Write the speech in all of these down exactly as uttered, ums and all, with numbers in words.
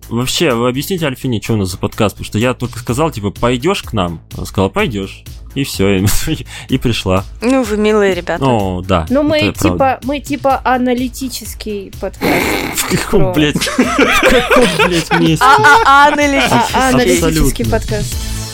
Вообще, вы объясните Альфине, что у нас за подкаст, потому что я только сказал, типа, пойдешь к нам? Она сказала, пойдешь. И все, и, и пришла. Ну, вы милые ребята. О, да. Ну, мы типа, мы типа аналитический подкаст. В каком, блядь, в каком, блядь, месте? Аналитический подкаст.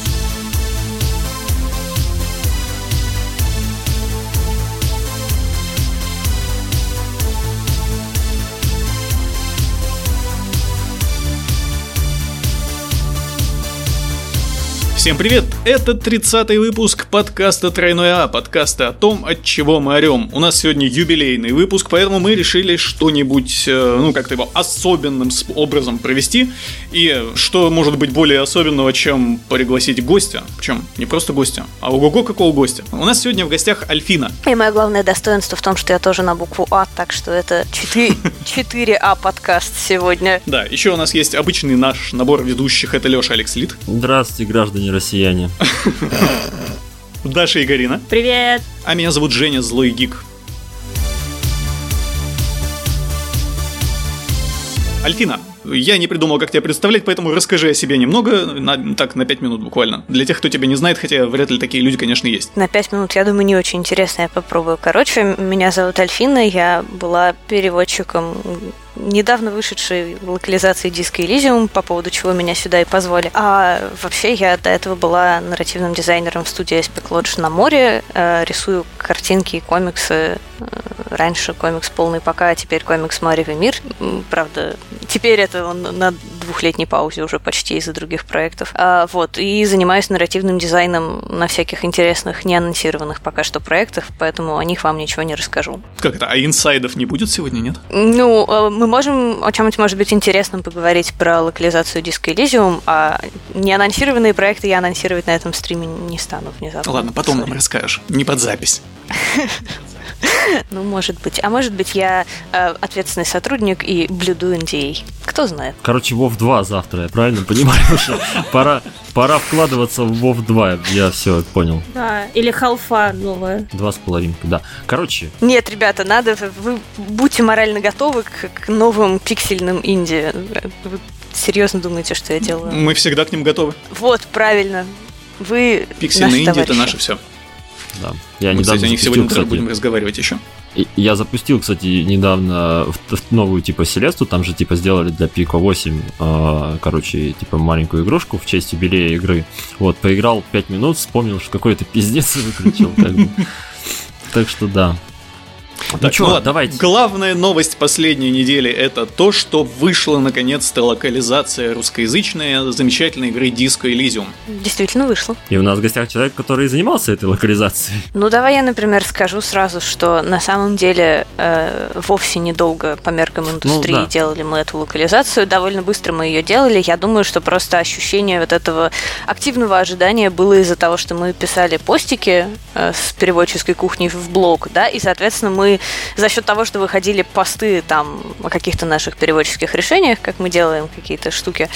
Всем привет! Это тридцатый выпуск подкаста «Тройной А», подкаста о том, от чего мы орем. У нас сегодня юбилейный выпуск, поэтому мы решили что-нибудь, ну, как-то его особенным образом провести. И что может быть более особенного, чем пригласить гостя? Причем не просто гостя, а ого-го какого гостя. У нас сегодня в гостях Альфина. И мое главное достоинство в том, что я тоже на букву А, так что это четыре А подкаст сегодня. Да, еще у нас есть обычный наш набор ведущих, это Леша Алекслит. Здравствуйте, граждане россияне. Даша и Гарина. Привет. А меня зовут Женя, Злой Гик. Альфина, я не придумал, как тебя представлять, поэтому расскажи о себе немного, на, так, на пять минут буквально. Для тех, кто тебя не знает, хотя вряд ли такие люди, конечно, есть. На пять минут, я думаю, не очень интересно, я попробую. Короче, меня зовут Альфина, я была переводчиком недавно вышедшей локализации Disco Elysium, по поводу чего меня сюда и позвали. А вообще я до этого была нарративным дизайнером в студии Aspect Lodge на море, рисую картинки и комиксы. Раньше комикс «Полный пока», а теперь комикс «Маревый мир». Правда, теперь это он на двухлетней паузе уже почти из-за других проектов. А, вот, и занимаюсь нарративным дизайном на всяких интересных, неанонсированных пока что проектах, поэтому о них вам ничего не расскажу. Как это? А инсайдов не будет сегодня, нет? Ну, мы можем о чем-нибудь, может быть, интересном поговорить про локализацию Disco Elysium, а неанонсированные проекты я анонсировать на этом стриме не стану внезапно. Ладно, потом Sorry. нам расскажешь. Не под запись. Ну, может быть. А может быть, я э, ответственный сотрудник и блюду эн ди эй. Кто знает. Короче, вов два завтра, я правильно понимаю? Пора, пора вкладываться в вов два, я все понял. Да, или халфа новая. Два с половиной, да. Короче. Нет, ребята, надо, вы будьте морально готовы к, к новым пиксельным инди. Вы серьезно думаете, что я делаю? Мы всегда к ним готовы. Вот, правильно. Вы пиксельные инди — это товарищи. наше все. Да. Я Мы, недавно кстати, о них запустил, сегодня кстати, будем разговаривать еще. Я запустил, кстати, недавно в, в новую типа Селесту, там же типа сделали для Pico восемь, э, короче, типа маленькую игрушку в честь юбилея игры. Вот, поиграл пять минут, вспомнил, что какой-то пиздец и выключил. Как бы. Так что да. Так, ну что, ну ладно. давайте. Главная новость последней недели — это то, что вышла наконец-то локализация русскоязычной замечательной игры Disco Elysium. Действительно вышла. И у нас в гостях человек, который занимался этой локализацией. Ну, давай я, например, скажу сразу, что на самом деле э, вовсе недолго по меркам индустрии ну, да. делали мы эту локализацию. Довольно быстро мы ее делали. Я думаю, что просто ощущение вот этого активного ожидания было из-за того, что мы писали постики э, с переводческой кухни в блог, да, и, соответственно, мы за счет того, что выходили посты там о каких-то наших переводческих решениях, как мы делаем какие-то штуки,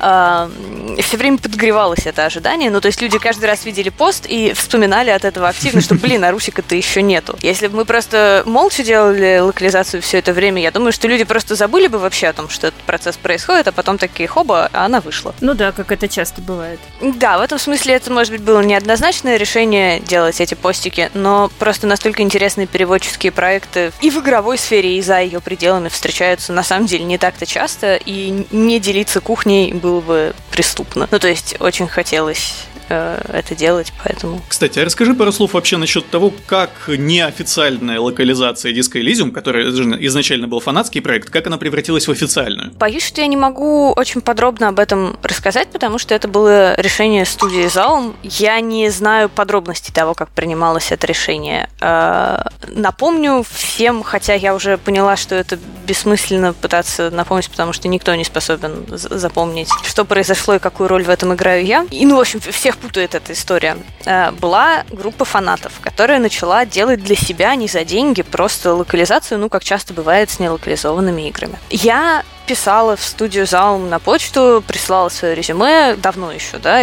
э, все время подогревалось это ожидание. Ну, то есть люди каждый раз видели пост и вспоминали от этого активно, что, блин, а Русика-то еще нету. Если бы мы просто молча делали локализацию все это время, я думаю, что люди просто забыли бы вообще о том, что этот процесс происходит, а потом такие, хоба, а она вышла. Ну да, как это часто бывает. Да, в этом смысле это, может быть, было неоднозначное решение делать эти постики, но просто настолько интересные переводческие проекты и в игровой сфере, и за ее пределами встречаются на самом деле не так-то часто, и не делиться кухней было бы преступно. Ну, то есть, очень хотелось э, это делать, поэтому... Кстати, а расскажи пару слов вообще насчет того, как неофициальная локализация Disco Elysium, которая изначально был фанатский проект, как она превратилась в официальную? Боюсь, что я не могу очень подробно об этом рассказать, потому что это было решение студии Zaum. Я не знаю подробностей того, как принималось это решение. Э, напомню всем, хотя я уже поняла, что это бессмысленно пытаться напомнить, потому что никто не способен запомнить, что произошло и какую роль в этом играю я. И, ну, в общем, всех путает эта история. Была группа фанатов, которая начала делать для себя не за деньги просто локализацию, ну, как часто бывает с нелокализованными играми. Я писала в студию Zaum на почту, присылала свое резюме давно еще, да, и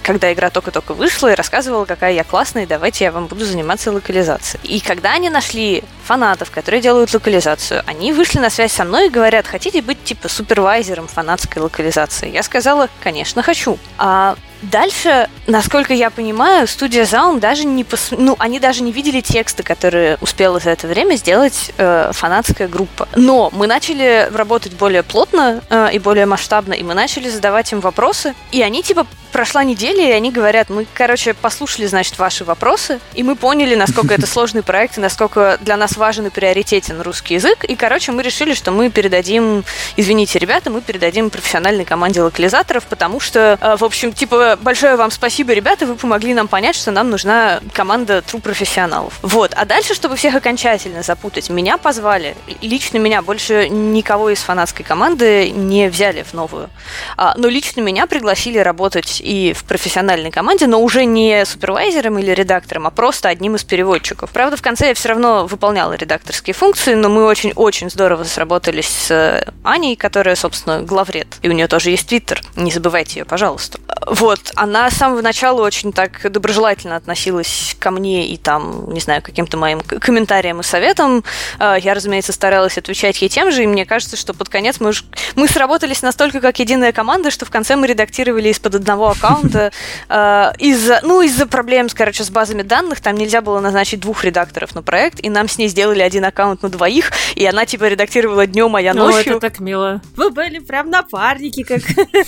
когда игра только-только вышла, и рассказывала, какая я классная, и давайте я вам буду заниматься локализацией. И когда они нашли фанатов, которые делают локализацию, они вышли на связь со мной и говорят, хотите быть типа супервайзером фанатской локализации? Я сказала, конечно, хочу. А дальше, насколько я понимаю, студия Zaun даже не пос... ну, они даже не видели тексты, которые успела за это время сделать э, фанатская группа. Но мы начали работать более плотно э, и более масштабно, и мы начали задавать им вопросы, и они типа прошла неделя, и они говорят, мы, короче, послушали, значит, ваши вопросы, и мы поняли, насколько это сложный проект, и насколько для нас важен и приоритетен русский язык, и, короче, мы решили, что мы передадим, извините, ребята, мы передадим профессиональной команде локализаторов, потому что, в общем, типа, большое вам спасибо, ребята, вы помогли нам понять, что нам нужна команда true профессионалов. Вот, а дальше, чтобы всех окончательно запутать, меня позвали, лично меня, больше никого из фанатской команды не взяли в новую, но лично меня пригласили работать и в профессиональной команде, но уже не супервайзером или редактором, а просто одним из переводчиков. Правда, в конце я все равно выполняла редакторские функции, но мы очень-очень здорово сработались с Аней, которая, собственно, главред. И у нее тоже есть твиттер. Не забывайте ее, пожалуйста. Вот. Она с самого начала очень так доброжелательно относилась ко мне и там, не знаю, каким-то моим комментариям и советам. Я, разумеется, старалась отвечать ей тем же, и мне кажется, что под конец мы, уж... мы сработались настолько как единая команда, что в конце мы редактировали из-под одного аккаунта. Из-за, ну, из-за проблем, короче, с базами данных, там нельзя было назначить двух редакторов на проект, и нам с ней сделали один аккаунт на двоих, и она, типа, редактировала днем, а я ночью. О, это так мило. Вы были прям напарники, как...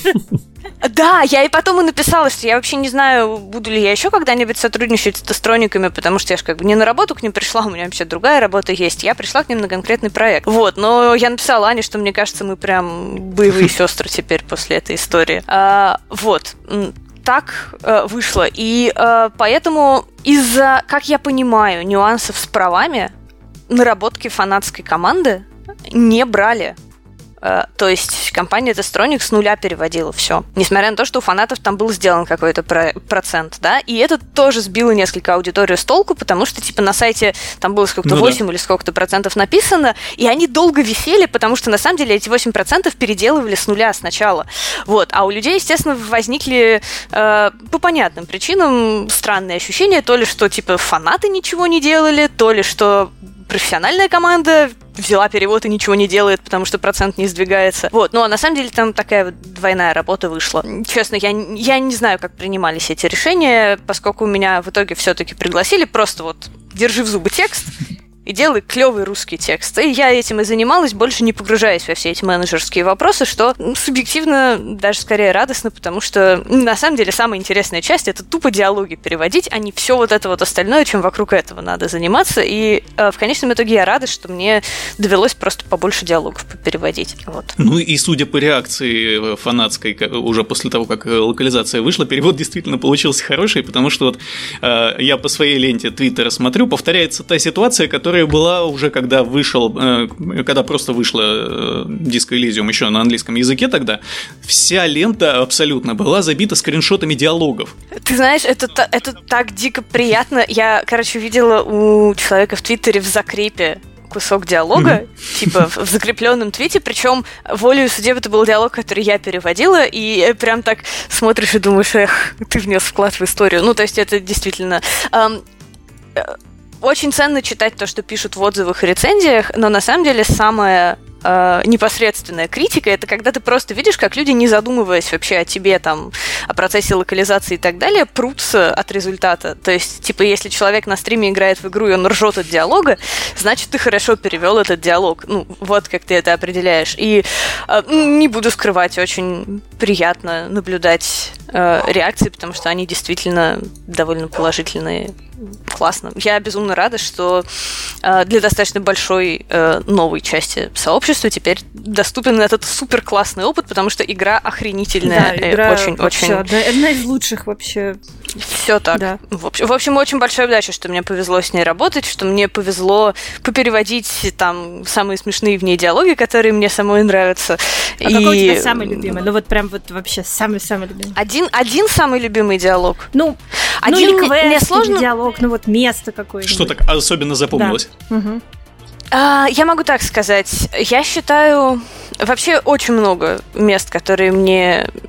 Да, я и потом и написала, что я вообще не знаю, буду ли я еще когда-нибудь сотрудничать с тестрониками, потому что я же как бы не на работу к ним пришла, у меня вообще другая работа есть, я пришла к ним на конкретный проект. Вот, но я написала Ане, что мне кажется, мы прям боевые сестры теперь после этой истории. А, вот, так э, вышло. И э, поэтому из-за, как я понимаю, нюансов с правами, наработки фанатской команды не брали. То есть компания Testronic с нуля переводила все. Несмотря на то, что у фанатов там был сделан какой-то про- процент, да, и это тоже сбило несколько аудиторию с толку, потому что, типа, на сайте там было сколько-то ну, восемь да. или сколько-то процентов написано, и они долго висели, потому что, на самом деле, эти восемь процентов переделывали с нуля сначала. Вот. А у людей, естественно, возникли э, по понятным причинам странные ощущения, то ли, что, типа, фанаты ничего не делали, то ли, что профессиональная команда взяла перевод и ничего не делает, потому что процент не сдвигается. Вот. Ну, а на самом деле там такая вот двойная работа вышла. Честно, я, я не знаю, как принимались эти решения, поскольку меня в итоге все-таки пригласили, просто вот держи в зубы текст и делай клевый русский текст. И я этим и занималась, больше не погружаясь во все эти менеджерские вопросы, что ну, субъективно даже скорее радостно, потому что на самом деле самая интересная часть — это тупо диалоги переводить, а не все вот это вот остальное, чем вокруг этого надо заниматься. И э, в конечном итоге я рада, что мне довелось просто побольше диалогов переводить. Вот. Ну и судя по реакции фанатской уже после того, как локализация вышла, перевод действительно получился хороший, потому что вот э, я по своей ленте Твиттера смотрю, повторяется та ситуация, которая была уже, когда вышел, когда просто вышла Disco Elysium еще на английском языке тогда, вся лента абсолютно была забита скриншотами диалогов. Ты знаешь, это, это так дико приятно. Я, короче, видела у человека в Твиттере в закрепе кусок диалога, mm-hmm. типа в закрепленном твите, причем волею судеб это был диалог, который я переводила, и прям так смотришь и думаешь, эх, ты внес вклад в историю. Ну, то есть это действительно... Эм, Очень ценно читать то, что пишут в отзывах и рецензиях, но на самом деле самая э, непосредственная критика — это когда ты просто видишь, как люди, не задумываясь вообще о тебе, там, о процессе локализации и так далее, прутся от результата. То есть, типа, если человек на стриме играет в игру, и он ржет от диалога, значит, ты хорошо перевел этот диалог. Ну, вот как ты это определяешь. И э, не буду скрывать, очень приятно наблюдать э, реакции, потому что они действительно довольно положительные. Классно. Я безумно рада, что э, для достаточно большой э, новой части сообщества теперь доступен этот супер классный опыт, потому что игра охренительная. Да, игра очень, вообще очень... одна из лучших вообще. Все так. Да. В, общем, в общем, очень большая удача, что мне повезло с ней работать, что мне повезло попереводить там самые смешные в ней диалоги, которые мне самой нравятся. А и... какой у тебя самый любимый? Ну вот прям вот вообще самый-самый любимый. Один, один самый любимый диалог. Ну, один ну или квест, мне сложно... или диалог, ну вот место какое-нибудь. Что так особенно запомнилось? Да. Угу. А, я могу так сказать. Я считаю... Вообще очень много мест, которые мне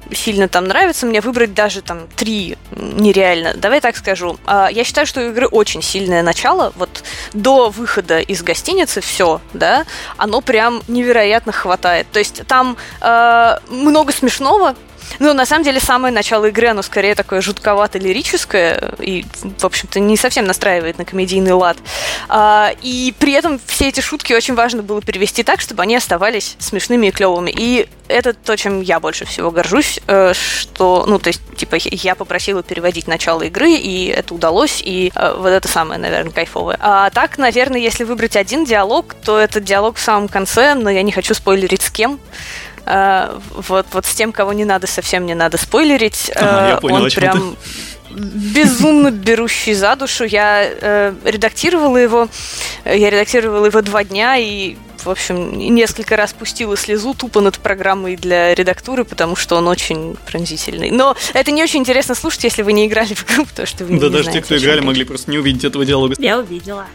сильно там нравится, мне выбрать даже там три нереально. Давай так скажу. Я считаю, что у игры очень сильное начало. Вот до выхода из гостиницы все, да, оно прям невероятно хватает. То есть там э, много смешного. Ну, на самом деле, самое начало игры, оно скорее такое жутковато-лирическое и, в общем-то, не совсем настраивает на комедийный лад. А, и при этом все эти шутки очень важно было перевести так, чтобы они оставались смешными и клевыми. И это то, чем я больше всего горжусь, что, ну, то есть, типа, я попросила переводить начало игры, и это удалось, и вот это самое, наверное, кайфовое. А так, наверное, если выбрать один диалог, то это диалог в самом конце, но я не хочу спойлерить с кем. Uh, вот, вот с тем, кого не надо, совсем не надо спойлерить. Ага, я понял, он прям безумно берущий за душу. Я uh, редактировала его, я редактировала его два дня и, в общем, несколько раз пустила слезу тупо над программой для редактуры, потому что он очень пронзительный. Но это не очень интересно слушать, если вы не играли в игру, потому что вы да не даже знаете, те, кто играли, могли просто не увидеть этого диалога. Я увидела.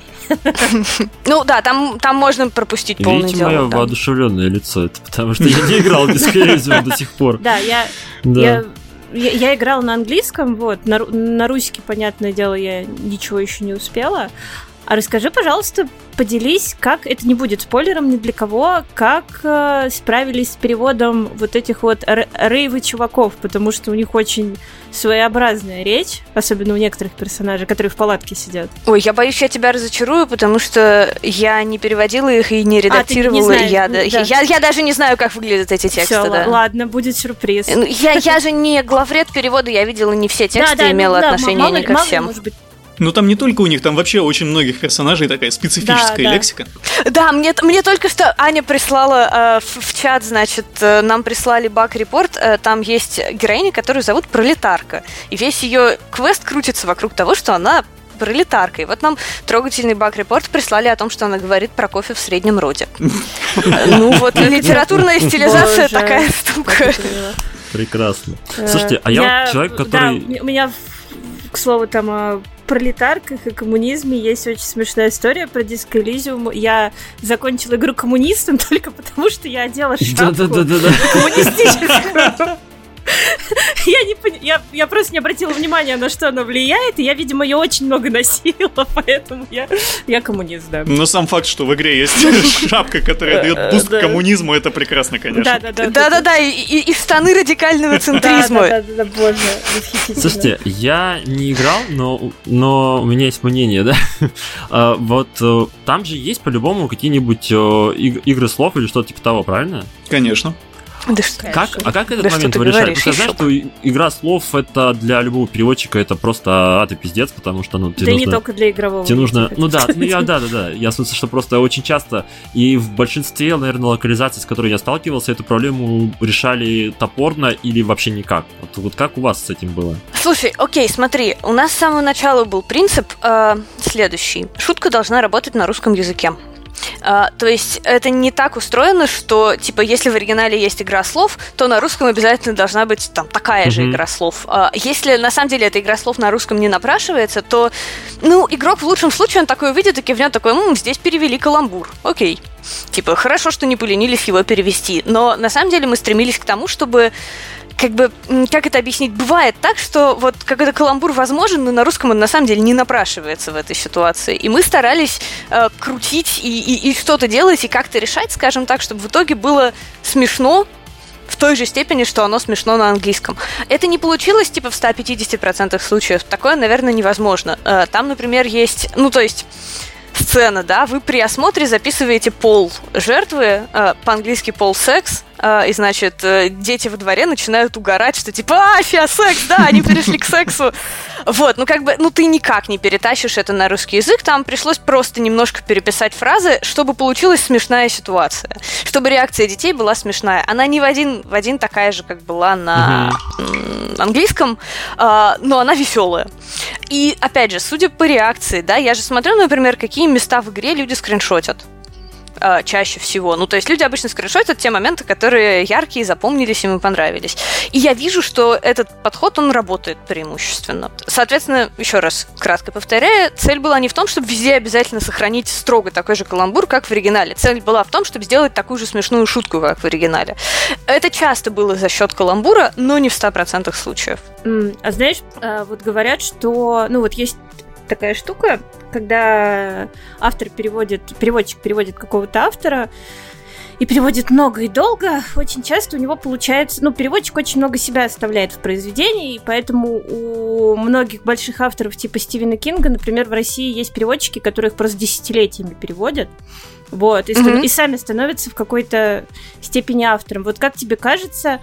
Ну да, там, там можно пропустить полный Видите диалог. мое да. воодушевленное лицо? Это потому что я не играл без Elysium до сих пор. Да, я... Я... Я, я играла на английском, вот, на, на русский, понятное дело, я ничего еще не успела. А расскажи, пожалуйста, поделись, как, это не будет спойлером ни для кого, как э, справились с переводом вот этих вот р- рейвы чуваков, потому что у них очень своеобразная речь, особенно у некоторых персонажей, которые в палатке сидят. Ой, я боюсь, я тебя разочарую, потому что я не переводила их и не редактировала. А, ты не знаешь, я, да. я, я, я даже не знаю, как выглядят эти тексты. Всё, да. ладно, будет сюрприз. Я, я же не главред перевода, я видела не все тексты, да, да, имела да, отношение мало, не ко мало, всем. Может быть. Ну там не только у них, там вообще очень многих персонажей такая специфическая да, да. лексика. Да, мне, мне только что Аня прислала э, в, в чат, значит, э, нам прислали баг-репорт, э, там есть героиня, которую зовут Пролетарка, и весь ее квест крутится вокруг того, что она пролетарка. И вот нам трогательный баг-репорт прислали о том, что она говорит про кофе в среднем роде. Ну вот, литературная стилизация такая штука. Прекрасно. Слушайте, а я человек, который... У меня, к слову, там о пролетарках и коммунизме есть очень смешная история про Disco Elysium. Я закончила игру коммунистом только потому, что я одела шапку коммунистическую. Я, не, я, я просто не обратила внимания, на что она влияет, и я, видимо, ее очень много носила, поэтому я, я коммунист, да. Но сам факт, что в игре есть шапка, которая дает буст к коммунизму, это прекрасно, конечно. Да-да-да, и штаны радикального центризма. Да-да-да, боже, восхитительно. Слушайте, я не играл, но, но у меня есть мнение, да? а, вот там же есть по-любому какие-нибудь игры слов или что-то типа того, правильно? Конечно. Да что, как, а как этот да момент вы решаете? Потому что я знаю, что игра слов это для любого переводчика это просто ад и пиздец, потому что ну тебе да нужно... не только для игрового. Тебе нужно... Ну да, ну я да, да, да. Я в смысле, что просто очень часто и в большинстве, наверное, локализаций, с которыми я сталкивался, эту проблему решали топорно или вообще никак. Вот, вот как у вас с этим было? Слушай, окей, смотри, у нас с самого начала был принцип э, следующий. Шутка должна работать на русском языке. Uh, то есть это не так устроено, что, типа, если в оригинале есть игра слов, то на русском обязательно должна быть там такая mm-hmm. же игра слов. Uh, если на самом деле эта игра слов на русском не напрашивается, то, ну, игрок в лучшем случае, он такой увидит и кивнет, такой, м, здесь перевели каламбур, окей. Типа, хорошо, что не поленились его перевести, но на самом деле мы стремились к тому, чтобы как бы, как это объяснить, бывает так, что вот какой-то каламбур возможен, но на русском он на самом деле не напрашивается в этой ситуации. И мы старались э, крутить и, и, и что-то делать, и как-то решать, скажем так, чтобы в итоге было смешно в той же степени, что оно смешно на английском. Это не получилось, типа, в сто пятьдесят процентов случаев. Такое, наверное, невозможно. Э, там, например, есть, ну, то есть... сцена, да, вы при осмотре записываете пол жертвы, э, по-английски пол секс, э, и, значит, э, дети во дворе начинают угорать, что типа, а, фиа, секс, да, они перешли к сексу. Вот, ну как бы, ну ты никак не перетащишь это на русский язык, там пришлось просто немножко переписать фразы, чтобы получилась смешная ситуация, чтобы реакция детей была смешная. Она не в один в один такая же, как была на mm-hmm. английском, э, но она веселая. И, опять же, судя по реакции, да, я же смотрю, например, какие места в игре люди скриншотят. э, чаще всего. Ну, то есть люди обычно скриншотят те моменты, которые яркие, запомнились, им и понравились. И я вижу, что этот подход, он работает преимущественно. Соответственно, еще раз кратко повторяю, цель была не в том, чтобы везде обязательно сохранить строго такой же каламбур, как в оригинале. Цель была в том, чтобы сделать такую же смешную шутку, как в оригинале. Это часто было за счет каламбура, но не в ста процентах случаев. Mm, а знаешь, вот говорят, что, ну вот есть такая штука, когда автор переводит, переводчик переводит какого-то автора и переводит много и долго, очень часто у него получается, ну, переводчик очень много себя оставляет в произведении, и поэтому у многих больших авторов типа Стивена Кинга, например, в России есть переводчики, которые их просто десятилетиями переводят, вот, и, mm-hmm. и сами становятся в какой-то степени автором. Вот как тебе кажется,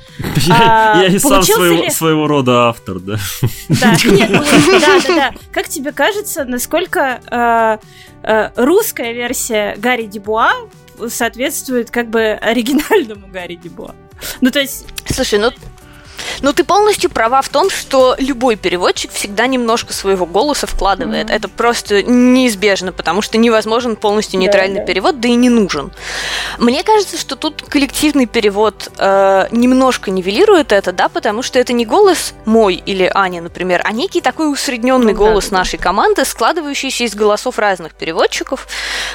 Я, а, я и сам своего, ли... своего рода автор, да? Да, нет, ну, да, да, да. Как тебе кажется, насколько а, а, русская версия Гарри Дюбуа соответствует как бы оригинальному Гарри Дюбуа? Ну, то есть... Слушай, ну... Ну, ты полностью права в том, что любой переводчик всегда немножко своего голоса вкладывает. Mm-hmm. Это просто неизбежно, потому что невозможен полностью нейтральный да, да. перевод, да и не нужен. Мне кажется, что тут коллективный перевод э, немножко нивелирует это, да, потому что это не голос мой или Ани, например, а некий такой усредненный mm-hmm. голос нашей команды, складывающийся из голосов разных переводчиков.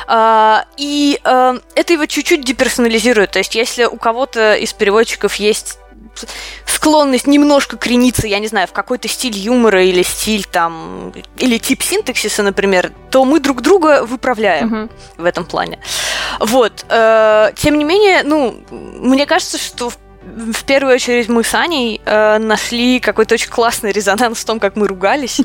Э, и э, это его чуть-чуть деперсонализирует. То есть, если у кого-то из переводчиков есть склонность немножко крениться, я не знаю, в какой-то стиль юмора или стиль там, или тип синтаксиса, например, то мы друг друга выправляем uh-huh. в этом плане. Вот. Э, тем не менее, ну, мне кажется, что в В первую очередь мы с Аней э, нашли какой-то очень классный резонанс в том, как мы ругались.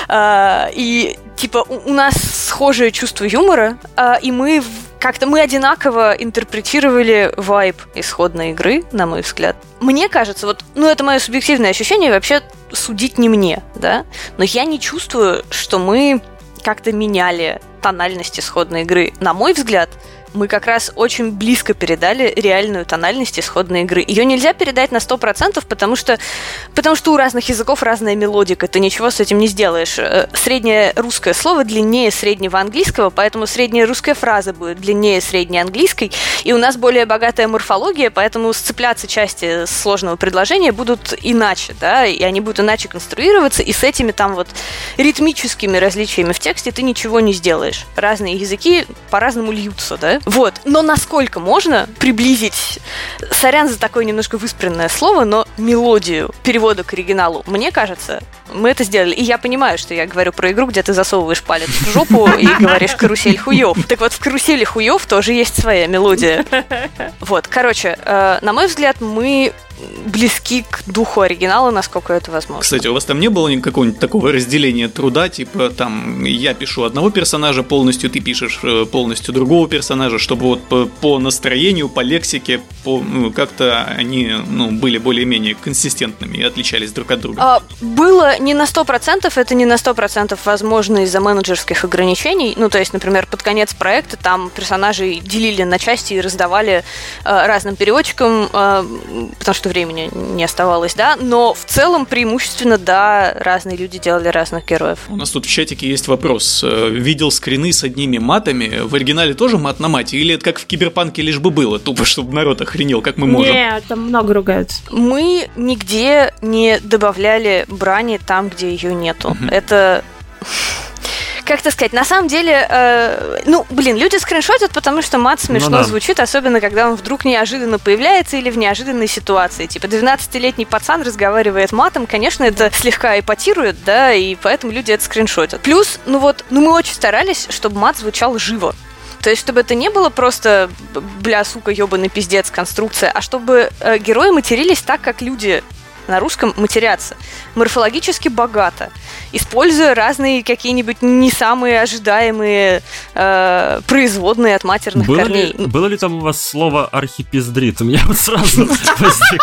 Э, и, типа, у, у нас схожее чувство юмора, э, и мы как-то мы одинаково интерпретировали вайб исходной игры, на мой взгляд. Мне кажется, вот, ну, это мое субъективное ощущение, вообще судить не мне, да, но я не чувствую, что мы как-то меняли тональность исходной игры. На мой взгляд, мы как раз очень близко передали реальную тональность исходной игры. Ее нельзя передать на сто процентов, потому что, потому что у разных языков разная мелодика, ты ничего с этим не сделаешь. Среднее русское слово длиннее среднего английского, поэтому средняя русская фраза будет длиннее средней английской, и у нас более богатая морфология, поэтому сцепляться части сложного предложения будут иначе, да, и они будут иначе конструироваться, и с этими там вот ритмическими различиями в тексте ты ничего не сделаешь. Разные языки по-разному льются, да. Вот. Но насколько можно приблизить, сорян за такое немножко выспренное слово, но мелодию перевода к оригиналу, мне кажется, мы это сделали. И я понимаю, что я говорю про игру, где ты засовываешь палец в жопу и говоришь «карусель хуёв». Так вот, в «карусели хуёв» тоже есть своя мелодия. Вот, короче, э, на мой взгляд, мы близки к духу оригинала, насколько это возможно. Кстати, у вас там не было никакого-нибудь такого разделения труда, типа там я пишу одного персонажа полностью, ты пишешь полностью другого персонажа, чтобы вот по, по настроению, по лексике, по, ну, как-то они ну, были более-менее консистентными и отличались друг от друга? А, было не на сто процентов, это не на сто процентов возможно из-за менеджерских ограничений. Ну, то есть, например, под конец проекта там персонажей делили на части и раздавали э, разным переводчикам, э, потому что времени не оставалось, да, но в целом преимущественно, да, разные люди делали разных героев. У нас тут в чатике есть вопрос. Видел скрины с одними матами, в оригинале тоже мат на мате, или это как в Киберпанке лишь бы было, тупо, чтобы народ охренел, как мы можем? Нет, там много ругаются. Мы нигде не добавляли брани там, где ее нету. Uh-huh. Это... Как это сказать, на самом деле, э, ну, блин, люди скриншотят, потому что мат смешно ну, да. звучит, особенно когда он вдруг неожиданно появляется или в неожиданной ситуации. Типа двенадцатилетний пацан разговаривает матом, конечно, это слегка эпатирует, да, и поэтому люди это скриншотят. Плюс, ну вот, ну мы очень старались, чтобы мат звучал живо. То есть, чтобы это не было просто бля, сука, ёбаный пиздец, конструкция, а чтобы э, герои матерились так, как люди на русском матерятся. Морфологически богато, используя разные какие-нибудь не самые ожидаемые э, производные от матерных было корней. Ли, было ли там у вас слово архипиздрит? У меня вот сразу возник.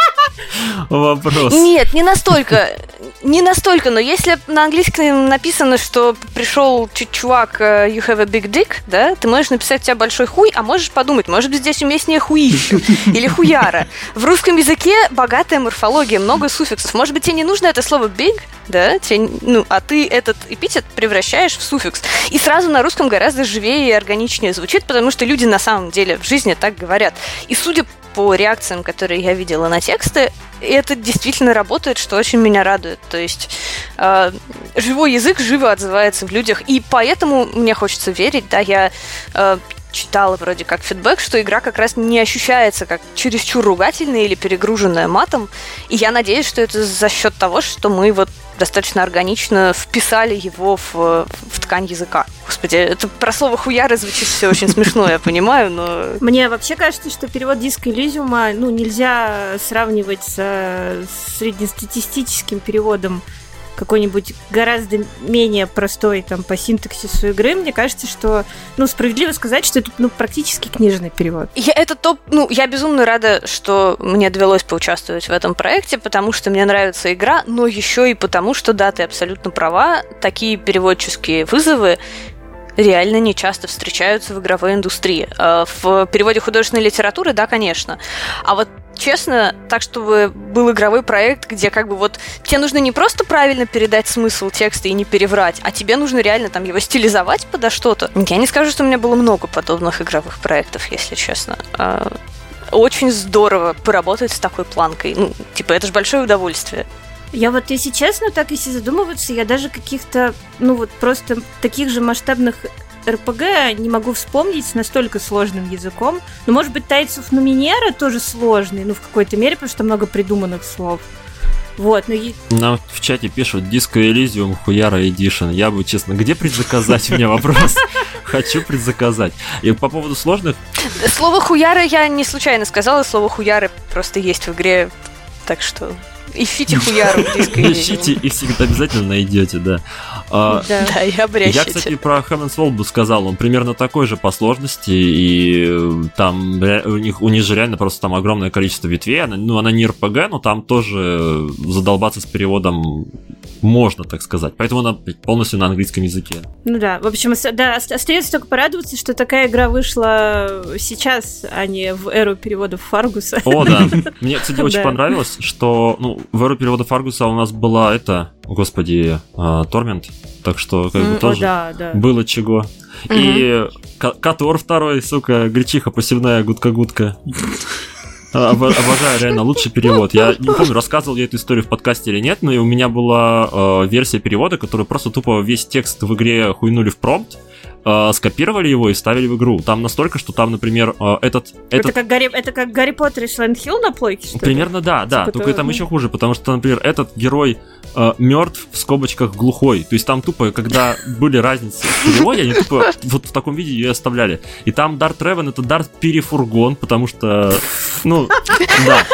вопрос. Нет, не настолько. Не настолько, но если на английском написано, что пришел чувак, you have a big dick, да, ты можешь написать у тебя большой хуй, а можешь подумать, может быть, здесь уместнее хуище или хуяра. В русском языке богатая морфология, много суффиксов. Может быть, тебе не нужно это слово big, да, тебе, ну, а ты этот эпитет превращаешь в суффикс. И сразу на русском гораздо живее и органичнее звучит, потому что люди на самом деле в жизни так говорят. И судя по реакциям, которые я видела на тексты, это действительно работает, что очень меня радует. То есть э, живой язык живо отзывается в людях, и поэтому мне хочется верить, да, я э, читала вроде как фидбэк, что игра как раз не ощущается как чересчур ругательная или перегруженная матом, и я надеюсь, что это за счет того, что мы вот достаточно органично вписали его в, в ткань языка. Господи, это про слово хуяры звучит все очень смешно, я понимаю, но... Мне вообще кажется, что перевод Disco Elysium, ну, нельзя сравнивать с среднестатистическим переводом какой-нибудь гораздо менее простой там по синтаксису игры. Мне кажется, что, ну, справедливо сказать, что это, ну, практически книжный перевод. Я, это топ, ну, я безумно рада, что мне довелось поучаствовать в этом проекте, потому что мне нравится игра, но еще и потому, что, да, ты абсолютно права, такие переводческие вызовы реально не часто встречаются в игровой индустрии. В переводе художественной литературы, да, конечно. А вот честно, так, чтобы был игровой проект, где как бы вот тебе нужно не просто правильно передать смысл текста и не переврать, а тебе нужно реально там его стилизовать подо что-то. Я не скажу, что у меня было много подобных игровых проектов, если честно. Очень здорово поработать с такой планкой. Ну, типа, это же большое удовольствие. Я вот, если честно, так если задумываться, я даже каких-то, ну вот просто таких же масштабных эр пи джи не могу вспомнить с настолько сложным языком. Ну, может быть, Tides of Numenera тоже сложный, ну, в какой-то мере, потому что много придуманных слов. Вот, ну и... Нам в чате пишут Disco Elysium Хуяра Edition. Я бы, честно, где предзаказать? У меня вопрос. Хочу предзаказать. И по поводу сложных... Слово хуяра я не случайно сказала, слово хуяры просто есть в игре, так что... Ищите хуяру в Disco Elysium. Ищите и всегда обязательно найдете, да. А, да. Да, и обрящите. Я, кстати, про Heaven's Wall бы сказал, он примерно такой же по сложности, и там у них, у них же реально просто там огромное количество ветвей, она, ну, она не эр пи джи, но там тоже задолбаться с переводом можно, так сказать. Поэтому она полностью на английском языке. Ну да, в общем, да, остается только порадоваться, что такая игра вышла сейчас, а не в эру переводов Фаргуса. О, да. Мне, кстати, очень понравилось, что, ну, в эру перевода Фаргуса у нас была это, господи, Тормент, так что как бы тоже да, да. было чего. Угу. И Котор второй, сука, гречиха посевная, гудка-гудка. Обожаю, реально, лучший перевод. Я не помню, рассказывал я эту историю в подкасте или нет, но и у меня была э, версия перевода, которая просто тупо весь текст в игре хуйнули в промпт, э, скопировали его и вставили в игру. Там настолько, что там, например, э, этот, этот... Это как Гарри, это как Гарри Поттер и Silent Hill на плойке, что ли? Примерно, да, да. Типа только там еще хуже, потому что, например, этот герой э, мертв в скобочках глухой. То есть там тупо, когда были разницы в переводе, они тупо вот в таком виде ее оставляли. И там Дарт Ревен — это Дарт Перефургон, потому что, ну, да.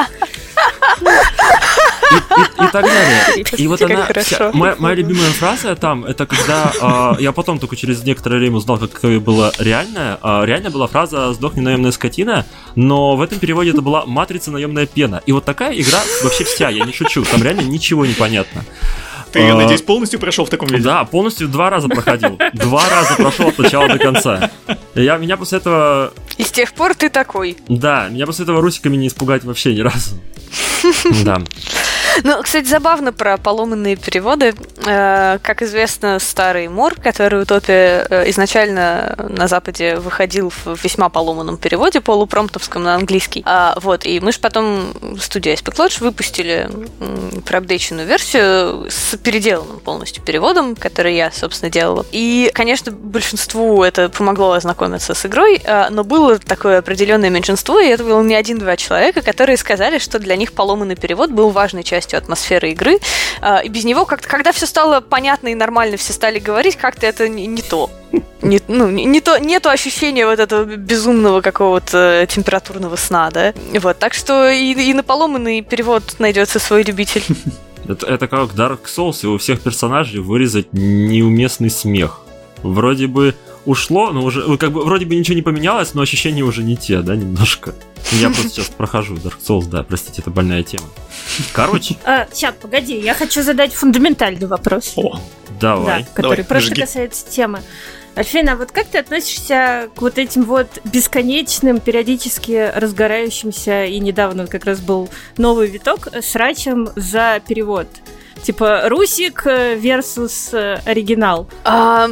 И, и, и так далее. И вот она, вся, моя, моя любимая фраза там, это когда, э, я потом только через некоторое время узнал, какая была реальная, э, реально была фраза «сдохни, наемная скотина», но в этом переводе это была «матрица, наемная пена». И вот такая игра вообще вся, я не шучу, там реально ничего не понятно. Ты, я надеюсь, полностью прошел в таком виде? Да, полностью два раза проходил. Два раза прошел от начала до конца. Я, меня после этого... И с тех пор ты такой. Да, меня после этого русиками не испугать вообще ни разу. Да. Ну, кстати, забавно про поломанные переводы. Как известно, старый Мор, который «Утопия» изначально на Западе выходил в весьма поломанном переводе, полупромптовском на английский. Вот, и мы же потом, студия Aspect Lodge, выпустили проапдейченную версию с переделанным полностью переводом, который я, собственно, делала. И, конечно, большинству это помогло ознакомиться с игрой, но было такое определенное меньшинство, и это было не один-два человека, которые сказали, что для них поломанный перевод был важной частью атмосферы игры, и без него как-то, когда все стало понятно и нормально, все стали говорить, как-то это не, не то. Не, ну, не, не то, нету ощущения вот этого безумного какого-то температурного сна, да? Вот, так что и, и на поломанный перевод найдется свой любитель. Это, это как Dark Souls, и у всех персонажей вырезать неуместный смех. Вроде бы ушло, но уже, как бы, вроде бы ничего не поменялось, но ощущения уже не те, да, немножко. Я просто сейчас прохожу Dark Souls, да, простите, это больная тема. Короче. А, сейчас, погоди, я хочу задать фундаментальный вопрос. О, давай. Да, который давай, просто жги. касается темы. Альфина, а вот как ты относишься к вот этим вот бесконечным, периодически разгорающимся, и недавно как раз был новый виток, срачем за перевод? Типа Русик versus оригинал. А,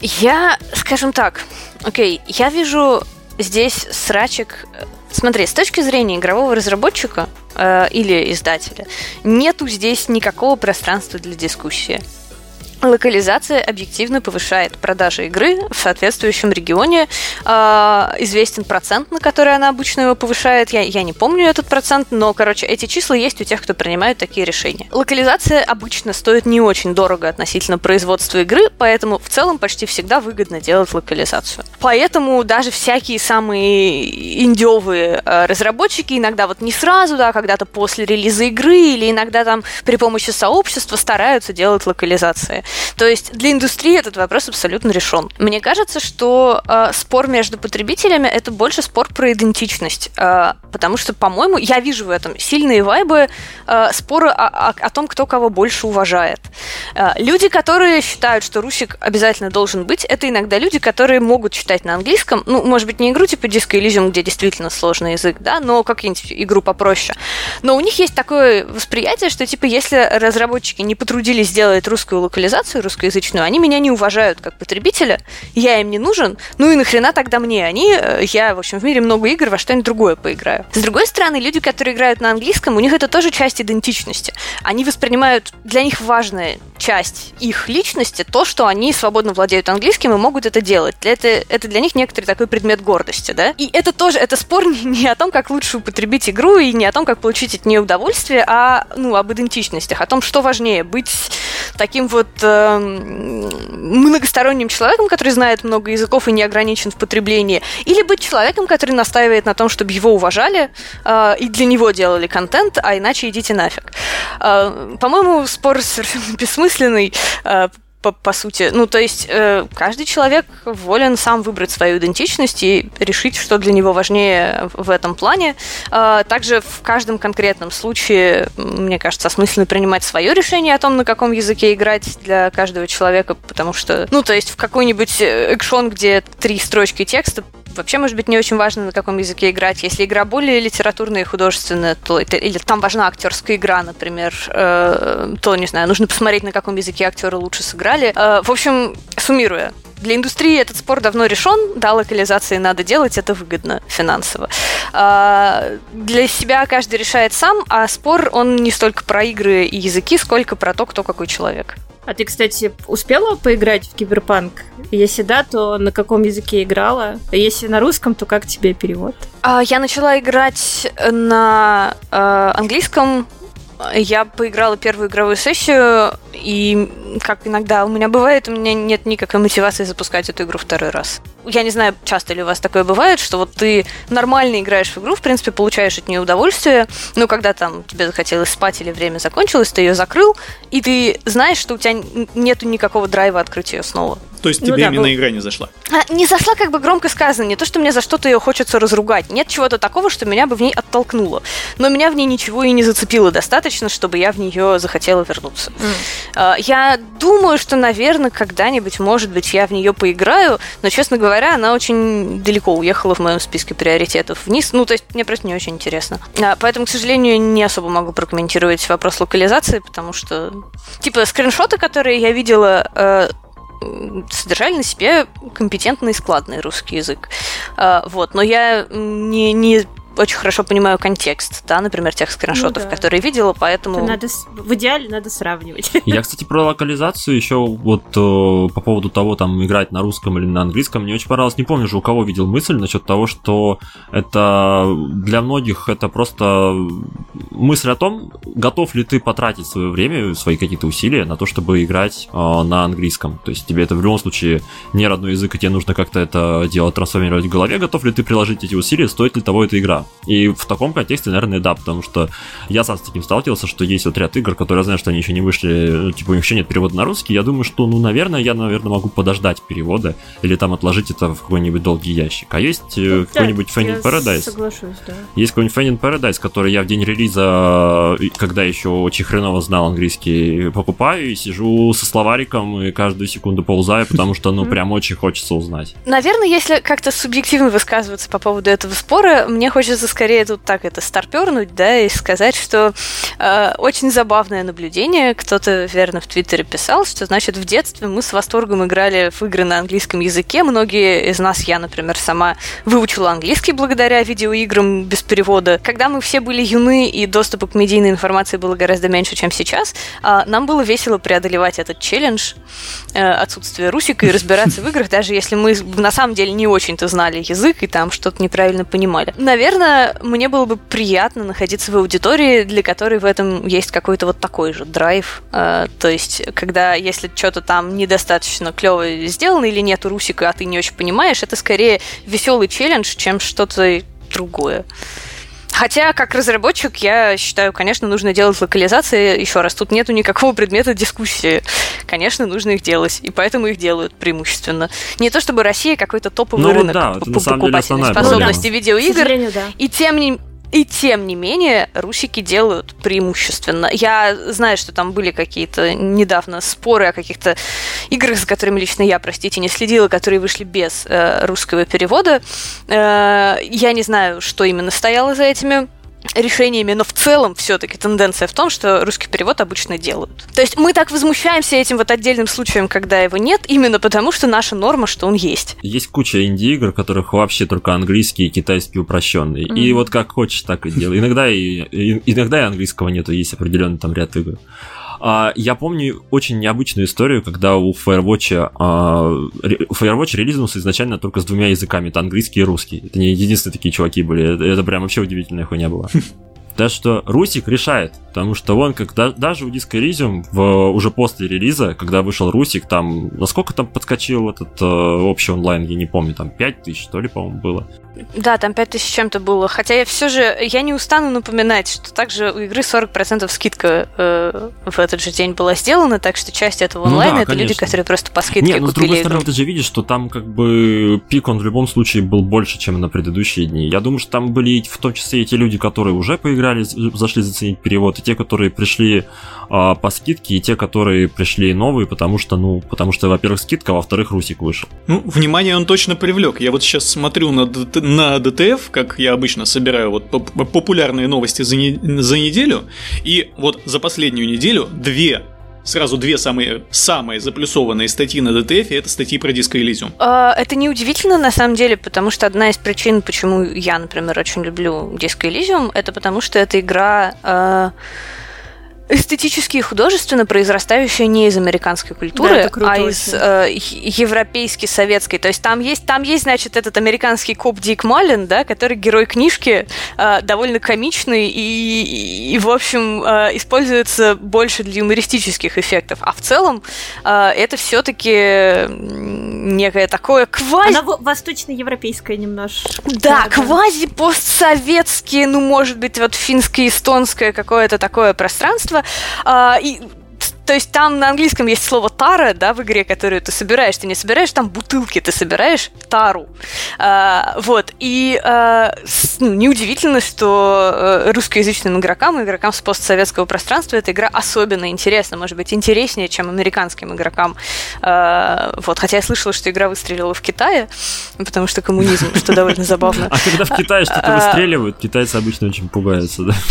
я, скажем так, окей, я вижу здесь срачек. Смотри, с точки зрения игрового разработчика э, или издателя, нету здесь никакого пространства для дискуссии. Локализация объективно повышает продажи игры в соответствующем регионе. Э, известен процент, на который она обычно его повышает. Я, я не помню этот процент, но, короче, эти числа есть у тех, кто принимает такие решения. Локализация обычно стоит не очень дорого относительно производства игры, поэтому в целом почти всегда выгодно делать локализацию. Поэтому даже всякие самые индёвые э, разработчики иногда вот не сразу, да, когда-то после релиза игры или иногда там при помощи сообщества стараются делать локализации. То есть для индустрии этот вопрос абсолютно решен. Мне кажется, что э, спор между потребителями — это больше спор про идентичность, э, потому что, по-моему, я вижу в этом сильные вайбы э, спора о, о, о том, кто кого больше уважает. Э, люди, которые считают, что Русик обязательно должен быть, это иногда люди, которые могут читать на английском, ну, может быть, не игру типа Disco Elysium, где действительно сложный язык, да, но какую-нибудь игру попроще. Но у них есть такое восприятие, что, типа, если разработчики не потрудились сделать русскую локализацию, русскоязычную, они меня не уважают как потребителя, я им не нужен, ну и нахрена тогда мне они, я, в общем, в мире много игр, во что-нибудь другое поиграю. С другой стороны, люди, которые играют на английском, у них это тоже часть идентичности. Они воспринимают, для них важная часть их личности, то, что они свободно владеют английским и могут это делать. Это, это для них некоторый такой предмет гордости, да? И это тоже, это спор не, не о том, как лучше употребить игру и не о том, как получить от нее удовольствие, а, ну, об идентичностях, о том, что важнее, быть таким вот э, многосторонним человеком, который знает много языков и не ограничен в потреблении, или быть человеком, который настаивает на том, чтобы его уважали э, и для него делали контент, а иначе идите нафиг. Э, по-моему, спор совершенно бессмысленный, э, По, по сути. Ну, то есть, э, каждый человек волен сам выбрать свою идентичность и решить, что для него важнее в этом плане. Э, также в каждом конкретном случае, мне кажется, осмысленно принимать свое решение о том, на каком языке играть для каждого человека, потому что, ну, то есть, в какой-нибудь экшон, где три строчки текста, вообще, может быть, не очень важно, на каком языке играть. Если игра более литературная и художественная, то это, или там важна актерская игра, например, э, то, не знаю, нужно посмотреть, на каком языке актеры лучше сыграли. Э, в общем, суммируя, для индустрии этот спор давно решен, да, локализации надо делать, это выгодно финансово. Э, для себя каждый решает сам, а спор, он не столько про игры и языки, сколько про то, кто какой человек. А ты, кстати, успела поиграть в Киберпанк? Если да, то на каком языке играла? А если на русском, то как тебе перевод? Я начала играть на э, английском. Я поиграла первую игровую сессию, и, как иногда у меня бывает, у меня нет никакой мотивации запускать эту игру второй раз. Я не знаю, часто ли у вас такое бывает, что вот ты нормально играешь в игру, в принципе, получаешь от нее удовольствие, но когда там тебе захотелось спать или время закончилось, ты ее закрыл, и ты знаешь, что у тебя нету никакого драйва открыть ее снова. То есть Ну тебе да, именно был- игра не зашла? А, не зашла, как бы громко сказано, не то, что мне за что-то ее хочется разругать. Нет чего-то такого, что меня бы в ней оттолкнуло. Но меня в ней ничего и не зацепило достаточно, чтобы я в нее захотела вернуться. Mm. А, я думаю, что, наверное, когда-нибудь, может быть, я в нее поиграю, но, честно говоря, она очень далеко уехала в моем списке приоритетов вниз. Ну, то есть, мне просто не очень интересно. А, поэтому, к сожалению, не особо могу прокомментировать вопрос локализации, потому что, типа, скриншоты, которые я видела, э, содержали на себе компетентный и складный русский язык. А, вот, но я не, не очень хорошо понимаю контекст, да, например, тех скриншотов, Ну да. которые видела, поэтому... Это надо, с- в идеале надо сравнивать. Я, кстати, про локализацию еще вот э, по поводу того, там, играть на русском или на английском, мне очень понравилось, не помню же, у кого видел мысль насчет того, что это для многих это просто мысль о том, готов ли ты потратить свое время, свои какие-то усилия на то, чтобы играть э, на английском. То есть тебе это в любом случае не родной язык, и тебе нужно как-то это дело трансформировать в голове. Готов ли ты приложить эти усилия, стоит ли того эта игра? да. И в таком контексте, наверное, да, потому что я сам с таким сталкивался, что есть вот ряд игр, которые я знаю, что они еще не вышли, ну, типа, у них еще нет перевода на русский. Я думаю, что, ну, наверное, я, наверное, могу подождать перевода или там отложить это в какой-нибудь долгий ящик. А есть ну, какой-нибудь да, Fan in Paradise. Соглашусь, да. Есть какой-нибудь Fan in Paradise, который я в день релиза, когда еще очень хреново знал английский, покупаю и сижу со словариком и каждую секунду ползаю, потому что, ну, прям очень хочется узнать. Наверное, если как-то субъективно высказываться по поводу этого спора, мне хочется скорее тут так это старпернуть, да, и сказать, что э, очень забавное наблюдение. Кто-то, верно, в Твиттере писал, что, значит, в детстве мы с восторгом играли в игры на английском языке. Многие из нас, я, например, сама выучила английский благодаря видеоиграм без перевода. Когда мы все были юны и доступа к медийной информации было гораздо меньше, чем сейчас, э, нам было весело преодолевать этот челлендж э, отсутствия русика и разбираться в играх, даже если мы на самом деле не очень-то знали язык и там что-то неправильно понимали. Наверное, мне было бы приятно находиться в аудитории, для которой в этом есть какой-то вот такой же драйв. Э, то есть, когда если что-то там недостаточно клево сделано или нету русика, а ты не очень понимаешь, это скорее веселый челлендж, чем что-то другое. Хотя, как разработчик, я считаю, конечно, нужно делать локализации. Еще раз, тут нету никакого предмета дискуссии. Конечно, нужно их делать, и поэтому их делают преимущественно. Не то чтобы Россия какой-то топовый ну, рынок да, по покупательной способности да. видеоигр, да. и тем не И тем не менее, русики делают преимущественно. Я знаю, что там были какие-то недавно споры о каких-то играх, за которыми лично я, простите, не следила, которые вышли без э, русского перевода. Э, я не знаю, что именно стояло за этими решениями, но в целом все-таки тенденция в том, что русский перевод обычно делают. То есть мы так возмущаемся этим вот отдельным случаем, когда его нет, именно потому, что наша норма, что он есть. Есть куча инди-игр, которых вообще только английский и китайский упрощенный. Mm-hmm. И вот как хочешь, так и делай. Иногда и, и, иногда и английского нету, есть определенный там ряд игр. А, я помню очень необычную историю, когда у Firewatch, а, Firewatch релизнулся изначально только с двумя языками, это английский и русский. Это не единственные такие чуваки были, это, это прям вообще удивительная хуйня была. Так что Русик решает, потому что он, когда даже у Disco Elysium, в, уже после релиза, когда вышел Русик, там, насколько там подскочил этот э, общий онлайн, я не помню, там пять тысяч, что ли, по-моему, было. Да, там пять тысяч чем-то было. Хотя я все же, я не устану напоминать, что также у игры сорок процентов скидка э, в этот же день была сделана, так что часть этого онлайна, ну да, это конечно. Люди, которые просто по скидке не, ну, купили с другой игру. стороны, ты же видишь, что там как бы пик, он в любом случае был больше, чем на предыдущие дни. Я думаю, что там были в том числе и те люди, которые уже поиграли, зашли заценить перевод, и те, которые пришли э, по скидке, и те, которые пришли новые, потому что, ну, потому что, во-первых, скидка, а во-вторых, Русик вышел. Ну, внимание он точно привлек. Я вот сейчас смотрю на, на ди ти эф, как я обычно собираю вот популярные новости за, не, за неделю, и вот за последнюю неделю две Сразу две самые, самые заплюсованные статьи на ди ти эф, это статьи про Disco Elysium. Это неудивительно, на самом деле, потому что одна из причин, почему я, например, очень люблю Disco Elysium, это потому что эта игра э, эстетически и художественно произрастающая не из американской культуры, да, а из э, европейской, советской. То есть там есть, там есть, значит, этот американский коп Дик Маллен, да, который герой книжки, э, довольно комичный и, и, и в общем, э, используется больше для юмористических эффектов. А в целом э, это все-таки некое такое квази... Она восточноевропейская немножко. Да, да, квази-постсоветские, ну, может быть, вот финско-эстонское какое-то такое пространство. Uh, и, то есть там на английском есть слово «тара», да, в игре, которую ты собираешь. Ты не собираешь там бутылки, ты собираешь тару. Uh, вот. И uh, с, ну, неудивительно, что uh, русскоязычным игрокам, игрокам с постсоветского пространства эта игра особенно интересна. Может быть, интереснее, чем американским игрокам. Uh, вот. Хотя я слышала, что игра выстрелила в Китае, потому что коммунизм, что довольно забавно. А когда в Китае что-то выстреливают, китайцы обычно очень пугаются, да?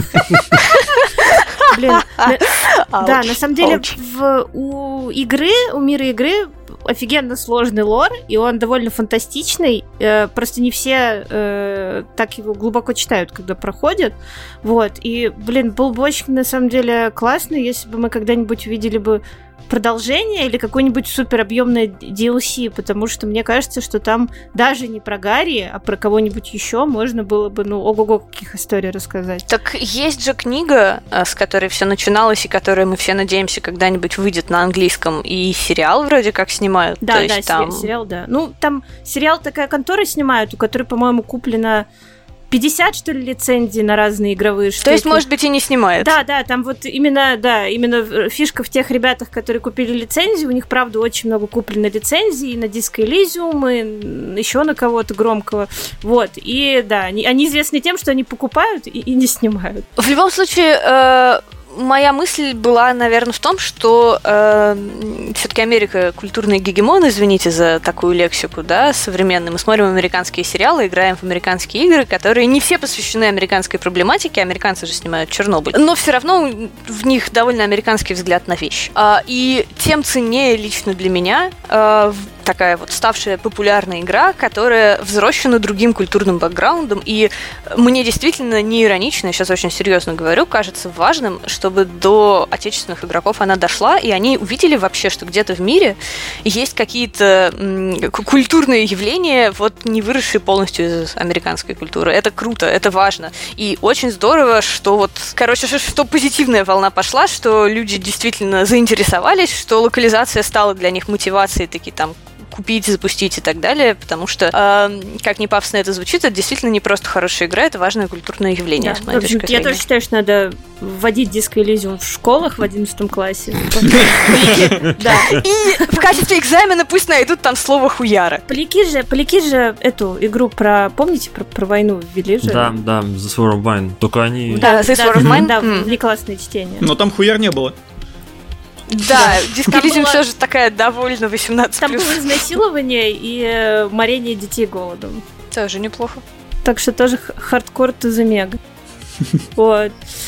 Блин, на, да, на самом деле в, у игры, у мира игры офигенно сложный лор, и он довольно фантастичный, э, просто не все э, так его глубоко читают, когда проходят, вот, и, блин, был бы очень, на самом деле, классно, если бы мы когда-нибудь увидели бы продолжение или какое-нибудь супер объемное ди эл си, потому что мне кажется, что там даже не про Гарри, а про кого-нибудь еще можно было бы, ну, ого-го, каких историй рассказать. Так есть же книга, с которой все начиналось, и которая, мы все надеемся, когда-нибудь выйдет на английском, и сериал вроде как снимают. Да, то да, там... сериал, да. Ну, там сериал такая контора снимают, у которой, по-моему, куплена пятьдесят, что ли, лицензий на разные игровые штуки. То есть, может быть, и не снимают. Да, да, там вот именно, да, именно фишка в тех ребятах, которые купили лицензию, у них, правда, очень много куплено лицензий на Disco Elysium, и еще на кого-то громкого. Вот, и да, они, они известны тем, что они покупают и, и не снимают. В любом случае, э, моя мысль была, наверное, в том, что э, все-таки Америка культурный гегемон, извините за такую лексику, да, современный. Мы смотрим американские сериалы, играем в американские игры, которые не все посвящены американской проблематике, американцы же снимают Чернобыль, но все равно в них довольно американский взгляд на вещь. А, и тем ценнее лично для меня а, такая вот ставшая популярная игра, которая взросшена другим культурным бэкграундом, и мне действительно не иронично, я сейчас очень серьезно говорю, кажется важным, чтобы до отечественных игроков она дошла, и они увидели вообще, что где-то в мире есть какие-то м- культурные явления, вот не выросшие полностью из американской культуры. Это круто, это важно. И очень здорово, что вот, короче, что, что позитивная волна пошла, что люди действительно заинтересовались, что локализация стала для них мотивацией, такие там купить, запустить и так далее, потому что, э, как ни пафосно это звучит, это действительно не просто хорошая игра, это важное культурное явление, да. с моей В общем, точки я зрения. тоже считаю, что надо вводить Disco Elysium в школах в одиннадцатом классе. Да. И в качестве экзамена пусть найдут там слово хуяра. Поляки же, поляки же эту игру про, помните, про, про войну ввели же? Да, да, The Sword of Mine. Только они... Да, This War of Mine. Да, ввели классное чтение. Но там хуяр не было. Да, Disco Elysium было- все же такая довольно восемнадцать Там плюс. было изнасилование и э, морение детей голодом. Тоже неплохо. Так что тоже х- хардкор to the mega. Вот.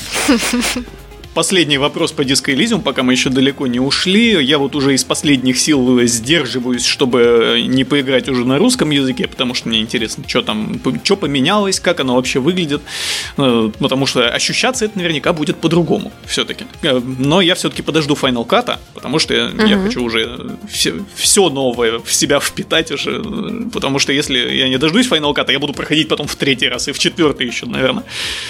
Последний вопрос по Disco Elysium, пока мы еще далеко не ушли. Я вот уже из последних сил сдерживаюсь, чтобы не поиграть уже на русском языке, потому что мне интересно, что там, что поменялось, как оно вообще выглядит. Потому что ощущаться это наверняка будет по-другому все-таки. Но я все-таки подожду Final Cut, потому что я, uh-huh. я хочу уже все, все новое в себя впитать уже. Потому что если я не дождусь Final Cut, я буду проходить потом в третий раз и в четвертый еще, наверное.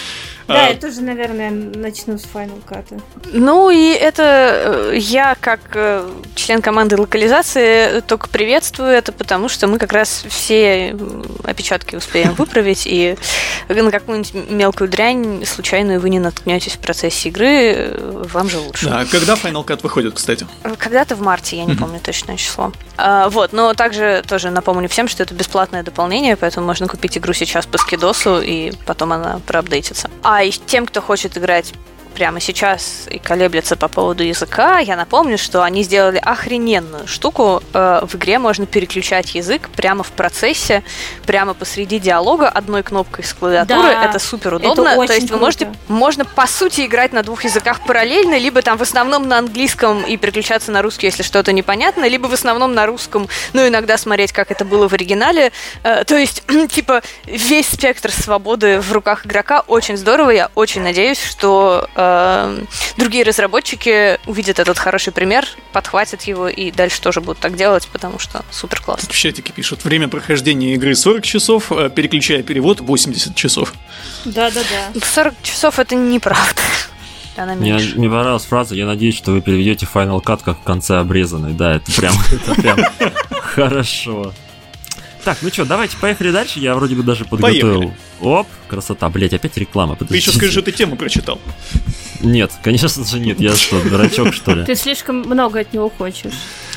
Да, А, я тоже, наверное, начну с Final Cut. Ну и это э, я как э, член команды локализации только приветствую это, потому что мы как раз все э, опечатки успеем выправить, и на какую-нибудь мелкую дрянь случайную вы не наткнетесь в процессе игры, э, вам же лучше. Да, когда Final Cut выходит, кстати? Когда-то в марте, я не помню точное число. А, вот, но также тоже напомню всем, что это бесплатное дополнение, поэтому можно купить игру сейчас по скидосу, и потом она проапдейтится. А и тем, кто хочет играть прямо сейчас и колеблется по поводу языка, я напомню, что они сделали охрененную штуку. В игре можно переключать язык прямо в процессе, прямо посреди диалога одной кнопкой с клавиатуры. Да, это супер удобно. это очень То есть вы круто. можете, можно по сути играть на двух языках параллельно, либо там в основном на английском и переключаться на русский, если что-то непонятно, либо в основном на русском, ну иногда смотреть, как это было в оригинале. То есть, типа, весь спектр свободы в руках игрока. Очень здорово. Я очень надеюсь, что другие разработчики увидят этот хороший пример, подхватят его и дальше тоже будут так делать, потому что супер классно. В чатике пишут: время прохождения игры сорок часов, переключая перевод восемьдесят часов. Да-да-да. сорок часов это неправда. Она Мне, меньше. мне понравилась фраза: я надеюсь, что вы переведете Final Cut как в конце обрезанный. Да, это прям, это прям хорошо. Так, ну что, давайте поехали дальше. Я вроде бы даже подготовил. Поехали. Оп, красота. Блять, опять реклама. Ты еще скажи, что ты тему прочитал. Нет, конечно же нет. Я что, дурачок, что ли? Ты слишком много от него хочешь.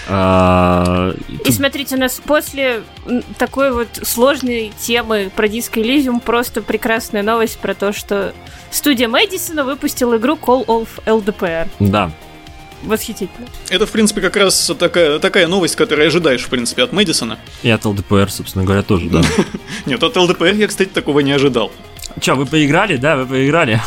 А, И смотрите, у нас после м, такой вот сложной темы про Disco Elysium просто прекрасная новость про то, что студия Мэдисона выпустила игру Call of эл ди пи ар. Да. Восхитительно. Это, в принципе, как раз такая, такая новость, которую ожидаешь, в принципе, от Мэдисона. И от эл ди пи ар, собственно говоря, тоже, да. Нет, от эл ди пи ар я, кстати, такого не ожидал. Че, вы поиграли? Да, вы поиграли?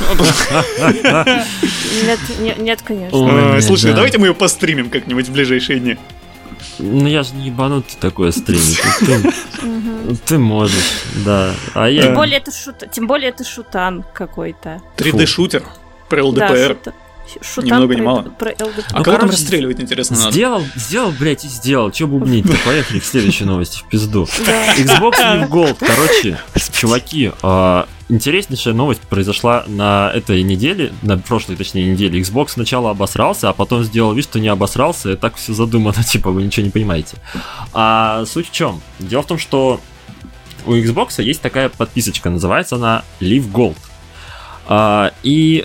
Нет, не- нет, конечно. Ой, А, Слушай, да. давайте мы ее постримим как-нибудь в ближайшие дни. Ну я же не ебанутый такой стримить. Ты, ты можешь, да. А Тем я... более это шут... Тем более это шутан какой-то. три дэ-шутер про эл ди Да, пи ар. шута- шутан Ни много ни про- мало. про эл ди пи ар. А Ну, кого там короче, расстреливать, интересно, надо? Сделал, сделал, блядь, и сделал. Че бубнить-то? Поехали к следующей новости, в пизду. Да. Xbox Live Gold, короче, чуваки, а, интереснейшая новость произошла на этой неделе, на прошлой, точнее, неделе. Xbox сначала обосрался, а потом сделал вид, что не обосрался, и так все задумано, типа, вы ничего не понимаете. А суть в чем? Дело в том, что у Xbox есть такая подписочка, называется она Live Gold. А, и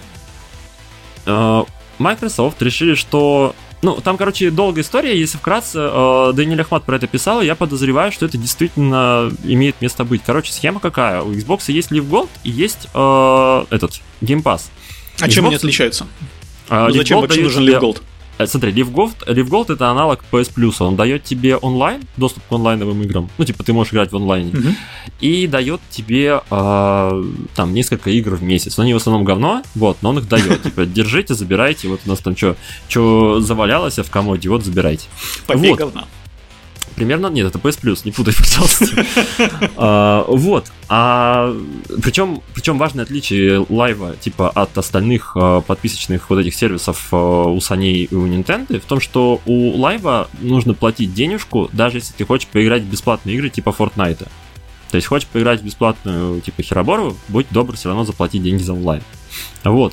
а, Microsoft решили, что... Ну, там, короче, долгая история, если вкратце, э, Даниэль Ахмат про это писал, и я подозреваю, что это действительно имеет место быть. Короче, схема какая? У Xbox есть Live Gold и есть э, этот, Game Pass. А Xbox, чем они отличаются? Э, Зачем вообще нужен Live Gold? Смотри, Live Gold, Live Gold это аналог пи эс Plus, он дает тебе онлайн, доступ к онлайновым играм, ну типа ты можешь играть в онлайне, uh-huh. и дает тебе э, там несколько игр в месяц, но они в основном говно, вот, но он их дает, типа держите, забирайте, вот у нас там что завалялось в комоде, вот забирайте. Попей вот. Говна. Примерно, нет, это пи эс Plus, не путай, пожалуйста. а, вот, а причем, причем важное отличие лайва, типа, от остальных а, подписочных вот этих сервисов а, у Sony и у Nintendo, в том, что у лайва нужно платить денежку, даже если ты хочешь поиграть в бесплатные игры типа Fortnite. То есть, хочешь поиграть в бесплатную, типа, Херобору, будь добр все равно заплатить деньги за онлайн. Вот,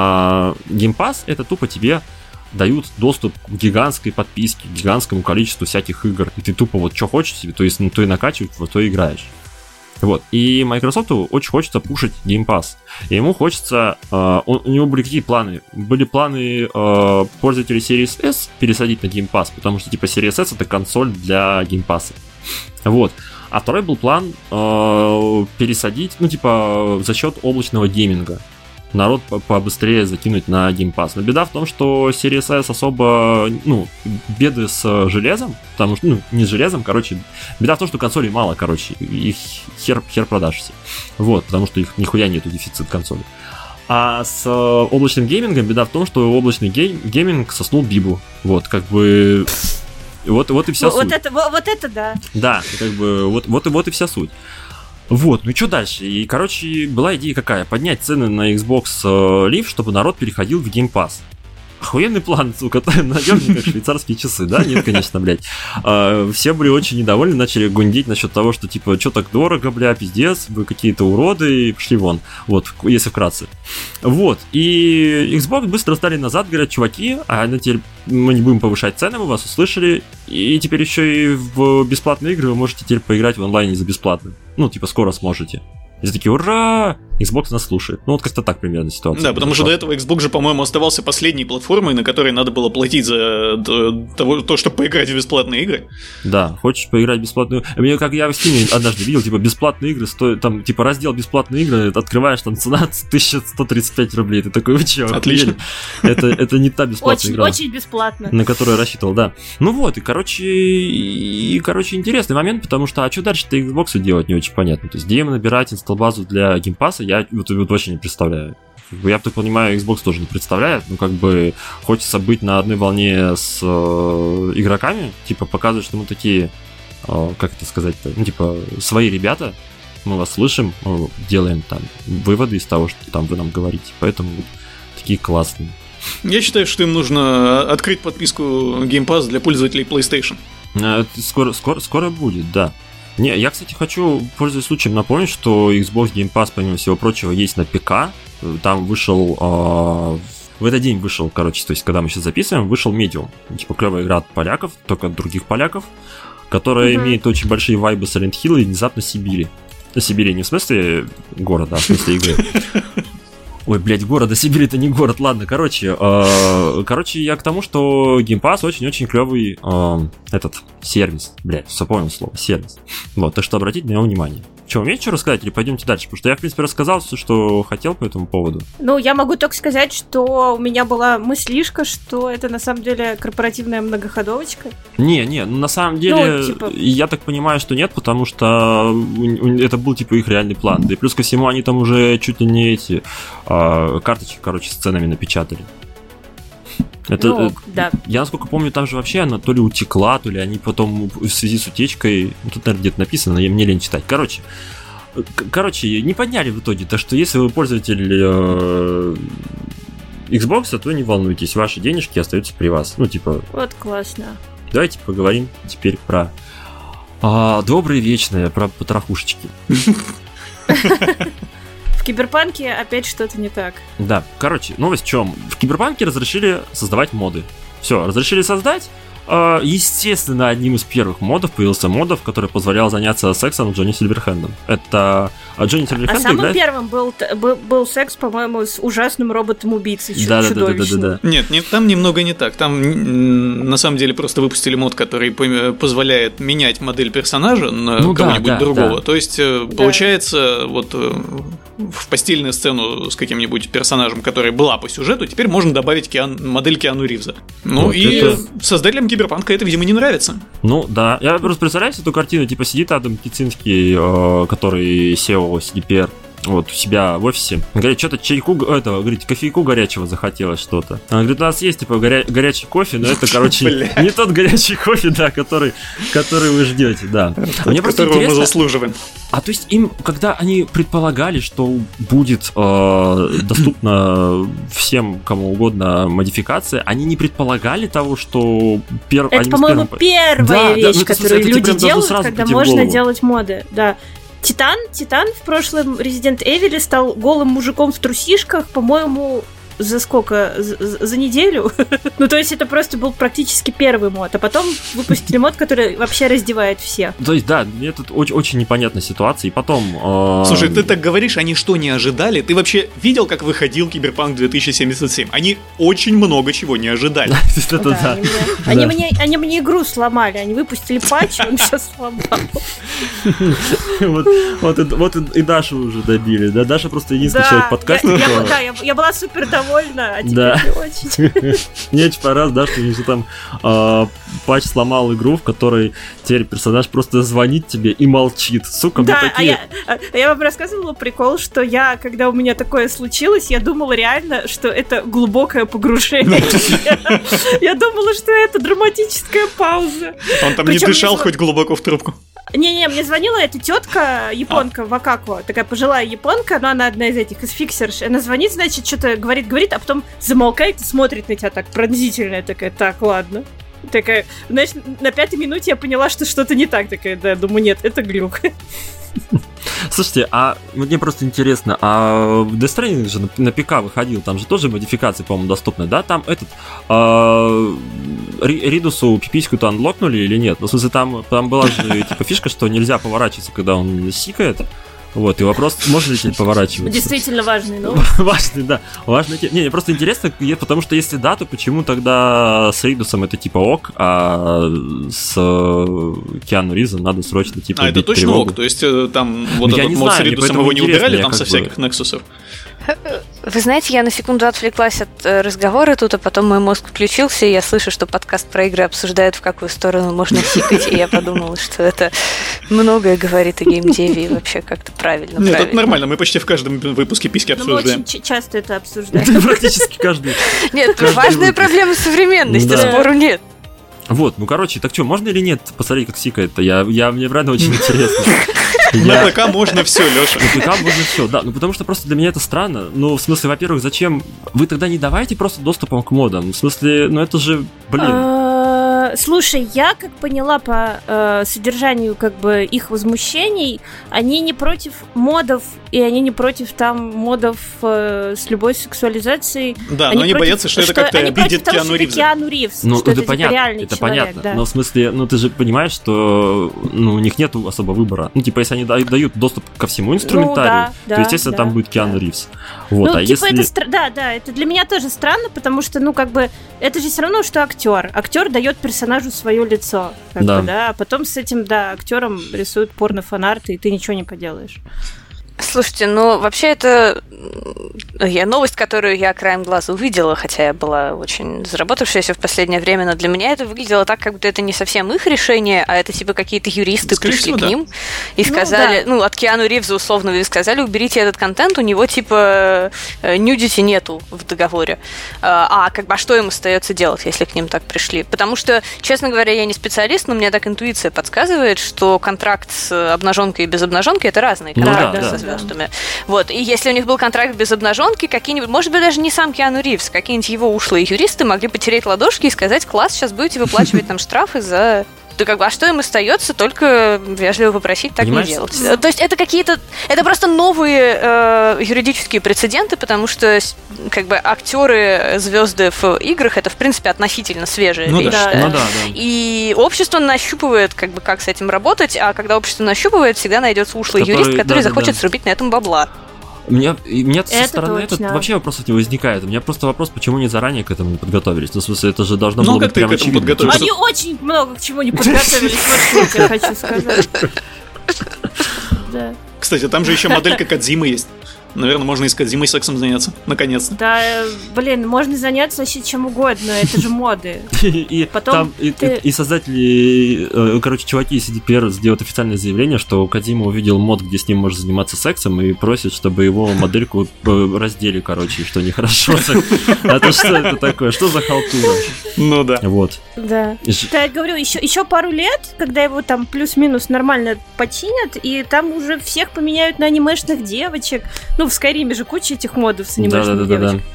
а Game Pass это тупо тебе дают доступ к гигантской подписке, к гигантскому количеству всяких игр, и ты тупо вот что хочешь себе, то есть ну, то и накачиваешь, вот то и играешь. Вот. И Microsoft очень хочется пушить Game Pass. И ему хочется... Э, он, у него были какие планы? Были планы э, пользователей Series S пересадить на Game Pass, потому что типа Series S это консоль для Game Pass. Вот. А второй был план э, пересадить, ну типа за счет облачного гейминга. Народ побыстрее закинуть на Game Pass. Но беда в том, что Series S особо, ну, беды с железом, потому что, ну, не с железом, короче, беда в том, что консолей мало, короче, их хер, хер продаж все. Вот, потому что их нихуя нету, дефицит консолей. А с облачным геймингом беда в том, что облачный гейм, гейминг соснул Бибу. Вот, как бы... Вот, вот и вся вот суть. Это, вот это да. Да, как бы, вот, вот, вот и вся суть. Вот, ну и что дальше? И, короче, была идея какая? Поднять цены на Xbox Live, чтобы народ переходил в Game Pass. Охуенный план, сука, надежный, как швейцарские часы, да? Нет, конечно, блядь. А, все были очень недовольны, начали гундеть насчет того, что, типа, что так дорого, бля, пиздец, вы какие-то уроды, и пошли вон. Вот, если вкратце. Вот, и Xbox быстро стали назад, говорят, чуваки, а на теперь мы не будем повышать цены, мы вас услышали, и теперь еще и в бесплатные игры вы можете теперь поиграть в онлайне за бесплатно. Ну, типа, скоро сможете. И все такие, ура! Xbox нас слушает. Ну, вот как-то так примерно ситуация. Да, потому что до этого Xbox же, по-моему, оставался последней платформой, на которой надо было платить за того, то, чтобы поиграть в бесплатные игры. Да, хочешь поиграть в бесплатную... Мне, как я в Steam однажды видел, типа, бесплатные игры стоят, там, типа, раздел бесплатные игры, открываешь, там, цена тысяча сто тридцать пять рублей. Ты такой, вы че? Отлично. Это, это не та бесплатная очень, игра. Очень бесплатно. На которую я рассчитывал, да. Ну вот, и, короче, и, и, короче, интересный момент, потому что, а что дальше-то Xbox делать, не очень понятно. То есть, где им набирать инсталл-базу для Game Pass, я вот, вот очень не представляю. Я так понимаю, Xbox тоже не представляет, ну как бы хочется быть на одной волне с э, игроками, типа показывать, что мы такие, э, как это сказать-то, ну типа свои ребята, мы вас слышим, э, делаем там выводы из того, что там вы нам говорите, поэтому вот такие классные. Я считаю, что им нужно открыть подписку Game Pass для пользователей PlayStation. Э, скоро, скоро, скоро будет, да. Не, я, кстати, хочу, пользуясь случаем, напомнить, что Xbox Game Pass, помимо всего прочего, есть на ПК. Там вышел... Э, в этот день вышел, короче, то есть, когда мы сейчас записываем, вышел Medium. Типа, клевая игра от поляков, только от других поляков, которая mm-hmm. имеет очень большие вайбы Silent Hill и внезапно Сибири. Сибири не в смысле города, а в смысле игры. Ой, блядь, город, а Сибирь это не город, ладно, короче, э, короче, я к тому, что Game Pass очень-очень клевый э, этот сервис, блядь, все понял слово, сервис. Вот, так что обратите на него внимание. Что, умеете что рассказать или пойдемте дальше? Потому что я, в принципе, рассказал все, что хотел по этому поводу. Ну, я могу только сказать, что у меня была мыслишка, что это на самом деле корпоративная многоходовочка. Не, не, ну на самом деле, ну, типа... я так понимаю, что нет, потому что это был, типа, их реальный план. Да и плюс ко всему, они там уже чуть ли не эти э, карточки, короче, с ценами напечатали. Это, ну, да. Я, насколько помню, там же вообще она то ли утекла, то ли они потом в связи с утечкой, ну, тут, наверное, где-то написано, но мне лень читать. Короче, короче, не подняли в итоге, то что если вы пользователь э, Xbox, то не волнуйтесь, ваши денежки остаются при вас. Ну, типа... Вот классно. Давайте поговорим теперь про а, добрые вечные, про потрохушечки. В Киберпанке опять что-то не так. Да, короче, новость в чем? В Киберпанке разрешили создавать моды. Все, разрешили создать, естественно, одним из первых модов появился модов, который позволял заняться сексом с Джонни Сильверхендом. Это Джонни Сильверхенд А самым играет... первым был, был, был секс, по-моему, с ужасным роботом-убийцей, да, чудовищным. Да, да, да, да, да. Нет, нет, там немного не так. Там на самом деле просто выпустили мод, который позволяет менять модель персонажа на ну, кого-нибудь да, да, другого. Да. То есть, да. получается, вот в постельную сцену с каким-нибудь персонажем, которая была по сюжету, теперь можно добавить Киан... модель Киану Ривза. Ну вот и это... создателям Киберпанка это, видимо, не нравится. Ну да, я просто представляю эту картину, типа сидит Адам Кицинский, э, который сео си ди пи ар, вот у себя в офисе. Говорит, что-то чайку, этого, говорит, кофейку горячего захотелось что-то. Она говорит, у нас есть, типа, горя... горячий кофе, но это, короче, не тот горячий кофе, да, который, который вы ждете, да. Мне просто которого мы заслуживаем. А то есть им, когда они предполагали, что будет э, доступна всем, кому угодно модификация, они не предполагали того, что... Пер... Это, они по-моему, первым... первая да, вещь, да, которую это, люди делают, когда можно делать моды, да. Титан, Титан в прошлом Resident Evil стал голым мужиком в трусишках, по-моему, за сколько? За, за неделю? Ну, то есть это просто был практически первый мод, а потом выпустили мод, который вообще раздевает всех. То есть, да, это очень, очень непонятная ситуация, и потом... Э... Слушай, ты так говоришь, они что, не ожидали? Ты вообще видел, как выходил Киберпанк две тысячи семьдесят семь? Они очень много чего не ожидали. Они мне игру сломали, они выпустили патч, он все сломал. Вот и Дашу уже добили, да? Даша просто единственный человек подкастинга. Да, я была супер довольна. А теперь да. не очень. Мне очень понравилось, да, что еще там э, патч сломал игру, в которой теперь персонаж просто звонит тебе и молчит. Сука, да, мне такие... а я, а я вам рассказывала прикол, что я, когда у меня такое случилось, я думала реально, что это глубокое погружение. Я думала, что это драматическая пауза. Он там не дышал хоть глубоко в трубку. Не-не, мне звонила эта тетка, японка, а. Вакако, такая пожилая японка, но она одна из этих, из фиксерш. Она звонит, значит, что-то говорит, говорит, а потом замолкает и смотрит на тебя так пронзительно. Такая, так, ладно. Такая, значит, на пятой минуте я поняла, что что-то не так. Такая, да, думаю, нет, это глюк. Слушайте, а мне просто интересно, а в Death Stranding же на, на ПК выходил, там же тоже модификации, по-моему, доступны, да? Там этот э, Ридусу пипиську-то анлокнули или нет? Ну, в смысле, там, там была же типа фишка, что нельзя поворачиваться, когда он сикает. Вот, и вопрос, можно ли теперь поворачиваться? Действительно важный, ну. Важный, да. Важный. Не, не, просто интересно, потому что если да, то почему тогда с Ридусом это типа ок, а с Киану Ривзом надо срочно типа. А это точно тревогу. Ок, то есть там вот ну, этот мод с Ридусом его не убирали там со всяких бы... нексусов? Вы знаете, я на секунду отвлеклась от э, разговора тут, а потом мой мозг включился, и я слышу, что подкаст про игры обсуждает, в какую сторону можно сикать, и я подумала, что это многое говорит о геймдеве и вообще как-то правильно. Нет, правильно. это нормально, мы почти в каждом выпуске письки обсуждаем. Мы очень часто это обсуждаем. Практически каждый. Нет, важная проблема современности, спору нет. Вот, ну короче, так что, можно или нет посмотреть, как сикает-то? Я, я, мне правда очень интересно. На ПК можно все, Леша. На ПК можно все, да. Ну потому что просто для меня это странно. Ну, в смысле, во-первых, зачем? Вы тогда не давайте просто доступом к модам. В смысле, ну это же, блин. Слушай, я как поняла по э, содержанию как бы их возмущений, они не против модов, и они не против там модов э, с любой сексуализацией. Да, они но они против, боятся, что, что это как-то обидит того, Киану Ривза. Киану Ривз, ну, что это, это понятно, реальный это человек, понятно. Да. Но в смысле, ну ты же понимаешь, что ну, у них нет особо выбора. Ну, типа, если они дают доступ ко всему инструментарию, ну, да, то, естественно, да, там будет Киану да. Ривз. Вот, ну, а типа, если... это стра... да, да, это для меня тоже странно, потому что, ну, как бы, это же все равно, что актер. Актер дает персонажу свое лицо, как да. бы, да, а потом с этим, да, актером рисуют порно-фанарты, и ты ничего не поделаешь. Слушайте, ну, вообще это я новость, которую я краем глаза увидела, хотя я была очень заработавшаяся в последнее время, но для меня это выглядело так, как будто это не совсем их решение, а это типа какие-то юристы Скорее пришли всего, к да. ним и сказали, ну, да. ну, от Киану Ривза условно, и сказали, уберите этот контент, у него типа нюдити нету в договоре. А как бы, а что им остается делать, если к ним так пришли? Потому что, честно говоря, я не специалист, но мне так интуиция подсказывает, что контракт с обнаженкой и без обнаженки это разные контракты со звездами. Вот, и если у них был контракт без обнаженки, какие-нибудь, может быть, даже не сам Киану Ривз, какие-нибудь его ушлые юристы могли потереть ладошки и сказать, класс, сейчас будете выплачивать нам штрафы за то как бы, а что им остается? Только вежливо попросить так Понимаешь? не делать. То есть это какие-то, это просто новые э, юридические прецеденты, потому что как бы актеры, звезды в играх это в принципе относительно свежая ну вещь. Да. Да. Ну да, да. И общество нащупывает, как бы, как с этим работать, а когда общество нащупывает, всегда найдется ушлый Который- юрист, который да, да, захочет да. срубить на этом бабла. У меня, и у меня со Это стороны точно. этот вообще вопросов не возникает. У меня просто вопрос, почему не заранее к этому не подготовились. Ну, в смысле, это же должно Ну, было как быть ты прямо к этому очевидно. подготовишься? Они очень много к чему не подготовились, вот что я тебе хочу сказать. Да. Кстати, там же еще моделька Кодзимы есть. Наверное, можно и с Кодзимой сексом заняться. Наконец-то. Да, э, блин, можно заняться вообще чем угодно, это же моды. И Потом там и, ты- и- и создатели, э, короче, чуваки из си ди пи ар сделают официальное заявление, что Кодзима увидел мод, где с ним можно заниматься сексом, и просит, чтобы его модельку э, раздели, короче, что нехорошо. Это что это такое? Что за халтура? Ну да. Вот. Да. И ж- Да, я говорю, еще, еще пару лет, когда его там плюс-минус нормально починят, и там уже всех поменяют на анимешных девочек. Ну, в Скайриме же куча этих модов с анимешных Да-да-да-да-да. девочек.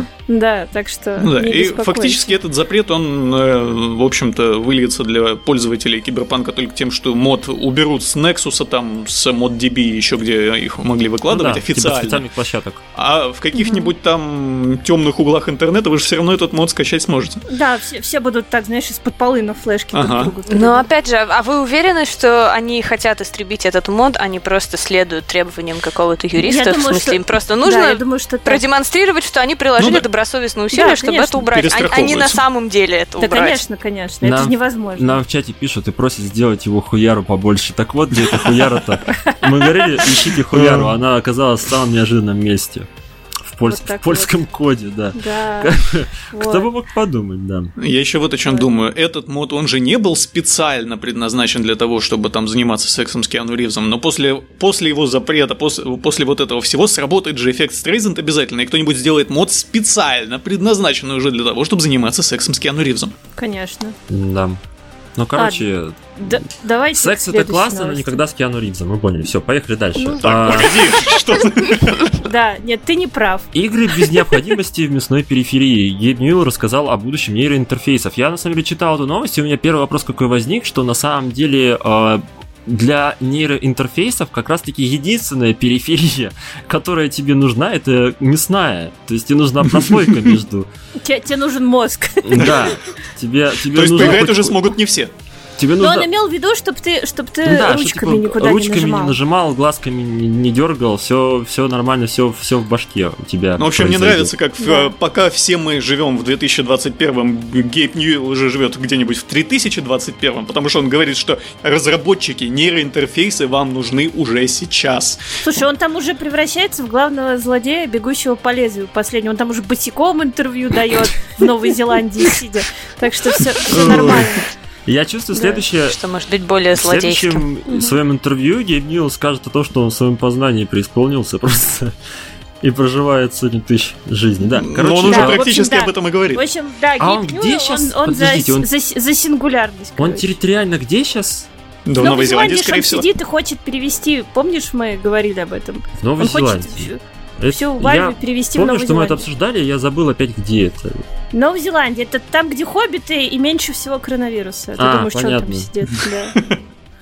Да, так что Ну да, не и беспокойся. фактически этот запрет, он, э, в общем-то, выльется для пользователей Киберпанка только тем, что мод уберут с Nexus, там, с ModDB, еще где их могли выкладывать Ну да, типа официально. специальных площадок. А в каких-нибудь там темных углах интернета вы же все равно этот мод скачать сможете. Да, все, все будут так, знаешь, из-под полы на флешке друг Ага. другу. Но опять же, а вы уверены, что они хотят истребить этот мод, а не просто следуют требованиям какого-то юриста? Я В думаю, смысле, что- им просто Да, нужно я думаю, что так. продемонстрировать, что они приложили Ну да. добросовестные усилия, Да, чтобы конечно. это убрать. А- Они на Перестраховываются. самом деле это Да, убрать. конечно, конечно, это Нам- же невозможно. Нам в чате пишут и просят сделать его хуяру побольше. Так вот, где эта хуяра-то? Мы говорили, ищите хуяру, она оказалась в самом неожиданном месте. В, польс- Вот так в польском коде, да. Да. Кто бы мог подумать, да. Я еще вот о чем Да. думаю. Этот мод, он же не был специально предназначен для того, чтобы там заниматься сексом с Киану Ривзом, но после, после его запрета, после, после вот этого всего сработает же эффект Стрейзенд обязательно, и кто-нибудь сделает мод специально предназначенный уже для того, чтобы заниматься сексом с Киану Ривзом. Конечно. Да. Ну, короче, Да, давайте секс к это следующей классно, но новости. никогда с Киану Ривзом. Мы поняли. Все, поехали дальше. Ну, А, Погоди, что ты? Да, нет, ты не прав. Игры без необходимости в мясной периферии. Гейб Ньюэлл рассказал о будущем нейроинтерфейсов. Я, на самом деле, читал эту новость, и у меня первый вопрос какой возник, что на самом деле э, для нейроинтерфейсов как раз-таки единственная периферия, которая тебе нужна, это мясная. То есть тебе нужна прослойка между... Тебе, тебе нужен мозг. Да, тебе, тебе То есть нужно поиграть хоть- уже смогут не все. Тебе Но нужно... он имел в виду, чтобы ты, чтоб ты Ну да, что, ручками типа, никуда ручками не нажимал. нажимал, глазками не, не дергал, все, все нормально, все, все в башке у тебя. Ну, в общем, мне произойдет. нравится, как в- Да. пока все мы живем в две тысячи двадцать первом, Гейб Ньюэлл уже живет где-нибудь в три тысячи двадцать первом, потому что он говорит, что разработчики нейроинтерфейсы вам нужны уже сейчас. Слушай, он там уже превращается в главного злодея, бегущего по лезвию последнего. Он там уже босиком интервью дает в Новой Зеландии сидя. Так что все, все нормально. Я чувствую Да. следующее... Что может быть более В злодейским. следующем своем интервью Гейб Ньюэлл скажет о том, что он в своем познании преисполнился просто и проживает сотни тысяч жизней. Да, Но короче, он уже да, в общем, практически да. об этом и говорит. В общем, да, А он Гейб где Ньюэлл, щас? он, он за, Подождите, он- за, за сингулярность. он короче. территориально где сейчас? Да, в В Новой Зеландии, он скорее всего. сидит и хочет перевести. Помнишь, мы говорили об этом? В Новой Он хочет Зеландии. всю, Это- всю я Вальву перевести в помню, Новую что мы это Зеландию. обсуждали, я забыл опять, где это. Новая Зеландия, это там, где хоббиты и меньше всего коронавируса. Ты А, думаешь, что он там понятно. сидит? Да.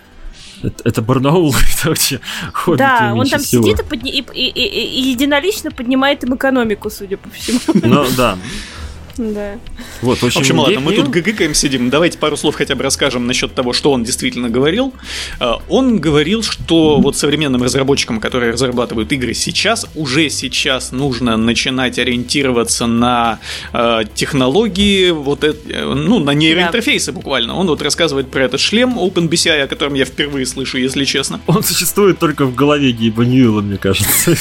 Это, это Барнаул, это вообще хоббиты Да, он меньше там всего. сидит и, подни- и- и- и- и единолично поднимает им экономику, судя по всему. Ну да. Да. Вот, в В общем, общем, ладно, Гейб мы тут Ньюэлл- гыгыкаем, сидим. Давайте пару слов хотя бы расскажем насчет того, что он действительно говорил. Э, Он говорил, что вот современным разработчикам, которые разрабатывают игры сейчас, уже сейчас нужно начинать ориентироваться на э, технологии, вот это, э, ну, на нейроинтерфейсы буквально. Он вот рассказывает про этот шлем OpenBCI, о котором я впервые слышу, если честно. Он существует только в голове Гейба Ньюэлла, мне кажется.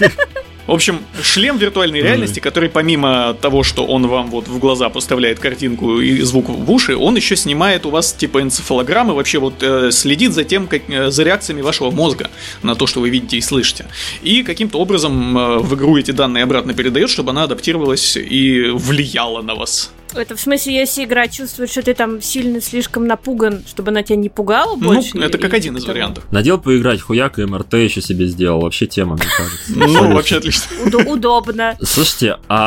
В общем, шлем виртуальной реальности, который помимо того, что он вам вот в глаза поставляет картинку и звук в уши, он еще снимает у вас типа энцефалограммы, вообще вот э, следит за тем, как, э, за реакциями вашего мозга на то, что вы видите и слышите. И каким-то образом э, в игру эти данные обратно передает, чтобы она адаптировалась и влияла на вас. Это в смысле, если игра чувствует, что ты там сильно слишком напуган, чтобы она тебя не пугала больше? Ну, это как или один из типа того? вариантов. Надел поиграть, хуяк, и эм эр тэ еще себе сделал. Вообще тема, мне кажется. Ну, вообще отлично. Удо- Удобно. Слушайте, а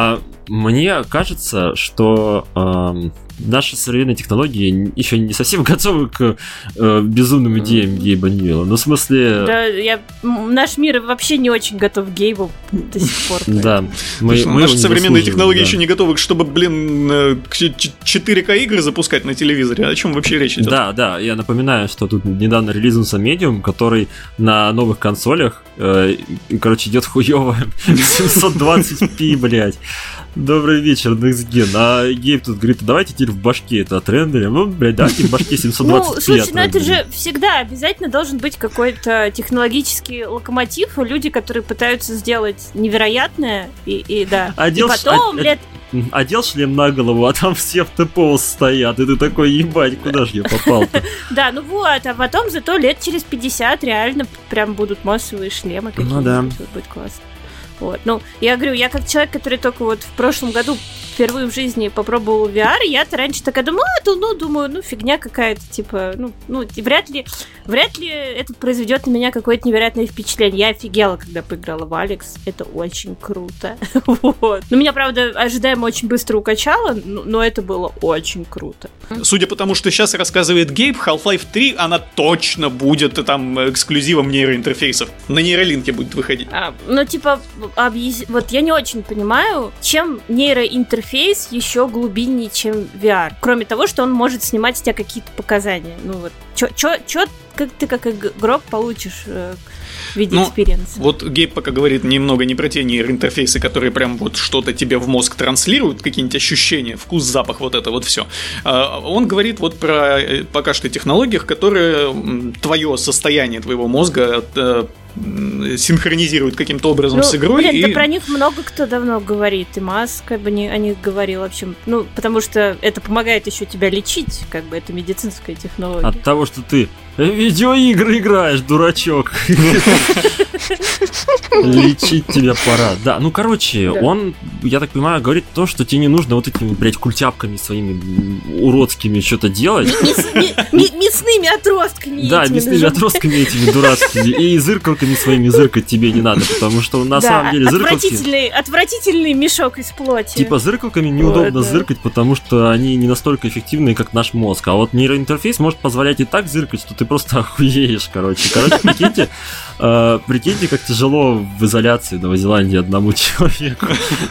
мне кажется, что э, наши современные технологии еще не совсем готовы к э, безумным идеям Гейба Ньюэлла. Ну, в смысле... Да, я... наш мир вообще не очень готов к Гейбу до сих пор. Да. Мы, мы наши современные технологии да. еще не готовы, чтобы, блин, четыре ка игры запускать на телевизоре. О чем вообще речь идет? Да, да. Я напоминаю, что тут недавно релизнулся Medium, который на новых консолях, э, короче, идет хуёво семьсот двадцать пи, блядь. Добрый вечер, NextGen. А Гейб тут говорит, давайте теперь в башке это отрендерим. Ну, блядь, давайте в башке семьсот двадцать пи Ну, слушай, ну это же всегда обязательно должен быть какой-то технологический локомотив, люди, которые пытаются сделать невероятное, и, и да. Одел, и потом, а, лет... Одел шлем на голову, а там все в ТПО стоят, и ты такой, ебать, куда ж я попал-то? Да, ну вот, а потом зато лет через пятьдесят реально прям будут массовые шлемы какие-то. Ну да. Будет классно. Вот. Ну, я говорю, я как человек, который только вот в прошлом году впервые в жизни попробовал ви ар, я-то раньше такая думала, а, то, ну, думаю, ну, фигня какая-то, типа, ну, ну, вряд ли, вряд ли это произведет на меня какое-то невероятное впечатление. Я офигела, когда поиграла в Алекс, это очень круто. Вот. Ну, меня, правда, ожидаемо очень быстро укачало, но это было очень круто. Судя по тому, что сейчас рассказывает Гейб, Half-Life три, она точно будет там эксклюзивом нейроинтерфейсов. На нейролинке будет выходить. А, ну, типа, объяс... вот я не очень понимаю, чем нейроинтерфейс еще глубиннее, чем ви ар. Кроме того, что он может снимать с тебя какие-то показания. Ну вот, чё, чё, чё как ты как игрок получишь э, в виде ну, экспириенса? Вот Гейб пока говорит немного не про те нейроинтерфейсы, которые прям вот что-то тебе в мозг транслируют, какие-нибудь ощущения, вкус, запах, вот это вот все. Он говорит вот про пока что технологиях, которые твое состояние твоего мозга синхронизируют каким-то образом ну, с игрой. Блин, и... да про них много кто давно говорит. И Маск как бы не, о них говорил, в общем. Ну, потому что это помогает еще тебя лечить, как бы это медицинская технология. От того, что ты видеоигры играешь, дурачок. Лечить тебя пора. Да, ну короче, он, я так понимаю, говорит то, что тебе не нужно вот этими, блядь, культяпками своими уродскими что-то делать. Мясными отростками. Да, мясными отростками этими дурацкими. И зыркалками своими зыркать тебе не надо, потому что на самом деле зыркалки... Отвратительный мешок из плоти. Типа зыркалками неудобно зыркать, потому что они не настолько эффективные, как наш мозг. А вот нейроинтерфейс может позволять и так зыркать, что ты просто охуеешь, короче. Короче, прикиньте, э, прикиньте, как тяжело в изоляции в Новой Зеландии одному человеку.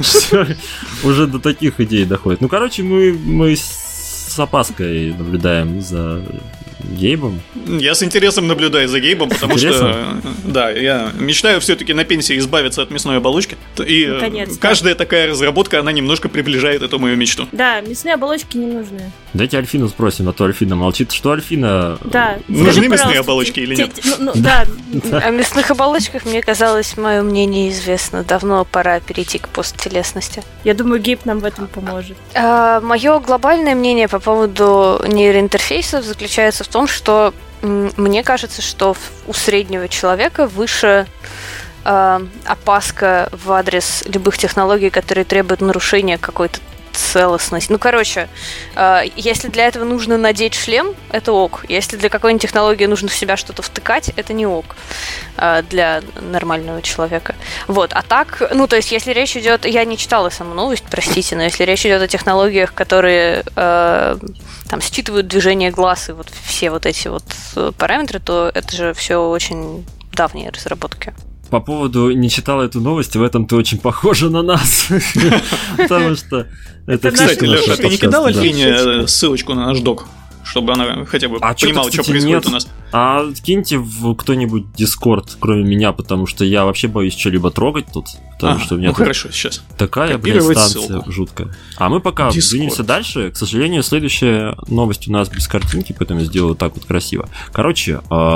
Уже до таких идей доходит. Ну, короче, мы, мы с опаской наблюдаем за Гейбом. Я с интересом наблюдаю за Гейбом, потому что, да, я мечтаю все-таки на пенсии избавиться от мясной оболочки. И наконец-то. Каждая такая разработка, она немножко приближает эту мою мечту. Да, мясные оболочки не нужны. Дайте Альфину спросим, а то Альфина молчит. Что Альфина... Да. Нужны мясные оболочки или нет? Да. О мясных оболочках, мне казалось, мое мнение известно. Давно пора перейти к посттелесности. Я думаю, Гейб нам в этом поможет. Мое глобальное мнение по поводу нейроинтерфейсов заключается в том, что м- мне кажется, что у среднего человека выше э, опаска в адрес любых технологий, которые требуют нарушения какой-то целостности. Ну, короче, э, если для этого нужно надеть шлем, это ок. Если для какой-нибудь технологии нужно в себя что-то втыкать, это не ок э, для нормального человека. Вот. А так, ну, то есть, если речь идет... Я не читала саму новость, простите, но если речь идет о технологиях, которые э, там считывают движение глаз и вот все вот эти вот параметры, то это же все очень давние разработки. По поводу «не читала эту новость», в этом ты очень похожа на нас. Потому что это... Кстати, Леша, ты не кидал Альфине ссылочку на наш док? Чтобы она хотя бы а понимала, что, что происходит нет. у нас. А киньте в кто-нибудь Discord, кроме меня, потому что я вообще боюсь что-либо трогать тут. Потому а, что у меня ну хорошо, сейчас. Такая, блядь, станция ссылку. Жуткая. А мы пока Discord. Двинемся дальше. К сожалению, следующая новость у нас без картинки, поэтому я сделаю так вот красиво. Короче,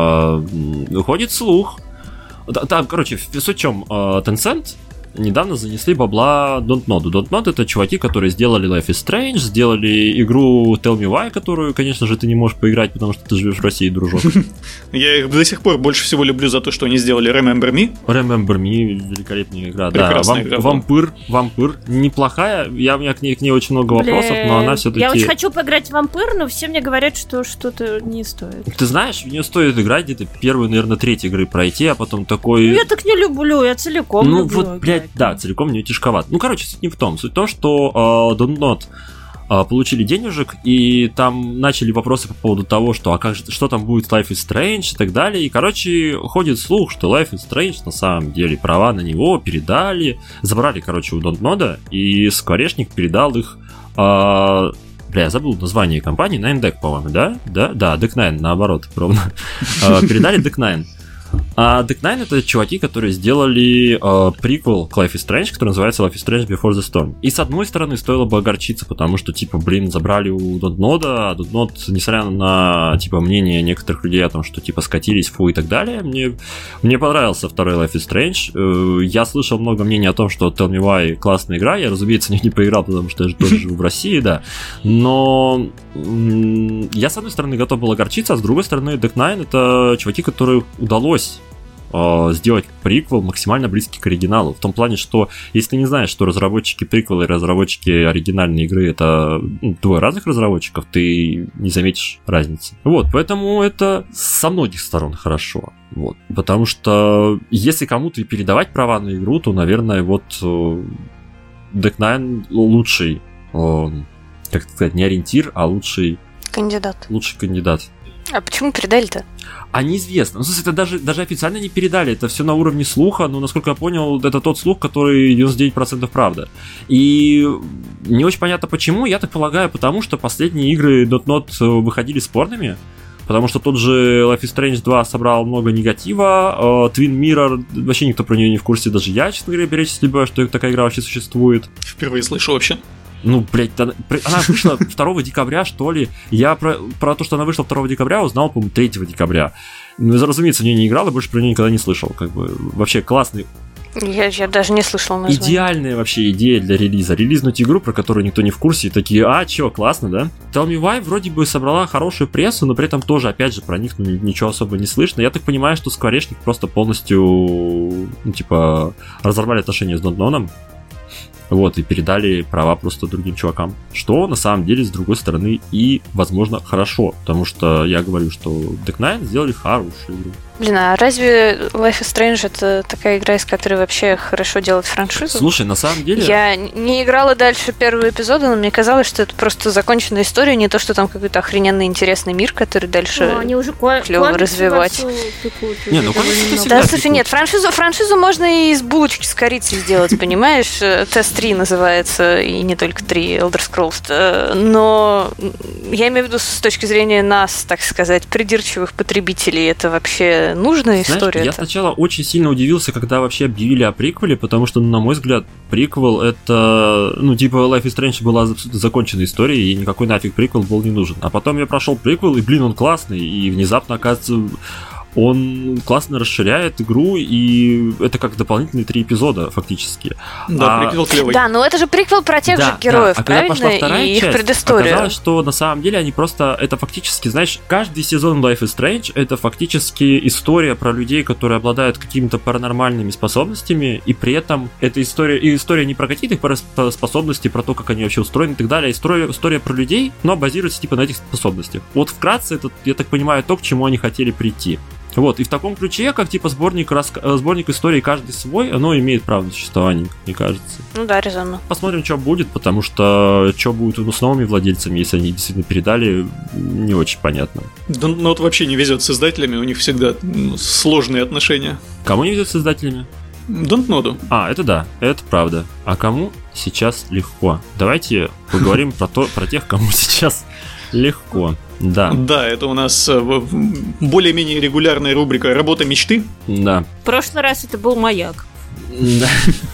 выходит слух. Там, короче, суть в чем, Tencent недавно занесли бабла Dontnod. Dontnod — это чуваки, которые сделали Life is Strange, сделали игру Tell Me Why, которую, конечно же, ты не можешь поиграть, потому что ты живешь в России, дружок. Я их до сих пор больше всего люблю за то, что они сделали Remember Me. Remember Me — великолепная игра. Прекрасная да, игра. Вампир, Вампир. Неплохая. Я, у меня к ней, к ней очень много Блин, вопросов, но она все-таки... Я очень хочу поиграть в Вампир, но все мне говорят, что что-то не стоит. Ты знаешь, в нее стоит играть где-то первую, наверное, треть игры пройти, а потом такой... Ну, я так не люблю, я целиком ну, люблю. Ну вот, блядь, взять, да, целиком не тяжковато. Ну, короче, суть не в том. Суть в том, что э, Dontnod получили денежек, и там начали вопросы по поводу того, что а как же, что там будет Life is Strange и так далее. И, короче, ходит слух, что Life is Strange на самом деле права на него передали, забрали, короче, у Dontnod, и Скворечник передал их. А, бля, я забыл название компании, Nine Deck, по-моему, да? Да, да, Deck Nine, наоборот, ровно. Передали Deck Nine. А Deck Nine — это чуваки, которые сделали э, приквел к Life is Strange, который называется Life is Strange Before the Storm. И с одной стороны стоило бы огорчиться, потому что, типа, блин, забрали у Dontnod, а Dontnod, несмотря на, типа, мнение некоторых людей о том, что, типа, скатились, фу и так далее, мне, мне понравился второй Life is Strange. Э, я слышал много мнений о том, что Tell Me Why классная игра, я, разумеется, в них не поиграл, потому что я же тоже живу в России, да, но м- я, с одной стороны, готов был огорчиться, а с другой стороны, Deck Nine — это чуваки, которые удалось сделать приквел максимально близкий к оригиналу. В том плане, что если ты не знаешь, что разработчики приквела и разработчики оригинальной игры — это ну, двое разных разработчиков, ты не заметишь разницы. Вот, поэтому это со многих сторон хорошо. Вот. Потому что если кому-то передавать права на игру, то, наверное, вот Deck Nine лучший, как сказать, не ориентир, а лучший кандидат. Лучший кандидат. А почему передали-то? А неизвестно. Ну, в смысле, это даже, даже официально не передали. Это все на уровне слуха. Но, насколько я понял, это тот слух, который девяносто девять процентов правда. И не очень понятно почему. Я так полагаю, потому что последние игры Dontnod выходили спорными. Потому что тот же Life is Strange два собрал много негатива. Twin Mirror, вообще никто про нее не в курсе. Даже я, честно говоря, периодически любаю, что такая игра вообще существует. Впервые слышу вообще. Ну, блядь, она, она вышла второго декабря, что ли. Я про, про то, что она вышла второго декабря, узнал, по-моему, третьего декабря. Ну, разумеется, в нее не играл, и больше про нее никогда не слышал. Как бы, вообще классный. Я, я даже не слышал название. Идеальная вообще идея для релиза. Релизнуть игру, про которую никто не в курсе, и такие, а, чё, классно, да? Tell Me Why вроде бы собрала хорошую прессу, но при этом тоже, опять же, про них ну, ничего особо не слышно. Я так понимаю, что Скворечник просто полностью, ну, типа, разорвали отношения с Dontnod. Вот, и передали права просто другим чувакам. Что, на самом деле, с другой стороны, и, возможно, хорошо. Потому что я говорю, что Deck Nine сделали хорошую игру. Блин, а разве Life is Strange это такая игра, из которой вообще хорошо делать франшизу? Слушай, на самом деле... Я не играла дальше первого эпизода, но мне казалось, что это просто законченная история, не то, что там какой-то охрененный интересный мир, который дальше ну, они уже ко- клево развивать. Не, ну комиксы да, слушай, нет, франшизу, франшизу можно и из булочки с корицей сделать, понимаешь? Тест три называется, и не только три, Elder Scrolls. Но я имею в виду с точки зрения нас, так сказать, придирчивых потребителей, это вообще нужная история. Знаешь, я сначала очень сильно удивился, когда вообще объявили о приквеле, потому что, на мой взгляд, приквел это, ну, типа, Life is Strange была законченной историей, и никакой нафиг приквел был не нужен. А потом я прошел приквел, и, блин, он классный, и внезапно, оказывается, он классно расширяет игру, и это как дополнительные три эпизода, фактически. Да, а... приквел клевый. Да, но это же приквел про тех да, же героев, да. А правильно? Когда пошла вторая и часть, их предысторию. Оказалось, что на самом деле они просто... Это фактически, знаешь, каждый сезон Life is Strange — это фактически история про людей, которые обладают какими-то паранормальными способностями, и при этом эта история... И история не про какие-то их способности, про то, как они вообще устроены и так далее, а история, история про людей, но базируется типа на этих способностях. Вот вкратце, это, я так понимаю, то, к чему они хотели прийти. Вот, и в таком ключе, как типа сборник, раска... сборник истории каждый свой, оно имеет право на существование, мне кажется. Ну да, резонно. Посмотрим, что будет, потому что что будет ну, с новыми владельцами, если они действительно передали, не очень понятно. Да, ну вот вообще не везет с издателями, у них всегда ну, сложные отношения. Кому не везет с издателями? Dontnod. А, это да, это правда. А кому сейчас легко? Давайте поговорим про то, про тех, кому сейчас легко. Да. Да, это у нас более-менее регулярная рубрика «Работа мечты». Да. В прошлый раз это был «Маяк». Да.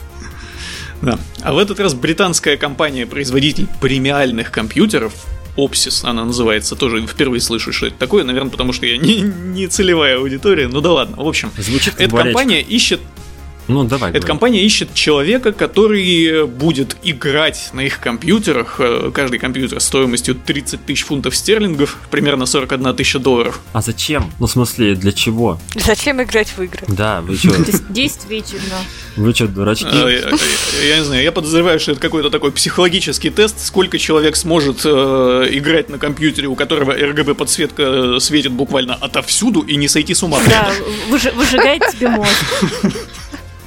Да. А в этот раз британская компания-производитель премиальных компьютеров, Opsys она называется, тоже впервые слышу, что это такое, наверное, потому что я не, не целевая аудитория, ну да ладно. В общем, звучит как эта болячка. Компания ищет Ну, давай. Эта давай. компания ищет человека, который будет играть на их компьютерах. Каждый компьютер стоимостью тридцать тысяч фунтов стерлингов, примерно сорок одна тысяча долларов. А зачем? Ну, в смысле, для чего? Зачем играть в игры? Да, вы что? Действительно. Вы что, дурачки? Я, я, я не знаю, я подозреваю, что это какой-то такой психологический тест, сколько человек сможет э, играть на компьютере, у которого эр гэ бэ подсветка светит буквально отовсюду, и не сойти с ума. Да, выжигает тебе мозг.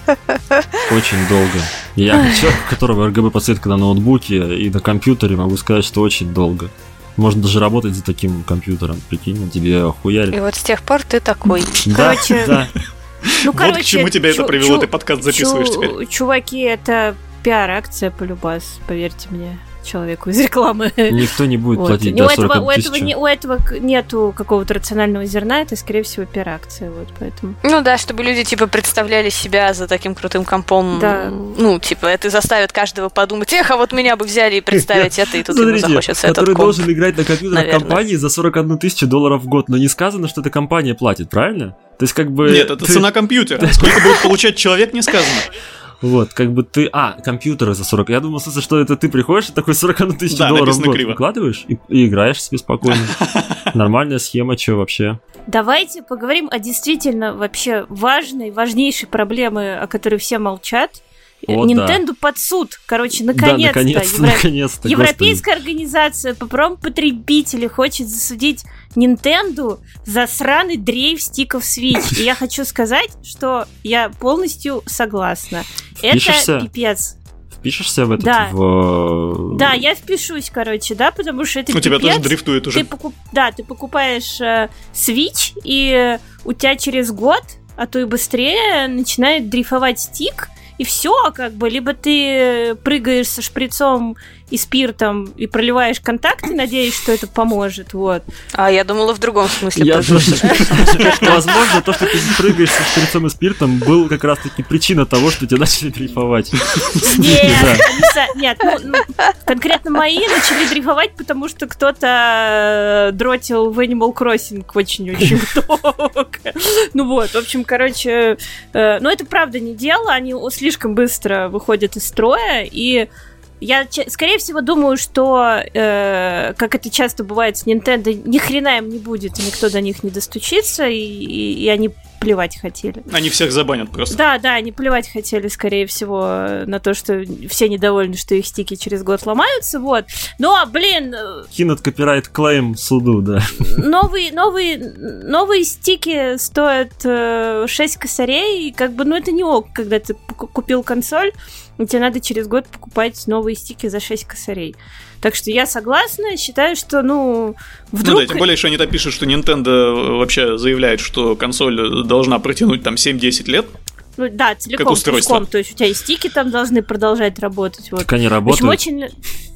Очень долго. Я, как человек, у которого эр джи би-подсветка на ноутбуке и на компьютере, могу сказать, что очень долго. Можно даже работать за таким компьютером, прикинь, он тебе хуярит. И вот с тех пор ты такой. Да, да. Ну, вот короче, к чему тебя это чу- привело, чу- ты подкаст записываешь чу- теперь. Чуваки, это пиар-акция полюбас, поверьте мне, человеку из рекламы. Никто не будет Вот. платить У до этого, сорок у, этого, тысяч. не- у этого к- нету какого-то рационального зерна, это, скорее всего, пиар-акция, вот, поэтому... Ну да, чтобы люди, типа, представляли себя за таким крутым компом. Да. Ну, типа, это заставит каждого подумать, эх, а вот меня бы взяли и представить это, и тут ему Смотрите, захочется этот который комп. должен играть на компьютерах наверное. компании за сорок одну тысячу долларов в год, но не сказано, что эта компания платит, правильно? То есть как бы... Нет, это ты- цена компьютера. Сколько будет получать человек, не сказано. Вот, как бы ты... А, компьютеры за сорок... Я думал, в смысле, что это ты приходишь и такой сорок одну тысячу Да, долларов в написано год криво. выкладываешь и, и играешь себе спокойно. Нормальная схема, что вообще? Давайте поговорим о действительно вообще важной, важнейшей проблеме, о которой все молчат. О, Nintendo под суд. Короче, Да, наконец-то. наконец-то, Евро- наконец-то, Европейская организация по правам потребителей хочет засудить Nintendo за сраный дрейф стиков Switch. И я хочу сказать, что я полностью согласна. Впишешься? Это пипец. Впишешься в этот... Да. В... Да, я впишусь, короче, да, потому что это У тебя пипец. тоже дрифтует Ты уже. покуп- Да, ты покупаешь э, Switch, и у тебя через год, а то и быстрее, начинает дрейфовать стик, и все, как бы, либо ты прыгаешь со шприцом и спиртом и проливаешь контакты, надеясь, что это поможет, вот. А я думала в другом смысле. Я просто. тоже. Возможно, то, что ты прыгаешь со шприцом и спиртом, был как раз-таки причина того, что тебя начали дрейфовать. Нет, Да. не за- нет, ну, ну, конкретно мои начали дрейфовать, потому что кто-то э, дротил в Animal Crossing очень-очень долго. Ну вот, в общем, короче, э, ну это правда не дело, они о- слишком быстро выходят из строя, и я, че- скорее всего, думаю, что, э, как это часто бывает с Nintendo, ни хрена им не будет, и никто до них не достучится, и, и- и они плевать хотели. Они всех забанят просто. Да, да, они плевать хотели, скорее всего, на то, что все недовольны, что их стики через год ломаются, вот. Но, блин, э, Кинут копирайт клейм суду, да. новые, новые, новые стики стоят э, шесть косарей, и как бы, ну, это не ок, когда ты пок- купил консоль, и тебе надо через год покупать новые стики за шесть косарей. Так что я согласна, считаю, что, ну, вдруг... Ну да, тем более, что они там пишут, что Nintendo вообще заявляет, что консоль должна протянуть там семь-десять лет. Ну, да, целиком, устройство. целиком, то есть у тебя и стики там должны продолжать работать, вот. Так они В общем, работают. очень...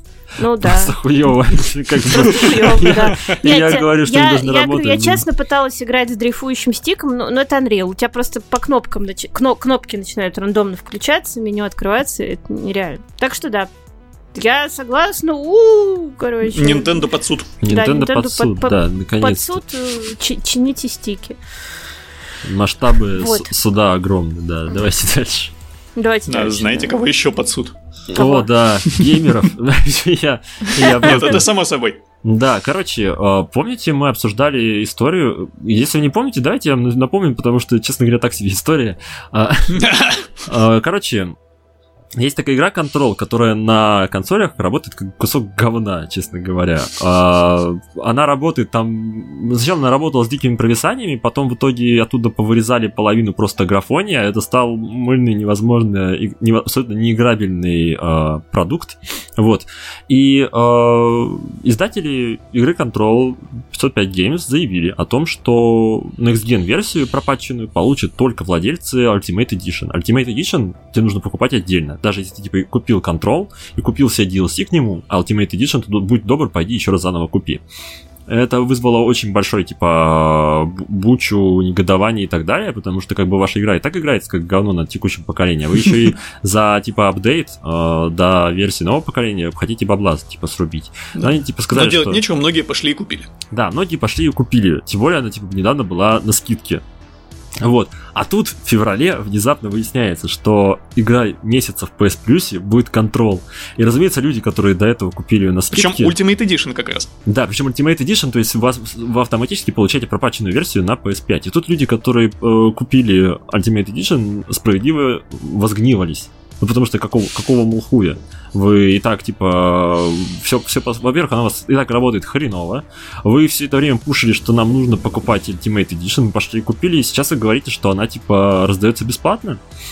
Ну да. Просто хуёво. Как бы. Хуёво, да. И Нет, я те- говорю, что я- они должны я говорю, работать. Я ну. честно пыталась играть с дрейфующим стиком, но, но это Unreal. У тебя просто по кнопкам нач- кно- кнопки начинают рандомно включаться, меню открываться, это нереально. Так что да, я согласна. У-у-у, короче. Nintendo под суд. Да, Nintendo Nintendo под суд, под- да, Под наконец-то. суд э, чи- чините стики. Масштабы Вот. с- суда огромные, да. Давайте дальше. Давайте Да, дальше, знаете, да. кого еще под суд? Кого? О, да, геймеров. Я я Нет, просто- это само собой. Да, короче, э, помните, мы обсуждали историю. Если вы не помните, давайте я вам напомню, потому что, честно говоря, так себе история. А, э, Короче, есть такая игра Control, которая на консолях работает как кусок говна, честно говоря. А, Она работает там... Сначала она работала с дикими провисаниями, потом в итоге оттуда повырезали половину просто графония. Это стал мыльный, невозможно, и- не- абсолютно неиграбельный э, продукт. Вот. И э, издатели игры Control пятьсот пять Games заявили о том, что Next Gen версию пропатченную получат только владельцы Ultimate Edition. Ultimate Edition тебе нужно покупать отдельно. Даже если ты типа купил Control и купил все ди эл си к нему, а Ultimate Edition, то будь добр, пойди еще раз заново купи. Это вызвало очень большой, типа, бу- бучу, негодование и так далее, потому что, как бы, ваша игра и так играется, как говно на текущем поколении, а вы еще и за, типа, апдейт э, до версии нового поколения хотите бабла, типа, срубить. Но они, типа, Но сказали, делать что... нечего, многие пошли и купили. Да, многие пошли и купили. Тем более она, типа, недавно была на скидке. Вот. А тут в феврале внезапно выясняется, что игра месяца в пи эс Plus будет Control. И, разумеется, люди, которые до этого купили ее на Причем скидке... Ultimate Edition как раз. Да, причем Ultimate Edition, то есть у вас, вы автоматически получаете пропатченную версию на пи эс пять. И тут люди, которые э, купили Ultimate Edition, справедливо возгнивались. Ну, потому что какого, какого мулхуя? Вы и так, типа, все, все, во-первых, она у вас и так работает хреново. Вы все это время пушили, что нам нужно покупать Ultimate Edition, мы пошли и купили, и сейчас вы говорите, что она, типа, раздается бесплатно.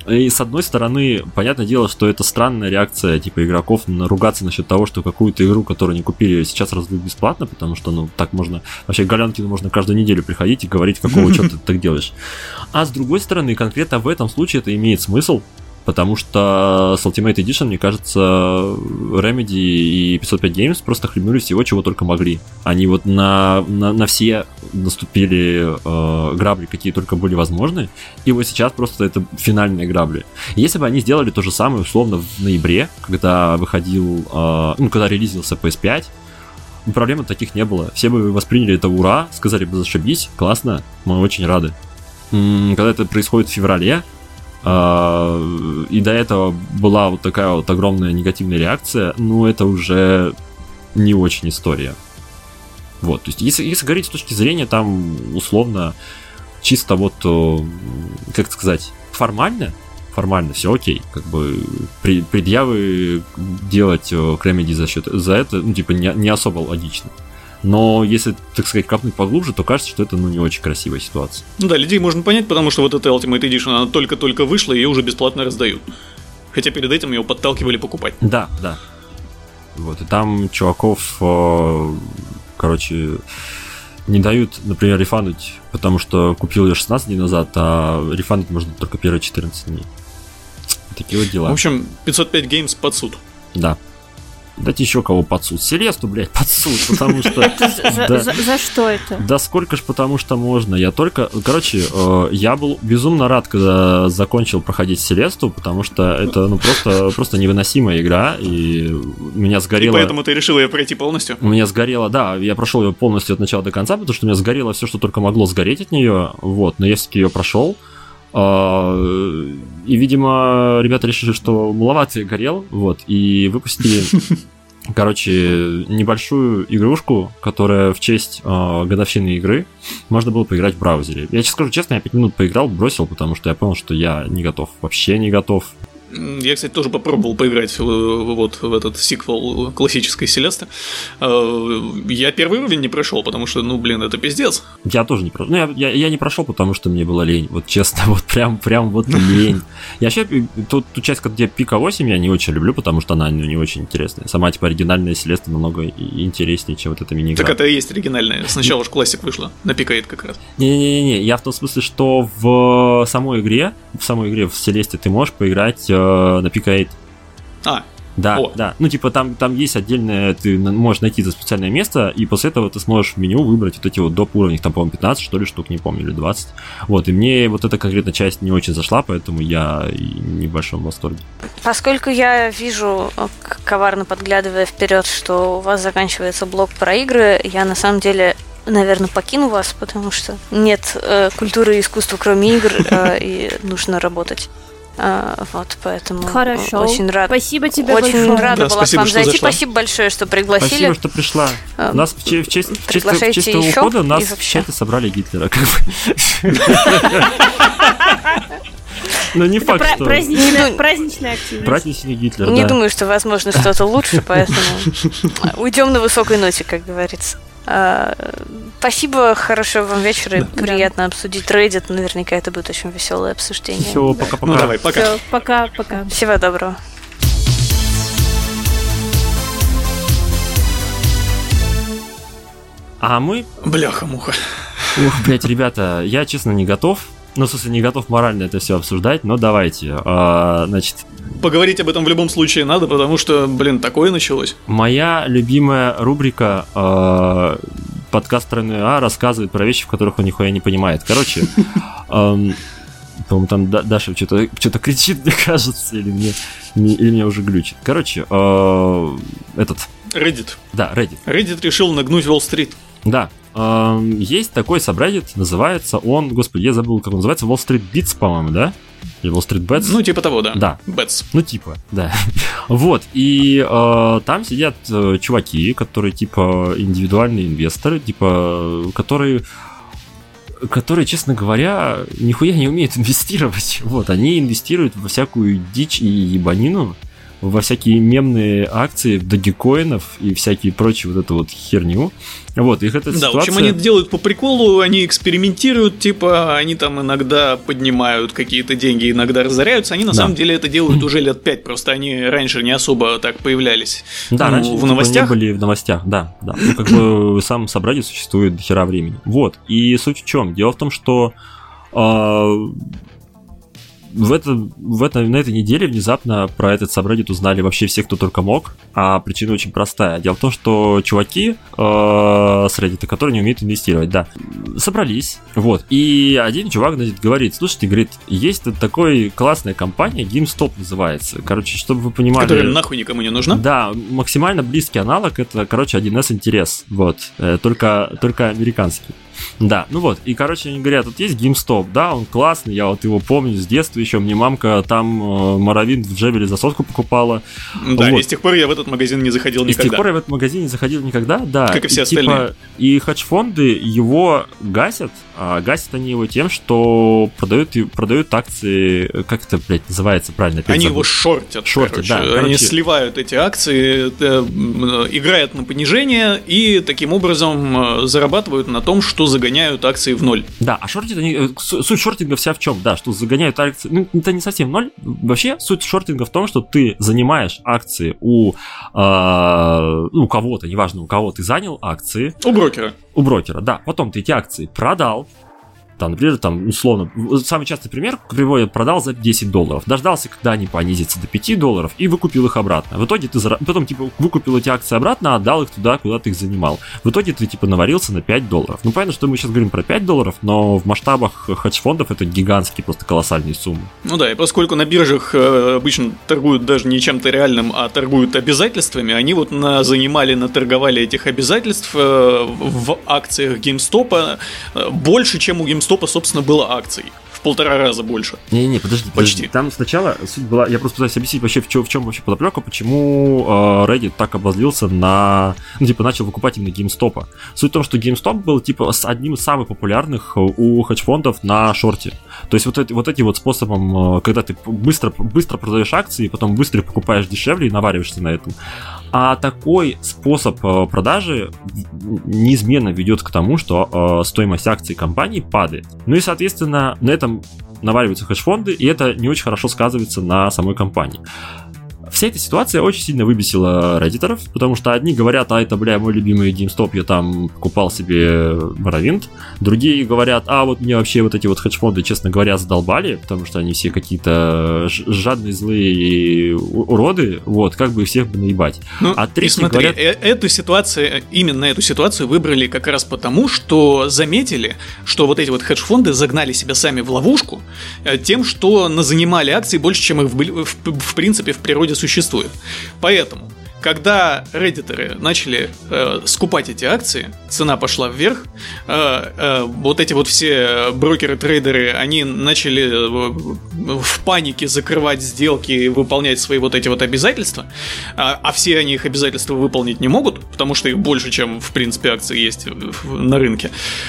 И с одной стороны, понятное дело, что это странная реакция типа игроков на ругаться насчет того, что какую-то игру, которую не купили, сейчас раздают бесплатно, потому что, ну, так можно... Вообще, Галянкину можно каждую неделю приходить и говорить, какого черта ты так делаешь. А с другой стороны, конкретно в этом случае это имеет смысл, потому что с Ultimate Edition, мне кажется, Remedy и пятьсот пять Games просто хлебнули всего, чего только могли. Они вот на, на, на все наступили э, грабли, какие только были возможны, и вот сейчас просто это финальные грабли. Если бы они сделали то же самое, условно, в ноябре, когда выходил, э, ну, когда релизился пи эс пять, проблем таких не было. Все бы восприняли это ура, сказали бы зашибись, классно, мы очень рады. М-м, когда это происходит в феврале, Uh, и до этого была вот такая вот огромная негативная реакция, ну, это уже не очень история. Вот, то есть, если, если говорить с точки зрения, там, условно, чисто вот, как сказать, формально, формально все окей, как бы предъявы делать к Remedy за счет за это, ну, типа, не, не особо логично. Но если, так сказать, копнуть поглубже, то кажется, что это, ну, не очень красивая ситуация. Ну да, людей можно понять, потому что вот эта Ultimate Edition, она только-только вышла, и ее уже бесплатно раздают. Хотя перед этим ее подталкивали покупать. Да, да. Вот, и там чуваков, э, короче, не дают, например, рефандить, потому что купил ее шестнадцать дней назад, а рефандить можно только первые четырнадцать дней. Такие вот дела. В общем, пятьсот пять Games под суд. Да. Дайте еще кого под суд. Селесту, блядь, под суд, потому что... За что это? Да сколько ж потому что можно. Я только... Короче, я был безумно рад, когда закончил проходить Селесту, потому что это, ну, просто просто невыносимая игра, и у меня сгорело... И поэтому ты решил ее пройти полностью? У меня сгорело, да, я прошел ее полностью от начала до конца, потому что у меня сгорело все, что только могло сгореть от нее, вот, но я все-таки ее прошел. И, видимо, ребята решили, что маловато я горел, вот, и выпустили, короче, небольшую игрушку, которая в честь э, годовщины игры можно было поиграть в браузере. Я сейчас скажу честно, я пять минут поиграл, бросил, потому что я понял, что я не готов, вообще не готов. Я, кстати, тоже попробовал поиграть вот в этот сиквел классической Селесты. Я первый уровень не прошел, потому что, ну, блин, это пиздец. Я тоже не прошел. Ну, я, я, я не прошел, потому что мне было лень. Вот честно, вот прям, прям вот лень. Я вообще ту, ту часть, где Пика восемь, я не очень люблю, потому что она, ну, не очень интересная. Сама, типа, оригинальная Селеста намного интереснее, чем вот эта мини-игра. Так это и есть оригинальная. Сначала же классик вышла. На Пика восемь как раз. Не-не-не, я в том смысле, что в самой игре, в самой игре в Селесте ты можешь поиграть на Пика восемь. А, да, о. да. Ну, типа, там, там есть отдельное, ты можешь найти за специальное место, и после этого ты сможешь в меню выбрать вот эти вот доп. Уровни, там, по-моему, пятнадцать, что ли, штук, не помню, или двадцать. Вот, и мне вот эта конкретная часть не очень зашла, поэтому я не в большом восторге. Поскольку я вижу, коварно подглядывая вперед, что у вас заканчивается блок про игры, я на самом деле... наверное, покину вас, потому что нет э, культуры и искусства, кроме игр, э, и нужно работать. А, вот, поэтому Хорошо. Очень рад. Спасибо тебе очень большое. рада да, была спасибо, к вам зайти. зашла. Спасибо большое, что пригласили. Спасибо, что пришла. А, нас в, че- в честь, в честь, в честь еще ухода нас вообще. в чате собрали Гитлера. Как бы. Но не факт, что... Праздничная активность. Праздничный Гитлер, Не да. думаю, что возможно что-то лучше, поэтому уйдем на высокой ноте, как говорится. А, спасибо, хорошего вам вечера. Да. Приятно обсудить Reddit. Наверняка это будет очень веселое обсуждение. Все, пока-пока. Ну давай, пока. Всё, пока-пока. Всего доброго. А мы... Бляха-муха. Ух, блядь, ребята, я, честно, не готов. Ну, в смысле, не готов морально это все обсуждать, но давайте. А, значит... Поговорить об этом в любом случае надо, потому что, блин, такое началось. Моя любимая рубрика э, подкаст Тройной А рассказывает про вещи, в которых он нихуя не понимает. Короче, э, по-моему, там Даша что-то, что-то кричит, мне кажется, или мне, не, или мне уже глючит. Короче, э, этот... Reddit. Да, Reddit. Reddit решил нагнуть Уолл-стрит. Да. Э, есть такой сабреддит, называется он, господи, я забыл, как он называется, Wall Street Beats, по-моему, да? Или Wall Street Bets? Ну, типа того, да. Да. Bets. Ну, типа, да. Вот, и э, там сидят э, чуваки, которые, типа, индивидуальные инвесторы, типа, которые, которые, честно говоря, нихуя не умеют инвестировать. Вот, они инвестируют во всякую дичь и ебанину, во всякие мемные акции, догикоинов и всякие прочие вот эту вот херню. Вот, их эта да, ситуация... в общем, они делают по приколу, они экспериментируют, типа, они там иногда поднимают какие-то деньги, иногда разоряются. Они на да. самом деле это делают уже лет пять, просто они раньше не особо так появлялись. Да, ну, раньше в типа, новостях. не были в новостях, да, да. Ну, как бы сам Subreddit существует до хера времени. Вот, и суть в чем? Дело в том, что В, это, в это, на этой неделе внезапно про этот Subreddit узнали вообще все, кто только мог, а причина очень простая. Дело в том, что чуваки э, с Reddit, которые не умеют инвестировать, да, собрались, вот, и один чувак, значит, говорит, слушайте, говорит, есть тут такая классная компания, GameStop называется, короче, чтобы вы понимали... Которая нахуй никому не нужна? Да, максимально близкий аналог, это, короче, один эс интерес, вот, э, только, только американский. Да, ну вот, и, короче, они говорят, тут есть GameStop, да, он классный, я вот его помню с детства еще, мне мамка там э, Моровинт в Джебеле за сотку покупала. Да, вот. И с тех пор я в этот магазин не заходил и никогда. И с тех пор я в этот магазин не заходил никогда, да. Как и все и, остальные. Типа, и хедж-фонды его гасят, а гасят они его тем, что продают, продают акции, как это, блядь, называется правильно? Они забыл. его шортят, шортят, короче. да. Они Короче... сливают эти акции, играют на понижение и таким образом зарабатывают на том, что загоняют акции в ноль. Да, а шортинг, они, суть шортинга вся в чем? Да, что загоняют акции, ну, это не совсем ноль. Вообще, суть шортинга в том, что ты занимаешь акции у, э, у кого-то, неважно, у кого ты занял акции. У брокера. У брокера, да. Потом ты эти акции продал. Там, например, там, условно, самый частый пример приводит, продал за десять долларов, дождался, когда они понизятся до пяти долларов и выкупил их обратно. В итоге ты зара... потом, типа, выкупил эти акции обратно, отдал их туда, куда ты их занимал. В итоге ты, типа, наварился на пять долларов. Ну, понятно, что мы сейчас говорим про пять долларов, но в масштабах хедж-фондов это гигантские, просто колоссальные суммы. Ну да, и поскольку на биржах э, обычно торгуют даже не чем-то реальным, а торгуют обязательствами, они вот на, занимали, наторговали этих обязательств э, в акциях GameStop э, больше, чем у GameStop собственно, было акций. В полтора раза больше. Не-не, подожди, почти. Подожди. Там сначала суть была... Я просто пытаюсь объяснить вообще, в чем, в чем вообще подоплека, почему э, Reddit так обозлился на... Ну, типа, начал выкупать именно GameStop. Суть в том, что GameStop был, типа, с одним из самых популярных у хедж-фондов на шорте. То есть вот, эти, вот этим вот способом, когда ты быстро, быстро продаешь акции, потом быстро покупаешь дешевле и навариваешься на этом. А такой способ продажи неизменно ведет к тому, что э, стоимость акций компании падает. Ну и, соответственно, на этом наваливаются хедж-фонды, и это не очень хорошо сказывается на самой компании. Вся эта ситуация очень сильно выбесила реддиторов, потому что одни говорят, а это, бля, мой любимый GameStop, я там покупал себе Моровинт. Другие говорят, а вот мне вообще вот эти вот хедж-фонды, честно говоря, задолбали, потому что они все какие-то жадные, злые уроды, вот, как бы их всех бы наебать. Ну, а третьи и смотри, говорят... э- эту ситуацию, именно эту ситуацию выбрали как раз потому, что заметили, что вот эти вот хедж-фонды загнали себя сами в ловушку э, тем, что назанимали акции больше, чем их в, в, в принципе в природе существует. Поэтому, когда реддиторы начали э, скупать эти акции, цена пошла вверх, э, э, вот эти вот все брокеры-трейдеры, они начали э, в панике закрывать сделки и выполнять свои вот эти вот обязательства, а, а все они их обязательства выполнить не могут, потому что их больше, чем в принципе акции есть на рынке.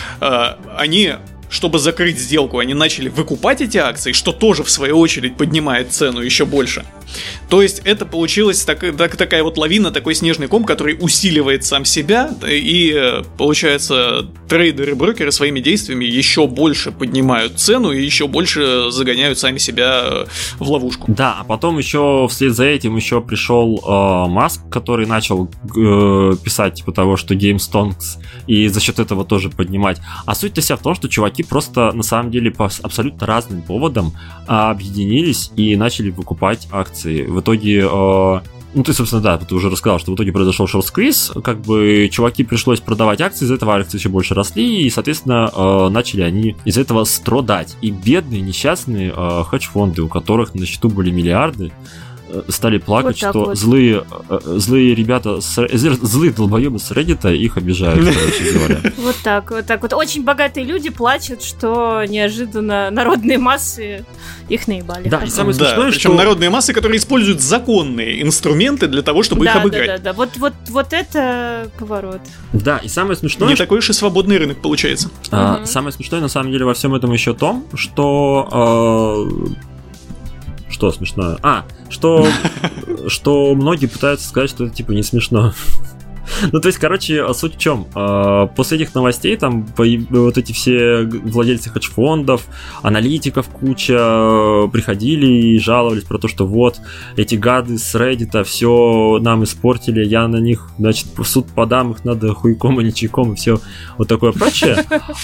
Э, они... Чтобы закрыть сделку, они начали выкупать эти акции, что тоже, в свою очередь, поднимает цену еще больше. То есть это получилась так, так, такая вот лавина, такой снежный ком, который усиливает сам себя, и, получается, трейдеры, брокеры своими действиями еще больше поднимают цену и еще больше загоняют сами себя в ловушку. Да, а потом еще вслед за этим еще пришел э, Маск, который начал э, писать типа того, что GameStonks, и за счет этого тоже поднимать. А суть-то вся в том, что чуваки просто на самом деле по абсолютно разным поводам объединились и начали выкупать акции. В итоге, э, ну ты, собственно, да, ты уже рассказал, что в итоге произошел шорт-сквиз, как бы чуваки пришлось продавать акции, из-за этого акции еще больше росли, и, соответственно, э, начали они из этого страдать. И бедные, несчастные э, хедж-фонды, у которых на счету были миллиарды, стали плакать, вот что вот. злые, злые ребята, злые долбоебы с Reddit их обижают, короче говоря. Вот так, вот так вот. Очень богатые люди плачут, что неожиданно народные массы их наебали. Да, и самое смешное, да, причем что... народные массы, которые используют законные инструменты для того, чтобы да, их обыграть. Да, да, да, вот, вот, вот это поворот. Да, и самое смешное... Не что... такой уж и свободный рынок получается. А, угу. Самое смешное, на самом деле, во всем этом еще том, что... А... Что смешное? А, что, что многие пытаются сказать, что это типа не смешно. Ну, то есть, короче, суть в чем? После этих новостей там вот эти все владельцы хедж-фондов, аналитиков куча приходили и жаловались про то, что вот, эти гады с Reddit все нам испортили, я на них, значит, в суд подам, их надо хуйком или чайком и все вот такое прочее.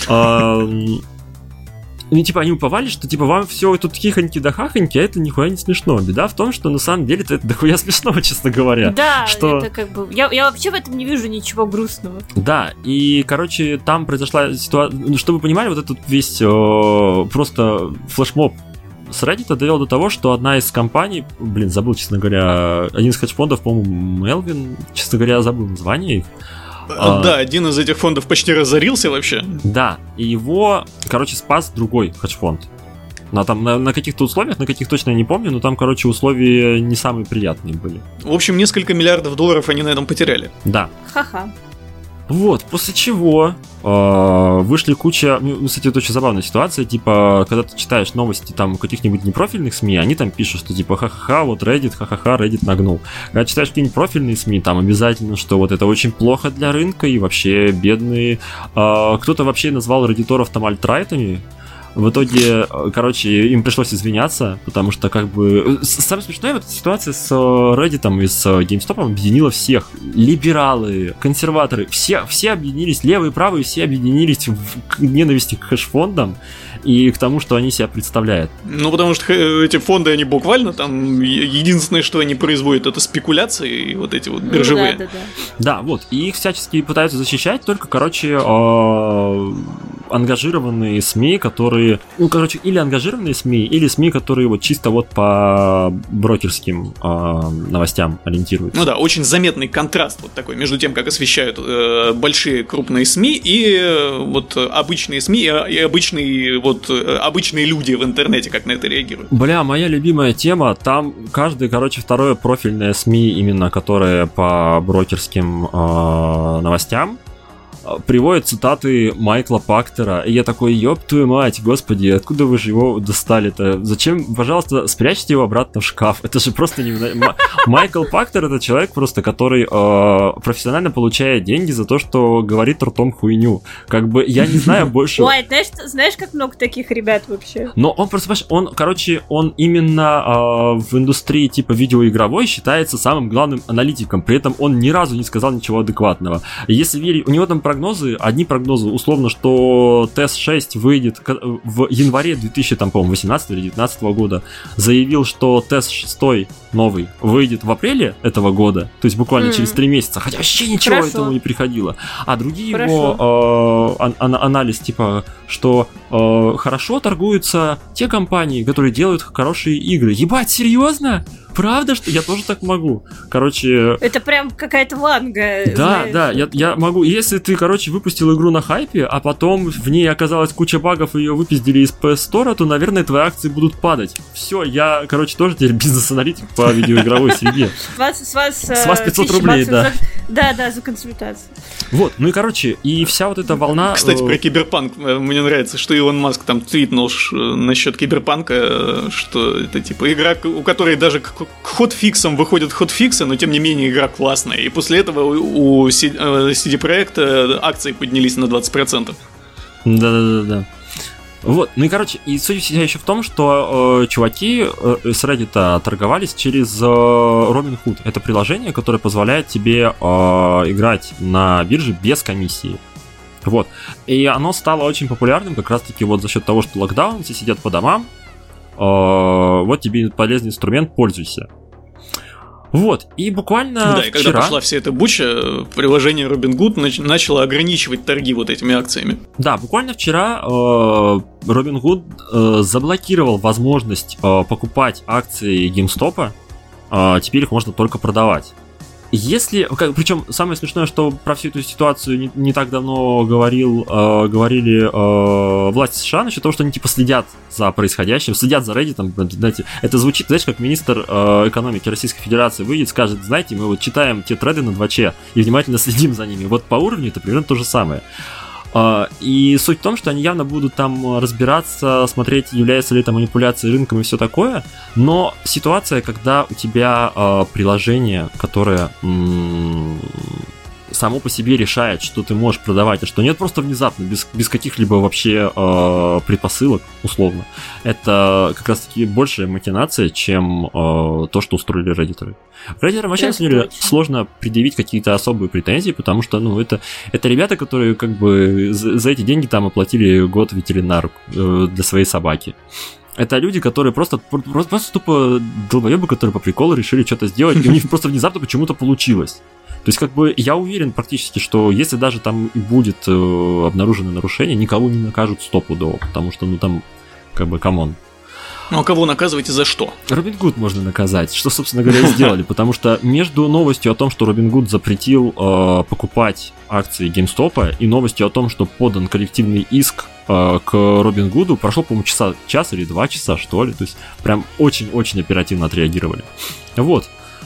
Ну, типа, они уповали, что, типа, вам все тут хихоньки да хахоньки, а это нихуя не смешно. Беда в том, что, на самом деле, это дохуя смешного, честно говоря. Да, что... это как бы... Я, я вообще в этом не вижу ничего грустного. Да, и, короче, там произошла ситуация... Ну, чтобы вы понимали, вот этот весь э, просто флешмоб с Reddit довел до того, что одна из компаний... Блин, забыл, честно говоря, один из хедж-фондов, по-моему, Melvin, честно говоря, забыл название их. А, да, один из этих фондов почти разорился вообще. Да, и его, короче, спас другой хедж-фонд. На, там, на, на каких-то условиях, на каких точно я не помню, но там, короче, условия не самые приятные были. В общем, несколько миллиардов долларов они на этом потеряли. Да. Ха-ха. Вот, после чего э, вышли куча... Ну, кстати, это очень забавная ситуация. Типа, когда ты читаешь новости там каких-нибудь непрофильных СМИ, они там пишут, что типа ха-ха-ха, вот Reddit, ха-ха-ха, Reddit нагнул. Когда читаешь какие-нибудь профильные СМИ, там обязательно, что вот это очень плохо для рынка и вообще бедные... Э, кто-то вообще назвал реддиторов там альтрайтами. В итоге, короче, им пришлось извиняться, потому что, как бы... Самое смешное, вот эта ситуация с Reddit и с GameStop объединила всех. Либералы, консерваторы, все, все объединились, левые и правые, все объединились в ненависти к хэш-фондам и к тому, что они себя представляют. Ну, потому что эти фонды, они буквально там... Единственное, что они производят, это спекуляции, вот эти вот биржевые. Ну, да, да, да. Да, вот. И их всячески пытаются защищать только, короче, ангажированные СМИ, которые... Ну, короче, или ангажированные СМИ, или СМИ, которые вот чисто вот по брокерским э, новостям ориентируются. Ну да, очень заметный контраст вот такой между тем, как освещают э, большие крупные СМИ и э, вот обычные СМИ и, и обычные вот э, обычные люди в интернете, как на это реагируют. Бля, моя любимая тема, там каждый, короче, второе профильное СМИ, именно которое по брокерским э, новостям, приводит цитаты Майкла Пактера, и я такой, ёб твою мать, господи, откуда вы же его достали-то? Зачем, пожалуйста, спрячьте его обратно в шкаф? Это же просто не... Майкл Пактер — это человек просто, который э, профессионально получает деньги за то, что говорит ртом хуйню. Как бы, я не знаю больше... Ой, знаешь, знаешь, как много таких ребят вообще? Но он просто, он, короче, он именно э, в индустрии типа видеоигровой считается самым главным аналитиком, при этом он ни разу не сказал ничего адекватного. Если верить, у него там прогнозы, одни прогнозы, условно, что ти эс шесть выйдет в январе две тысячи восемнадцатого или две тысячи девятнадцатого года, заявил, что ти эс шесть новый выйдет в апреле этого года, то есть буквально mm-hmm. через три месяца, хотя вообще ничего Хорошо. Этому не приходило. А другие Хорошо. Его э, ан- анализ, типа, что э, хорошо торгуются те компании, которые делают хорошие игры. Ебать, серьезно? Правда, что я тоже так могу? Короче... Это прям какая-то ванга. Да, знаешь. да, я, я могу. Если ты, короче, выпустил игру на хайпе, а потом в ней оказалась куча багов, и ее выпиздили из пи эс Store, то, наверное, твои акции будут падать. Все, я, короче, тоже теперь бизнес-аналитик по видеоигровой среде. С вас, с вас, с вас пятьсот рублей, да. Да, да, за консультацию. Вот, ну и, короче, и вся вот эта волна... Кстати, про Киберпанк. Мне нравится, что Илон Маск там твитнул насчет Киберпанка, что это, типа, игра, у которой даже к хотфиксам выходят хотфиксы, но, тем не менее, игра классная. И после этого у си ди Projekt акции поднялись на двадцать процентов. Да-да-да-да. Вот, ну и, короче, и суть вся еще в том, что э, чуваки э, с Reddit торговались через э, Robinhood. Это приложение, которое позволяет тебе э, играть на бирже без комиссии. Вот. И оно стало очень популярным как раз-таки вот за счет того, что локдаун, все сидят по домам, э, вот тебе полезный инструмент, пользуйся. Вот, и буквально Да, и вчера... когда пошла вся эта буча, приложение Robinhood нач- начало ограничивать торги вот этими акциями. Да, буквально вчера э, Robinhood э, заблокировал возможность э, покупать акции GameStop, э, теперь их можно только продавать. Если, как, причем самое смешное, что про всю эту ситуацию не, не так давно говорил, э, говорили э, власти США насчет того, что они типа следят за происходящим, следят за Reddit, знаете, это звучит, знаешь, как министр э, экономики Российской Федерации выйдет, скажет, знаете, мы вот читаем те треды на два че и внимательно следим за ними. Вот по уровню это примерно то же самое. И суть в том, что они явно будут там разбираться, смотреть, является ли это манипуляцией рынком и все такое, но ситуация, когда у тебя приложение, которое само по себе решает, что ты можешь продавать, а что нет, просто внезапно, без, без каких-либо вообще э, предпосылок, условно. Это как раз-таки большая махинация, чем э, то, что устроили реддиторы. Реддиторам вообще, на самом деле, сложно предъявить какие-то особые претензии, потому что, ну, это, это ребята, которые как бы за, за эти деньги там оплатили год ветеринар э, для своей собаки. Это люди, которые просто, просто, просто тупо долбоебы, которые по приколу решили что-то сделать, и у них просто внезапно почему-то получилось. То есть, как бы, я уверен практически, что если даже там и будет э, обнаружено нарушение, никого не накажут стопудово, потому что, ну, там, как бы, камон. Ну, а кого наказывать и за что? Robinhood можно наказать, что, собственно говоря, и сделали, потому что между новостью о том, что Robinhood запретил э, покупать акции GameStop, и новостью о том, что подан коллективный иск э, к Robinhood, прошло, по-моему, часа, час или два часа, что ли, то есть, прям очень-очень оперативно отреагировали. Вот.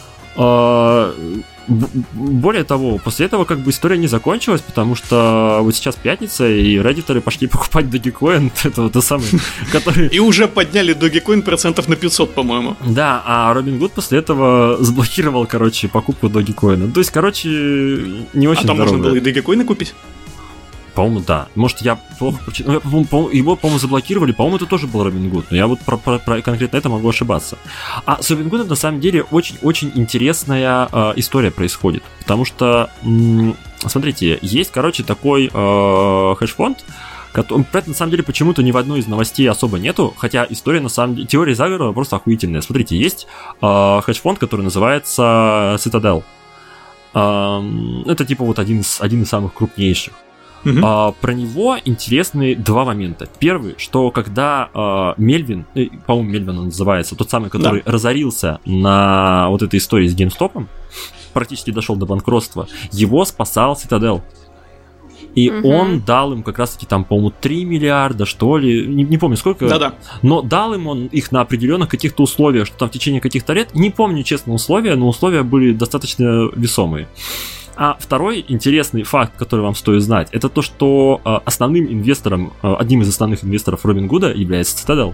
Э, Более того, после этого как бы история не закончилась, потому что вот сейчас пятница, и реддиторы пошли покупать Dogecoin, это вот то самое, который... И уже подняли Dogecoin процентов на пятьсот, по-моему. Да, а Robinhood после этого заблокировал, короче, покупку Dogecoin. То есть, короче, не очень здорово. А там можно было и Dogecoin купить? По-моему, да. Может, я плохо прочитал. Ну, его, по-моему, заблокировали. По-моему, это тоже был Robinhood. Но я вот про, про, про конкретно это могу ошибаться. А с Robinhood, на самом деле, очень-очень интересная э, история происходит. Потому что, м- смотрите, есть, короче, такой э, хедж-фонд, который, про это, на самом деле, почему-то ни в одной из новостей особо нету. Хотя история, на самом деле, теория заговора просто охуительная. Смотрите, есть э, хедж-фонд, который называется Citadel. Э, это, типа, вот один из, один из самых крупнейших. Uh-huh. А, про него интересны два момента. Первый, что когда а, Мельвин, э, по-моему, Мельвин он называется, тот самый, который да. разорился на вот этой истории с GameStop, практически дошел до банкротства, его спасал Citadel. И uh-huh. он дал им как раз-таки там, по-моему, три миллиарда, что ли, не, не помню сколько, Да-да. но дал им он их на определенных каких-то условиях, что там в течение каких-то лет, не помню честно условия, но условия были достаточно весомые. А второй интересный факт, который вам стоит знать, это то, что э, основным инвестором, э, одним из основных инвесторов Robinhood является Citadel.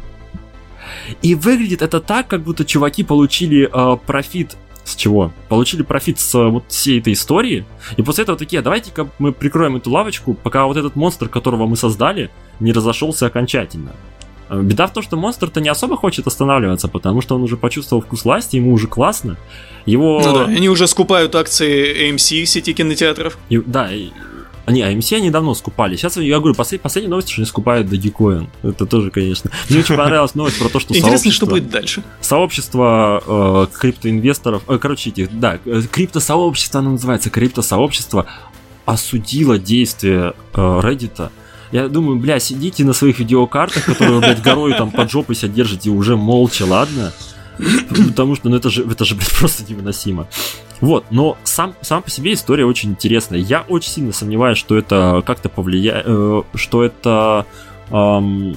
И выглядит это так, как будто чуваки получили э, профит с чего? Получили профит с э, вот всей этой истории, и после этого такие, давайте-ка мы прикроем эту лавочку, пока вот этот монстр, которого мы создали, не разошелся окончательно. Беда в том, что монстр-то не особо хочет останавливаться, потому что он уже почувствовал вкус власти, ему уже классно. Его... Ну да, они уже скупают акции эй эм си, сети кинотеатров. И, да, и... Они, эй эм си они давно скупали. Сейчас, я говорю, послед... последняя новость, что они скупают Dogecoin. Это тоже, конечно. Мне очень понравилась новость про то, что интересно, сообщество... что будет дальше. Сообщество э, криптоинвесторов... Э, короче, этих, да, криптосообщество, оно называется, криптосообщество осудило действия э, Reddit. Я думаю, бля, сидите на своих видеокартах, которые, блядь, горой там под жопой себя держите уже молча, ладно? Потому что, ну, это же, это же, блядь, просто невыносимо. Вот, но сам, сам по себе история очень интересная. Я очень сильно сомневаюсь, что это как-то повлияет, э, что это, эм,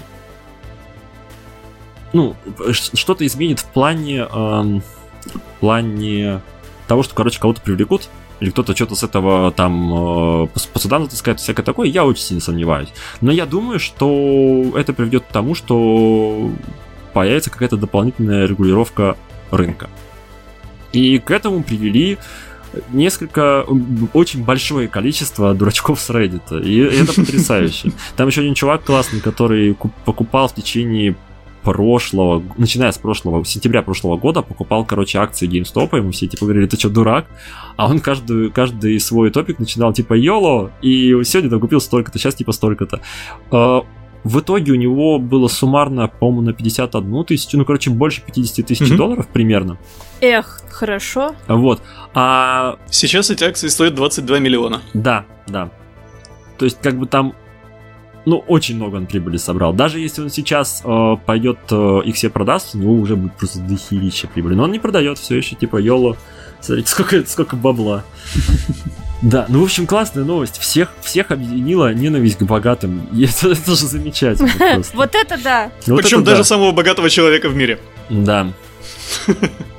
ну, что-то изменит в плане, эм, в плане того, что, короче, кого-то привлекут, или кто-то что-то с этого там по, по судам затаскает, всякое такое, я очень сильно сомневаюсь. Но я думаю, что это приведет к тому, что появится какая-то дополнительная регулировка рынка. И к этому привели несколько, очень большое количество дурачков с Reddit. И это потрясающе. Там еще один чувак классный, который покупал в течение прошлого, начиная с прошлого, сентября прошлого года, покупал, короче, акции GameStop, и мы все, типа, говорили, ты что, дурак? А он каждый, каждый свой топик начинал, типа, йоло, и сегодня там купил столько-то, сейчас, типа, столько-то. В итоге у него было суммарно, по-моему, на пятьдесят одну тысячу, ну, короче, больше пятьдесят тысяч mm-hmm. долларов примерно. Эх, хорошо. Вот. А... Сейчас эти акции стоят двадцать два миллиона. Да, да. То есть, как бы там ну, очень много он прибыли собрал. Даже если он сейчас э, пойдет э, их все продаст, у него уже будет просто дохерища прибыли. Но он не продает, все еще типа йоло. Смотрите, сколько, сколько бабла. Да, ну, в общем, классная новость. Всех, всех объединила ненависть к богатым. И это, это же замечательно просто. Вот это да. Причем даже самого богатого человека в мире. Да.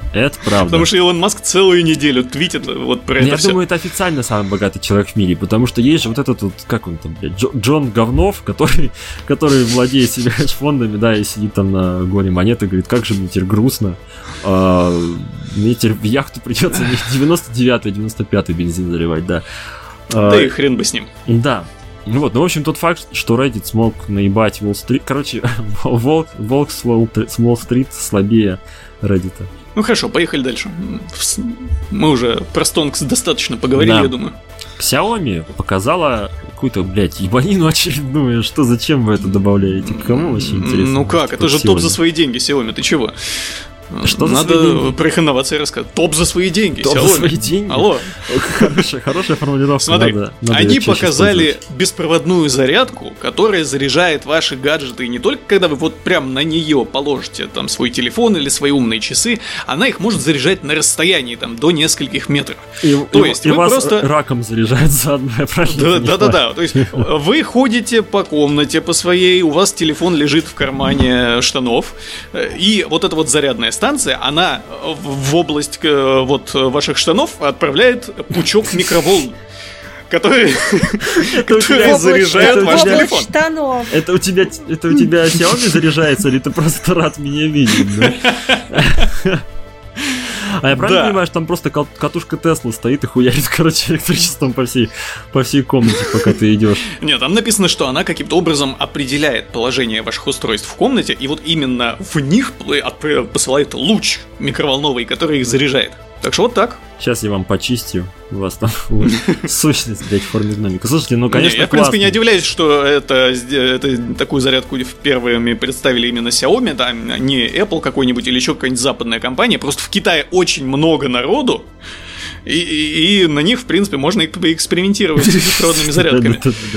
Это правда. Потому что Илон Маск целую неделю твитит вот про Но это я все. думаю, это официально самый богатый человек в мире, потому что есть же вот этот вот, как он там, блядь, Джо, Джон Говнов, который, который владеет себе фондами, да, и сидит там на горе монеты, говорит, как же мне теперь грустно, а, мне теперь в яхту придется не девяносто девятый, девяносто пятый бензин заливать, да. Да а, и хрен бы с ним. Да. Ну вот, ну в общем тот факт, что Reddit смог наебать Wall-Street, короче, волк, волк с Wall-Street слабее Reddit. Ну хорошо, поехали дальше. Мы уже про Stonks достаточно поговорили, да. Я думаю. Xiaomi показала какую-то, блядь, ебанину очередную. Что, зачем вы это добавляете? Кому вообще интересно? Ну как, это же Xiaomi. Топ за свои деньги, Xiaomi, ты чего? Что Надо про их инновации рассказать. Топ за свои деньги. Топ Xiaomi. за свои деньги. Алло. Хорошая, хорошая формулировка. Смотри, надо, надо они показали беспроводную зарядку, которая заряжает ваши гаджеты. И не только когда вы вот прям на нее положите там свой телефон или свои умные часы, она их может заряжать на расстоянии там до нескольких метров. И, То и, есть и вы вас просто раком заряжает заодно, я правильно Да, да, да, да. То есть вы ходите по комнате по своей, у вас телефон лежит в кармане штанов, и вот эта вот зарядная станция, она в область вот ваших штанов отправляет пучок микроволн, которые заряжают ваш телефон. Штанов. Это у тебя это у тебя Xiaomi заряжается, или ты просто рад меня видеть, да? А я правильно да. понимаю, что там просто катушка Тесла стоит и хуярит, короче, электричеством по всей, по всей комнате, пока ты идешь? Нет, там написано, что она каким-то образом определяет положение ваших устройств в комнате, и вот именно в них посылает луч микроволновый, который их заряжает. Так что вот так. Сейчас я вам почистю. У вас там сущность, блядь, в форме гномика. Слушайте, ну, конечно, не, я, в принципе, не удивляюсь, что это, это такую зарядку первыми представили именно Xiaomi, там не Apple какой-нибудь или еще какая-нибудь западная компания. Просто в Китае очень много народу, и, и, и на них, в принципе, можно экспериментировать с беспроводными зарядками.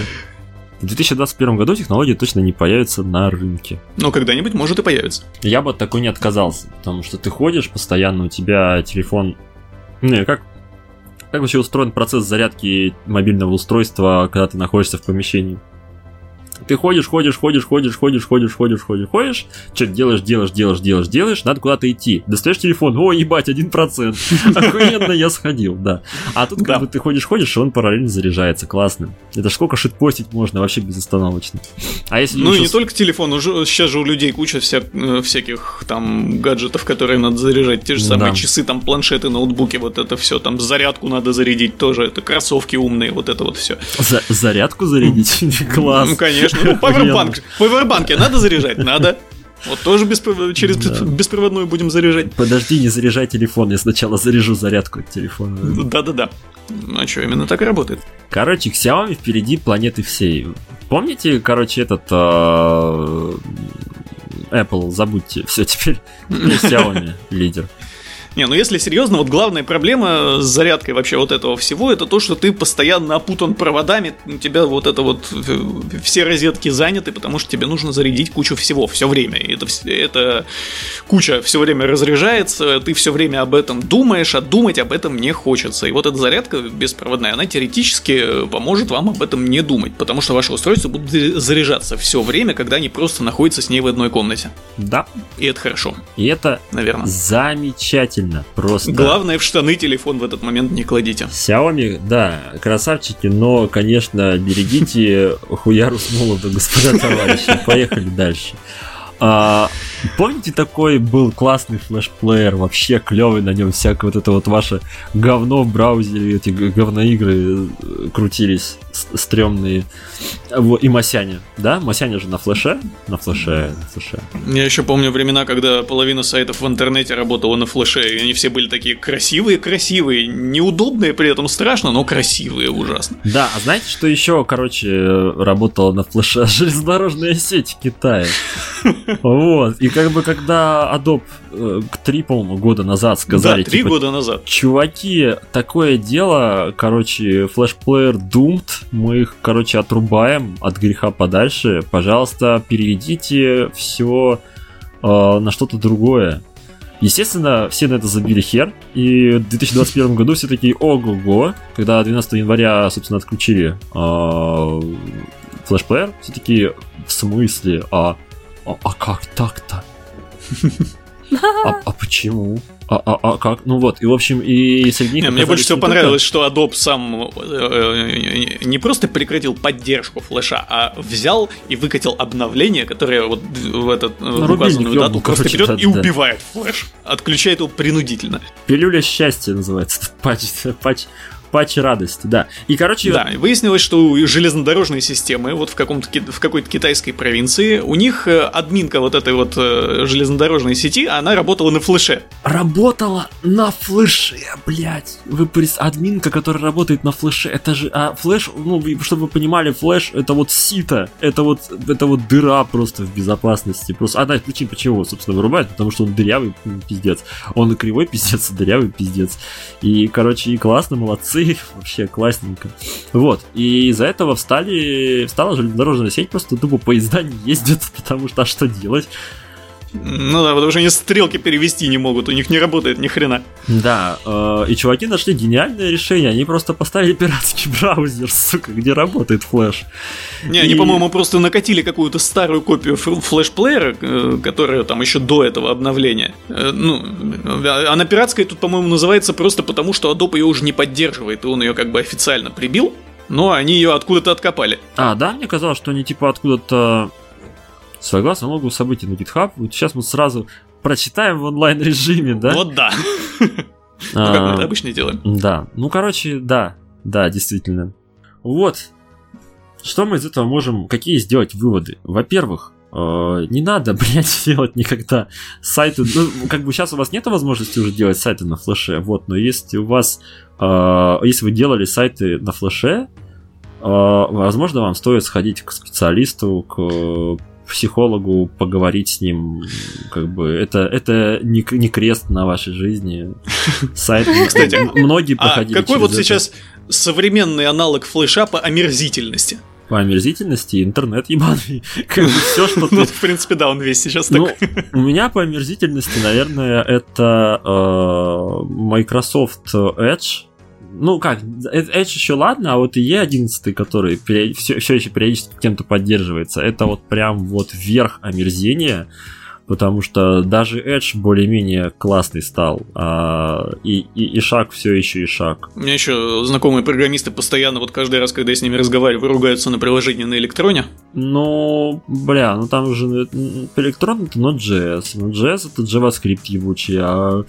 В две тысячи двадцать первом году технологии точно не появятся на рынке. Но когда-нибудь, может, и появится. Я бы от такой не отказался, потому что ты ходишь постоянно, у тебя телефон... Не, как, как вообще устроен процесс зарядки мобильного устройства, когда ты находишься в помещении? Ты ходишь, ходишь, ходишь, ходишь, ходишь, ходишь, ходишь, ходишь, ходишь, что-то делаешь, делаешь, делаешь, делаешь, делаешь, надо куда-то идти. Достаешь телефон, о, ебать, один процент. Охуенно, я сходил, да. А тут как бы ты ходишь, ходишь, и он параллельно заряжается, классно. Это ж сколько шитпостить можно вообще безостановочно. А если ну и не только телефон, уже сейчас же у людей куча вся, всяких там гаджетов, которые надо заряжать. Те же самые да. часы, там планшеты, ноутбуки, вот это все, там зарядку надо зарядить тоже, это кроссовки умные, вот это вот все. За- зарядку зарядить? Класс. Ну, конечно. Ну, пауэрбанк. Пауэрбанки надо заряжать? Надо. Вот тоже беспро... через да. беспроводную будем заряжать. Подожди, не заряжай телефон, я сначала заряжу зарядку от телефона. Да-да-да. Ну а что, именно так и работает. Короче, Xiaomi впереди планеты всей. Помните, короче, этот э... Apple, забудьте, все, теперь Xiaomi лидер. Не, ну если серьезно, вот главная проблема с зарядкой вообще вот этого всего, это то, что ты постоянно опутан проводами, у тебя вот это вот все розетки заняты, потому что тебе нужно зарядить кучу всего все время. И это, это куча все время разряжается, ты все время об этом думаешь, а думать об этом не хочется. И вот эта зарядка беспроводная, она теоретически поможет вам об этом не думать, потому что ваши устройства будут заряжаться все время, когда они просто находятся с ней в одной комнате. Да. И это хорошо. И это, наверное, замечательно. Просто. Главное, в штаны телефон в этот момент не кладите. Xiaomi, да, красавчики, но, конечно, берегите хуяру с молода, господа товарищи. Поехали дальше. А, помните, такой был классный флешплеер, вообще клевый, на нем всякое вот это вот ваше говно в браузере, эти говноигры крутились стрёмные. И Масяня, да? Масяня же на флеше? На флеше, на флеше. Я еще помню времена, когда половина сайтов в интернете работала на флеше, и они все были такие красивые-красивые, неудобные, при этом страшно, но красивые ужасно. Да, а знаете, что еще, короче, работала на флеше? Железнодорожная сеть Китая. Вот, и как бы когда Adobe э, три, по-моему, года назад сказали, да, три типа, года назад, чуваки, такое дело, короче, флешплеер doomed, мы их, короче, отрубаем от греха подальше, пожалуйста, переведите все э, на что-то другое. Естественно, все на это забили хер, и в две тысячи двадцать первом году все такие ого-го, когда двенадцатого января, собственно, отключили э, флешплеер, все такие, в смысле, а А, а как так-то? А, а почему? А, А, а, а как? Ну вот, и в общем, и среди них... Не, мне больше всего понравилось, что Adobe сам э, не просто прекратил поддержку флеша, а взял и выкатил обновление, которое вот в, этот, в указанную дату просто берет да, и да. убивает флеш. Отключает его принудительно. Пилюля счастья называется. Патч, патч, патч радости, да. И, короче... Да, и выяснилось, что у железнодорожной системы, вот в, каком-то, в какой-то китайской провинции, у них админка вот этой вот железнодорожной сети, она работала на флеше. Работала на флеше, блядь. Вы прис... Админка, которая работает на флеше, это же... А флеш, ну, чтобы вы понимали, флеш, это вот сито, это вот, это вот дыра просто в безопасности. Просто одна из причин, почему, собственно, вырубают, потому что он дырявый пиздец. Он и кривой пиздец, и дырявый пиздец. И, короче, и классно, молодцы. Вообще классненько. Вот. И из-за этого встали, встала железнодорожная сеть, просто тупо поезда не ездят, потому что а что делать? Ну да, потому что они стрелки перевести не могут, у них не работает ни хрена. Да, э, и чуваки нашли гениальное решение, они просто поставили пиратский браузер, сука, где работает флеш. Не, и... они, по-моему, просто накатили какую-то старую копию флеш-плеера, э, которая там еще до этого обновления. Э, ну, она пиратская тут, по-моему, называется просто потому, что Adobe ее уже не поддерживает, и он ее как бы официально прибил, но они ее откуда-то откопали. А, да, мне казалось, что они типа откуда-то... Согласно логу событий на GitHub, вот сейчас мы сразу прочитаем в онлайн-режиме, да? Вот да. Ну, как мы это обычно делаем. Да, ну, короче, да, да, действительно. Вот, что мы из этого можем, какие сделать выводы? Во-первых, не надо, блядь, делать никогда сайты, ну, как бы сейчас у вас нет возможности уже делать сайты на флеше, вот, но если у вас, если вы делали сайты на флеше, возможно, вам стоит сходить к специалисту, к психологу, поговорить с ним, как бы, это, это не, не крест на вашей жизни. Сайт, кстати, многие проходили. А какой вот сейчас современный аналог флеша по омерзительности? По омерзительности интернет ебаный. Как бы все, что ты... Ну, в принципе, да, он весь сейчас ну, так. У меня по омерзительности, наверное, это э, Microsoft Edge. Ну как, Edge еще ладно, а вот и и одиннадцать, который период... все, все еще периодически кем-то поддерживается, это вот прям вот верх омерзения, потому что даже Edge более-менее классный стал, а и, и, и шаг все еще и шаг. У меня еще знакомые программисты постоянно, вот каждый раз, когда я с ними разговариваю, ругаются на приложение на электроне. Ну, бля, ну там уже электрон это Node.js, Node.js это JavaScript ебучий, а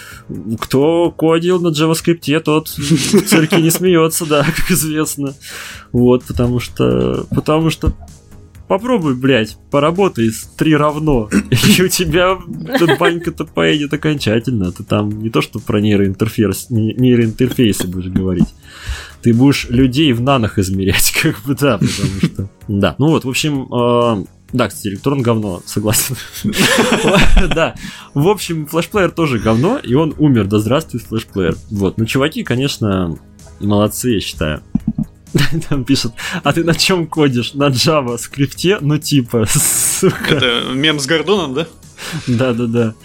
кто кодил на JavaScript, тот в цирке не смеется, да, как известно. Вот, потому что... Потому что... Попробуй, блядь, поработай с три равно, и у тебя эта банька-то поедет окончательно. Ты там не то, что про нейроинтерфейс, нейроинтерфейсы будешь говорить. Ты будешь людей в нанах измерять, как бы, да, потому что... Да, ну вот, в общем... Да, кстати, электрон говно, согласен. Да, в общем, флешплеер тоже говно, и он умер, да здравствует флешплеер. Вот, ну чуваки, конечно, молодцы, я считаю. Там пишут, а ты на чем кодишь? На JavaScript? Ну типа, сука. Это мем с Гордоном, да? Да-да-да.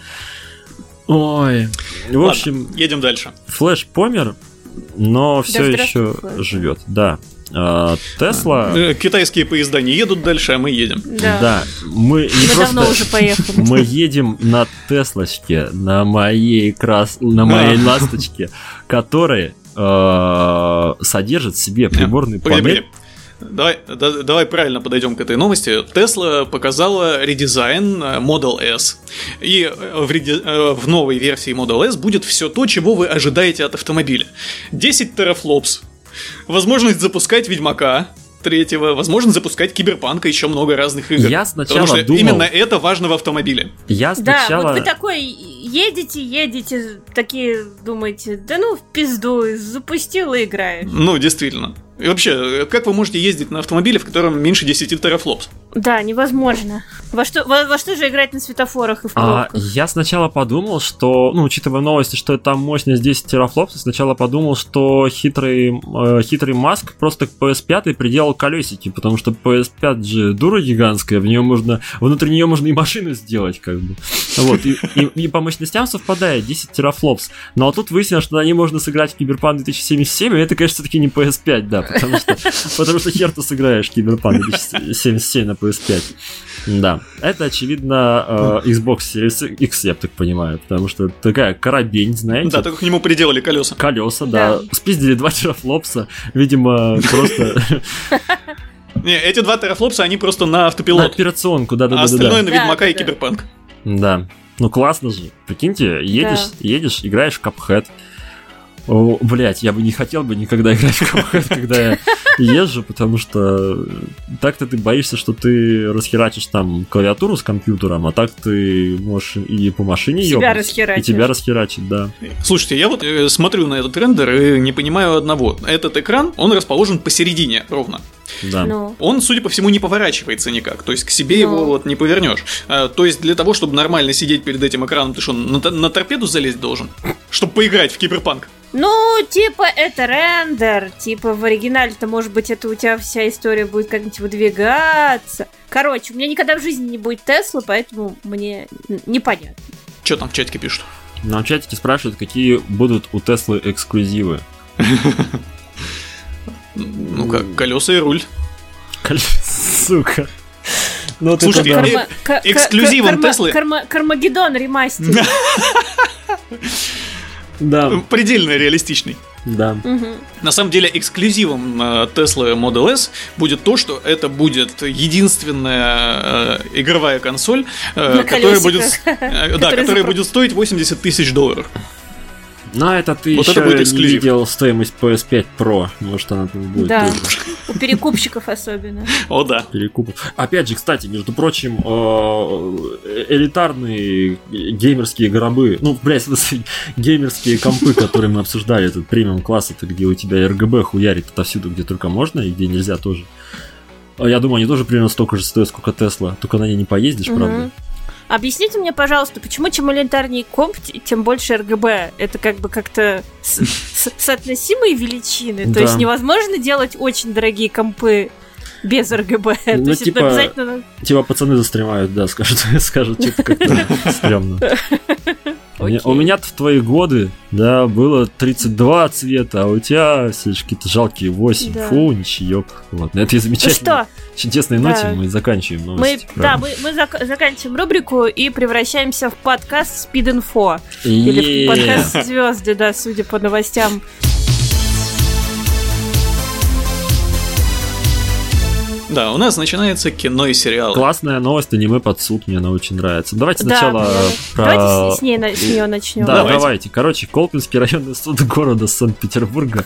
Ой, в общем... Ладно, едем дальше. Флэш помер, но все еще живет, да. Тесла... Китайские поезда не едут дальше, а мы едем. Да, да мы, не мы просто... давно уже поехали. Мы едем на Теслочке, на моей крас... на моей ласточке, которая э, содержит в себе приборный погоди, панель. Погоди. Давай, да, давай правильно подойдем к этой новости. Tesla показала редизайн Model S. И в, реди... в новой версии Model S будет все то, чего вы ожидаете от автомобиля. десять терафлопс. Возможность запускать Ведьмака третьего, возможность запускать Киберпанка, еще много разных игр. Я сначала Потому что думал... именно это важно в автомобиле. Я сначала... Да, вот вы такой едете, едете, такие думаете, да ну в пизду, запустил и играешь. Ну, действительно. И вообще, как вы можете ездить на автомобиле, в котором меньше десять терафлопс? Да, невозможно. Во что, во, во что же играть на светофорах и в а, пробках? Я сначала подумал, что, ну, учитывая новости, что там мощность десять терафлопс, сначала подумал, что хитрый, э, хитрый Маск просто к пи эс пять приделал колесики, потому что пи эс пять же дура гигантская, в нее можно, внутри нее можно и машину сделать, как бы. Вот, и, и, и по мощностям совпадает десять терафлопс. Но тут выяснилось, что на ней можно сыграть в Киберпанк две тысячи семьдесят семь, и это, конечно, все-таки не пи эс пять, да, потому что, потому что хер ты сыграешь Киберпанк две тысячи семьдесят семь на пи эс пять. Да, это, очевидно, э, Xbox Series X, я так понимаю, потому что такая карабень, знаете. Да, только к нему приделали колеса. Колеса, да. да. Спиздили два терафлопса, видимо, просто... Не, эти два терафлопса, они просто на автопилот. На операционку, да-да-да. А остальное на Ведьмака и Киберпанк. Да. Ну, классно же. Прикиньте, едешь, едешь, играешь в Cuphead. О, блять, я бы не хотел бы никогда играть в Cuphead, когда я езжу, потому что так-то ты боишься, что ты расхерачишь там клавиатуру с компьютером, а так ты можешь и по машине ёбнуть, и тебя расхерачить, да. Слушайте, я вот э, смотрю на этот рендер и не понимаю одного. Этот экран, он расположен посередине ровно. Да. No. Он, судя по всему, не поворачивается никак. То есть к себе no. его вот не повернешь. А, то есть для того, чтобы нормально сидеть перед этим экраном, ты что, на, на торпеду залезть должен? Чтобы поиграть в Киберпанк? Ну, типа, это рендер. Типа, в оригинале-то, может быть, это у тебя вся история будет как-нибудь выдвигаться. Короче, у меня никогда в жизни не будет Теслы, поэтому мне непонятно. Что там в чатике пишут? Нам в чатике спрашивают, какие будут у Теслы эксклюзивы. Ну как, колеса и руль. Сука. Ну, слушайте, э- э- эксклюзивом Теслы... Кармагеддон ремастер. Да. Предельно реалистичный. Да. Угу. На самом деле эксклюзивом Tesla Model S будет то, что это будет единственная э, игровая консоль, э, которая, будет, э, да, которая будет стоить восемьдесят тысяч долларов. Но это ты вот еще это будет не видел стоимость пи эс пять Pro. Может, она там будет. Да, у перекупщиков особенно. О, да. Перекупов. Опять же, кстати, между прочим, элитарные геймерские гробы, ну, блядь, геймерские компы, которые мы обсуждали, этот премиум класс, это где у тебя эр джи би хуярит отовсюду, где только можно, и где нельзя тоже. Я думаю, они тоже примерно столько же стоят, сколько Тесла, только на ней не поездишь, правда. Объясните мне, пожалуйста, почему чем элитарнее комп, тем больше эр джи би? Это как бы как-то с- с- соотносимые величины? Да. То есть невозможно делать очень дорогие компы без эр джи би? Ну, То есть типа, это обязательно... Типа пацаны застремают, да, скажут, скажут что-то как-то стрёмно. Okay. У меня-то в твои годы, да, было тридцать два цвета, а у тебя все какие-то жалкие восемь. Да. Фу, ничьёк. Вот, на этой замечательной, чудесной ноте да. мы заканчиваем новости. Мы, да, мы, мы зак- заканчиваем рубрику и превращаемся в подкаст Speed Info. Yeah. Или в подкаст Звезды, да, судя по новостям. Да, у нас начинается кино и сериалы. Классная новость, аниме под суд, мне она очень нравится. Давайте да, сначала мне... про... Давайте с, ней, с нее начнем. Да, давайте. давайте. Короче, Колпинский районный суд города Санкт-Петербурга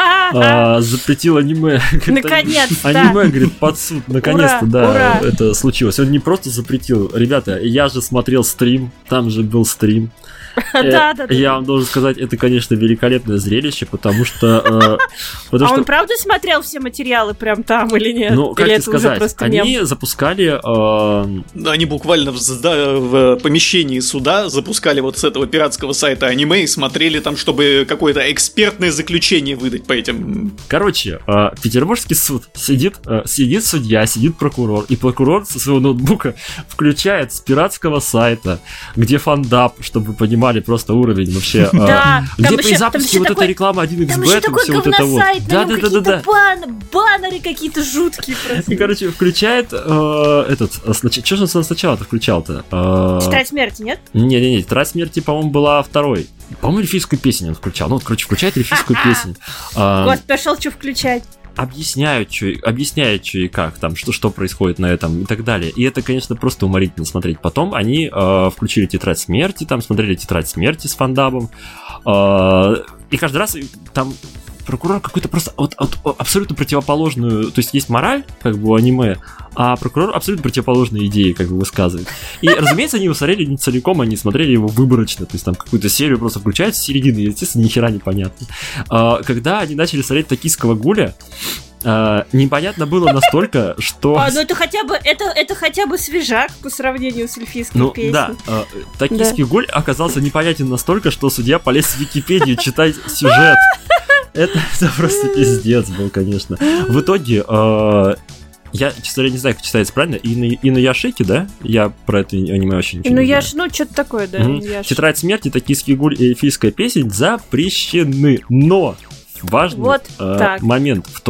запретил аниме. Наконец-то! Аниме, говорит, под суд. Наконец-то, да, это случилось. Он не просто запретил. Ребята, я же смотрел стрим, там же был стрим. Да, да, да. Я вам должен сказать, это, конечно, великолепное зрелище, потому что... А он правда смотрел все материалы прям там или нет? Ну, как тебе сказать, они запускали... Они буквально в помещении суда запускали вот с этого пиратского сайта аниме и смотрели там, чтобы какое-то экспертное заключение выдать по этим... Короче, петербургский суд сидит, сидит судья, сидит прокурор, и прокурор со своего ноутбука включает с пиратского сайта, где фандап, чтобы вы понимали, просто уровень вообще. Да, а, где при запуске вот эта реклама один икс бет и все вот это вот. Да, да, да, да, да. Бан, баннеры какие-то жуткие просто. И, короче, включает э, этот. Что же он сначала-то включал-то? Э, Тетрадь смерти, нет? Не-не-не, Тетрадь смерти, по-моему, была второй. По-моему, эльфийскую песню он включал. Ну, вот, короче, включает эльфийскую песню. Вот, пошел что включать. Объясняют, что, объясняют, что и как, там, что, что происходит на этом и так далее. И это, конечно, просто уморительно смотреть. Потом они э, включили Тетрадь смерти, там смотрели Тетрадь смерти с фандабом. Э, и каждый раз там прокурор какой-то просто вот, вот, абсолютно противоположную... То есть есть мораль, как бы, у аниме, а прокурор абсолютно противоположные идеи, как бы, высказывает. И, разумеется, они его смотрели не целиком, они смотрели его выборочно. То есть там какую-то серию просто включают с середины, и, естественно, ни хера непонятно. А, когда они начали смотреть «Токийского гуля», Uh, непонятно было настолько, что... А, ну это хотя бы это, это хотя бы свежак по сравнению с эльфийской ну, песней. Да, uh, «Токийский да. гуль» оказался непонятен настолько, что судья полез в Википедию читать сюжет. Это, это просто пиздец был, конечно. В итоге... Uh, я, честно говоря, не знаю, как читается правильно. Инуяшики, да? Я про это аниме вообще ничего не знаю. Ну, что-то такое, да. Mm-hmm. «Тетрадь смерти», «Токийский гуль» и эльфийская песень запрещены. Но важный вот э, момент в том,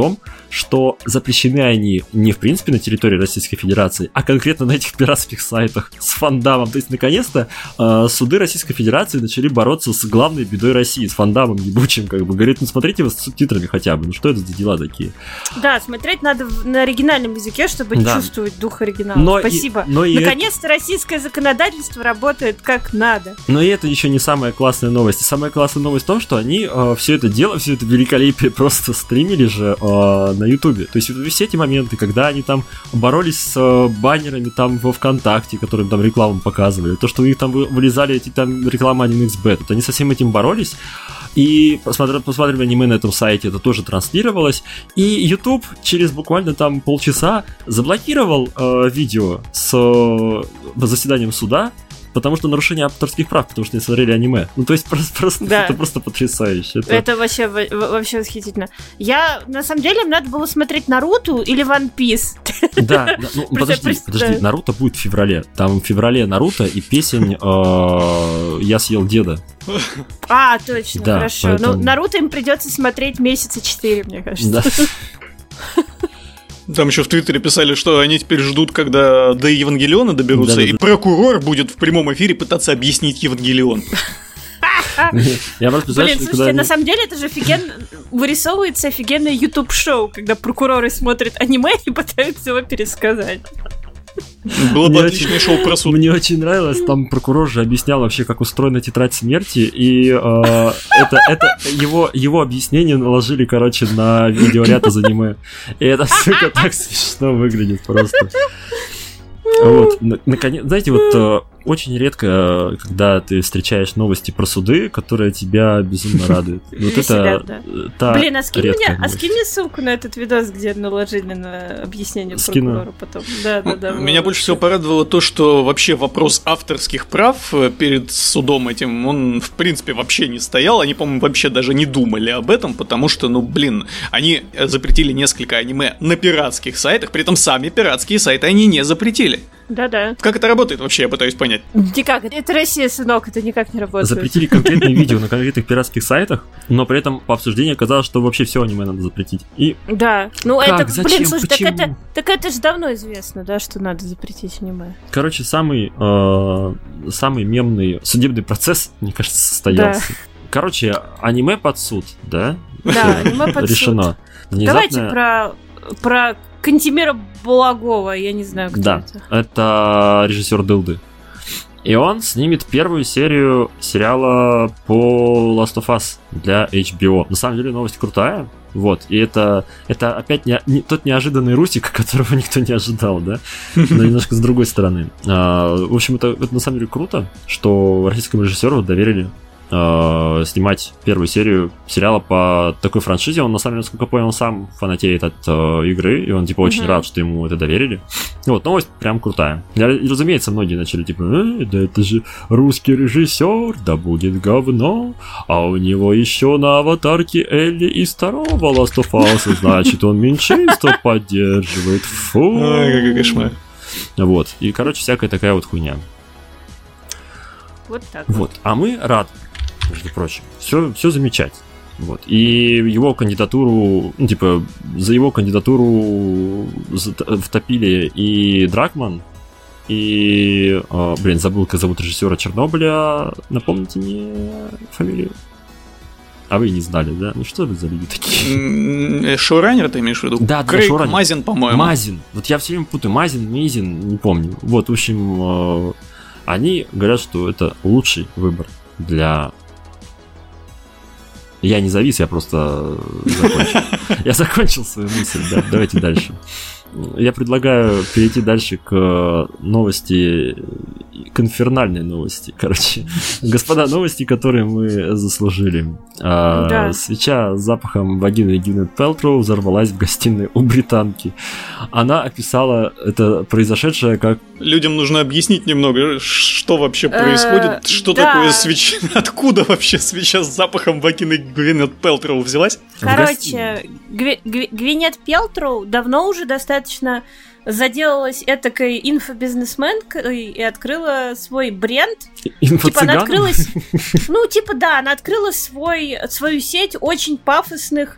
что запрещены они не в принципе на территории Российской Федерации, а конкретно на этих пиратских сайтах с фандамом. То есть, наконец-то, э, суды Российской Федерации начали бороться с главной бедой России, с фандамом ебучим, как бы. Говорит, ну смотрите вы с субтитрами хотя бы, ну что это за дела такие? Да, смотреть надо на оригинальном языке, чтобы да. чувствовать дух оригинала. Но Спасибо. И, но наконец-то и... российское законодательство работает как надо. Но и это еще не самая классная новость. Самая классная новость в том, что они э, все это дело, все это великолепие просто стримили же э, на Ютубе. То есть все эти моменты, когда они там боролись с э, баннерами там во ВКонтакте, которым там рекламу показывали, то, что у них там вылезали эти там рекламы один икс бет, вот они со всем этим боролись. И посмотрели, посмотрели аниме на этом сайте, это тоже транслировалось. И YouTube через буквально там полчаса заблокировал э, видео с э, заседанием суда, потому что нарушение авторских прав, потому что не смотрели аниме. Ну, то есть, просто, просто, да. это просто потрясающе. Это, это вообще, вообще восхитительно. Я, на самом деле, мне надо было смотреть Наруто или One Piece. Да, да ну, подожди, подожди, Наруто будет в феврале. Там в феврале Наруто и песень э, «Я съел деда». А, точно, да, хорошо. Поэтому... Ну, Наруто им придется смотреть месяца четыре, мне кажется. Да. Там еще в Твиттере писали, что они теперь ждут, когда до Евангелиона доберутся, да, да, и да. прокурор будет в прямом эфире пытаться объяснить Евангелион. Я просто Блин, слушайте, на самом деле это же офигенно вырисовывается офигенное YouTube-шоу, когда прокуроры смотрят аниме и пытаются его пересказать. Было бы отличное шоу про суд. Мне очень нравилось, там прокурор же объяснял вообще, как устроена тетрадь смерти, и э, это, это его, его объяснение наложили, короче, на видеоряд из аниме. И это, сука, так смешно выглядит просто. Вот, наконец, знаете, вот э, очень редко, когда ты встречаешь новости про суды, которые тебя безумно радуют. Вот это себя, да. та Блин, а скинь, мне, а новость. скинь мне ссылку на этот видос, где наложили на объяснение Скину. прокурора потом. Да, да, да. Меня больше всего порадовало то, что вообще вопрос авторских прав перед судом этим, он в принципе вообще не стоял. Они, по-моему, вообще даже не думали об этом, потому что, ну, блин, они запретили несколько аниме на пиратских сайтах, при этом сами пиратские сайты они не запретили. Да-да. Как это работает вообще, я пытаюсь понять. Никак, это Россия, сынок, это никак не работает. Запретили конкретные видео на конкретных пиратских сайтах, но при этом по обсуждению оказалось, что вообще все аниме надо запретить. И... Да, ну как? это, Зачем? блин, слушай, так это, так это же давно известно, да, что надо запретить аниме. Короче, самый, э, самый мемный судебный процесс, мне кажется, состоялся. Да. Короче, аниме под суд, да? Да, аниме под суд. Решено. Внезапно... Давайте про... про Кантемира Балагова, я не знаю, кто да, это. Да, это режиссер Дылды. И он снимет первую серию сериала по Last of Us для эйч би о. На самом деле новость крутая. Вот, и это, это опять не, не, тот неожиданный русик, которого никто не ожидал, да? Но немножко с другой стороны. А, в общем, это, это на самом деле круто, что российскому режиссеру доверили э, снимать первую серию сериала по такой франшизе. Он, на самом деле, насколько я понял, сам фанатеет от э, игры, и он, типа, очень mm-hmm. рад, что ему это доверили. Вот, новость прям крутая. И, разумеется, многие начали, типа, э, да это же русский режиссер, да будет говно, а у него еще на аватарке Элли из второго Last of Us, значит, он меньшинство поддерживает. Фу. Ой, какой кошмар. Вот, и, короче, всякая такая вот хуйня. Вот так. Вот, а мы рады, между прочим. Все, все замечательно. Вот. И его кандидатуру, ну, типа, за его кандидатуру втопили и Дракман, и, э, блин, забыл, как зовут режиссера Чернобыля, напомните мне фамилию. А вы не знали, да? Ну что вы за люди такие? Шоураннер ты имеешь в виду? Да, да, Крейг шоураннер. Мазин, по-моему. Мазин. Вот я все время путаю. Мазин, Мизин, не помню. Вот, в общем, э, они говорят, что это лучший выбор для... Я не завис, я просто закончил. Я закончил свою мысль, да. Давайте дальше. Я предлагаю перейти дальше к новости, к инфернальной новости, короче. Господа, новости, которые мы заслужили. А, да. Свеча с запахом вагины Гвинет Пэлтроу взорвалась в гостиной у британки. Она описала это произошедшее как... Людям нужно объяснить немного, что вообще происходит, что такое свеча, откуда вообще свеча с запахом вагины Гвинет Пэлтроу взялась? Короче, Гви- Гви- Гвинет Пэлтроу давно уже достаточно заделалась этакой инфобизнесменкой и открыла свой бренд. Типа она открылась... Ну, типа, да, она открыла свой, свою сеть очень пафосных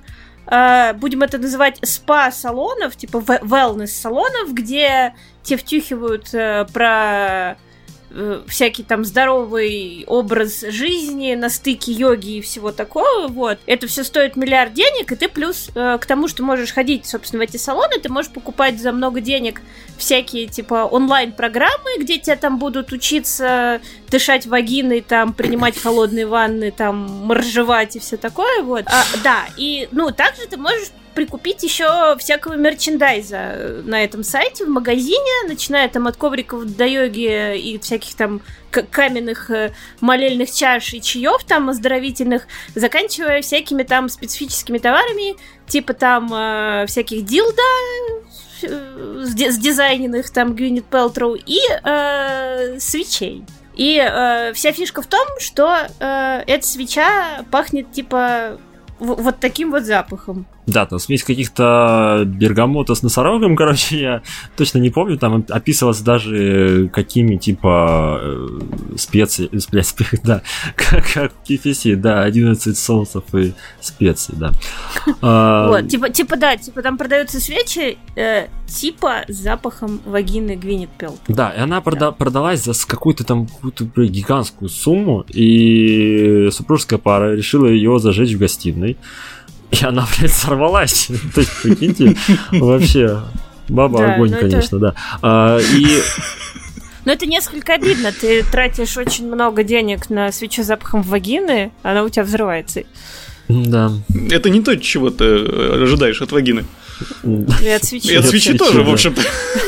э, будем это называть, спа-салонов, типа wellness-салонов, где те втюхивают э, про э, всякий там здоровый образ жизни на стыке йоги и всего такого, вот. Это все стоит миллиард денег, и ты плюс э, к тому, что можешь ходить, собственно, в эти салоны, ты можешь покупать за много денег всякие, типа, онлайн-программы, где тебя там будут учиться дышать вагиной, там, принимать холодные ванны, там, моржевать и все такое, вот. А, да, и, ну, также ты можешь прикупить еще всякого мерчендайза на этом сайте, в магазине, начиная там от ковриков до йоги и всяких там к- каменных э, молельных чаш и чаев там оздоровительных, заканчивая всякими там специфическими товарами, типа там э, всяких дилда, с дизайненных там Гвинет Пэлтроу и э, свечей. И э, вся фишка в том, что э, эта свеча пахнет типа в- вот таким вот запахом. Да, там смесь каких-то бергамота с носорогом, короче, я точно не помню, там описывалось даже какими, типа, специи, блядь, спе- да, как, как в Кефисе, да, одиннадцать соусов и специй, да. Вот, типа, типа, да, типа там продаются свечи, э, типа с запахом вагины Гвинет Пэлтроу. Да, и она прода- продалась за какую-то там какую-то, блядь, гигантскую сумму, и супружеская пара решила ее зажечь в гостиной. И она, блядь, сорвалась. То есть, прикиньте, вообще, баба Да, огонь, ну конечно, это- да. А, и Но это несколько обидно. Ты тратишь очень много денег на свечу с запахом вагины, она у тебя взрывается. да. Это не то, чего ты ожидаешь от вагины. И от свечи. И от свечи свечи, тоже, да. в общем-то.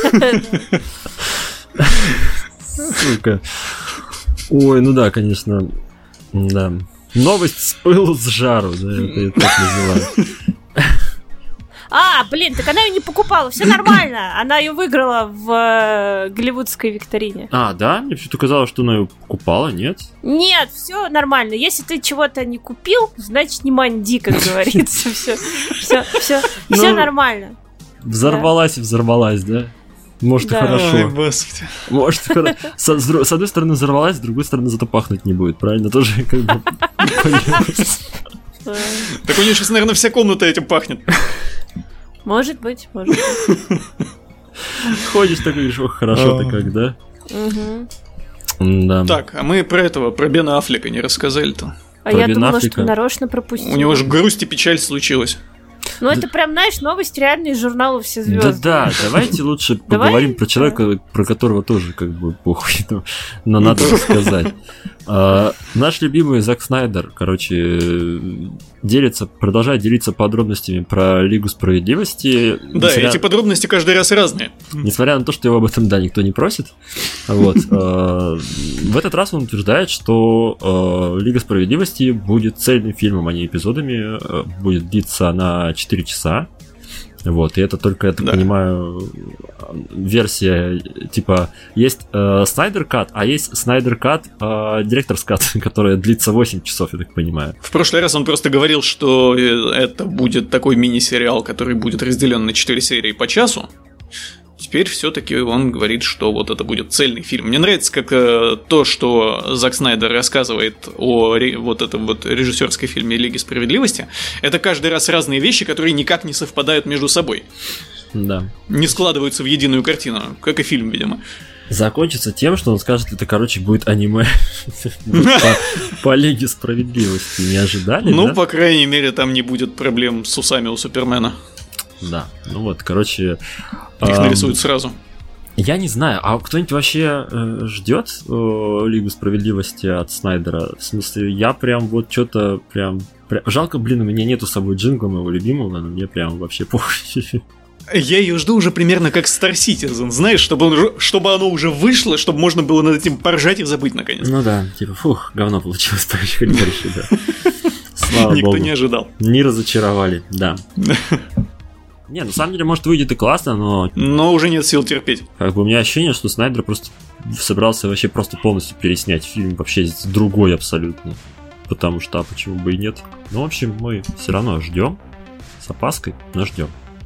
Сука. Ой, ну да, конечно. Да. Новость с пылу с жару, да, это я так называю. А, блин, так она ее не покупала, все нормально. Она ее выиграла в э, голливудской викторине. А, да? Мне почему-то казалось, что она ее покупала, нет? Нет, все нормально. Если ты чего-то не купил, значит не манди, как говорится. Все, все, все, все Ну, нормально. Взорвалась и взорвалась, да? Может, и Да. Ой, хорошо. господи. Может, и хоро- со- с дру- с одной стороны взорвалась, с другой стороны зато пахнуть не будет, правильно? Тоже как бы... Э, Так у нее сейчас, наверное, вся комната этим пахнет. Может быть, может быть. Ходишь такой, говоришь, ох, хорошо-то как, да? Мгм. Да. Так, а мы про этого, про Бена Аффлека не рассказали-то. А Про я Бен думала, Аффлека. что нарочно пропустила. У него же грусть и печаль случилась. Ну, это прям, знаешь, новость реально из журнала «Все Да, звезды». да, давайте лучше Давай, поговорим про да. человека, про которого тоже как бы похуй, но, но надо рассказать. А, наш любимый Зак Снайдер, короче, делится, продолжает делиться подробностями про Лигу Справедливости. Да, несмотря, эти подробности каждый раз разные. несмотря на то, что его об этом, да, никто не просит. Вот. а, в этот раз он утверждает, что а, Лига Справедливости будет цельным фильмом, а не эпизодами, а, будет длиться на четыре часа. Вот, и это только, я так Да. понимаю, версия, типа, есть э, Снайдер Кат, а есть Снайдер Кат, э, Директорс Кат, которая длится восемь часов, я так понимаю. В прошлый раз он просто говорил, что э, это будет такой мини-сериал, который будет разделен на четыре серии по часу. Теперь все-таки он говорит, что вот это будет цельный фильм. Мне нравится, как э, то, что Зак Снайдер рассказывает о ре- вот этом вот режиссерской фильме Лиги Справедливости. Это каждый раз разные вещи, которые никак не совпадают между собой. Да. Не складываются в единую картину, как и фильм, видимо. Закончится тем, что он скажет, это, короче, будет аниме по- по Лиге Справедливости. Не ожидали, Ну, да? по крайней мере, там не будет проблем с усами у Супермена. Да. Ну вот, короче... Их ам, нарисуют сразу. Я не знаю, а кто-нибудь вообще э, ждет э, Лигу Справедливости от Снайдера? В смысле, я прям вот что-то прям, прям... Жалко, блин, у меня нету с собой джингла моего любимого, но мне прям вообще похуй. Я ее жду уже примерно как Star Citizen, знаешь, чтобы, он, уже- чтобы оно уже вышло, чтобы можно было над этим поржать и забыть наконец. Ну да, типа, фух, говно получилось, так дальше, да. Слава Никто богу. не ожидал. Не разочаровали, да. Не, на самом деле, может, выйдет и классно, но Но уже нет сил терпеть. как бы у меня ощущение, что Снайдер просто собрался вообще просто полностью переснять фильм вообще с другой абсолютно. Потому что, а почему бы и нет? Ну, в общем, мы все равно ждем. С опаской, но ждем.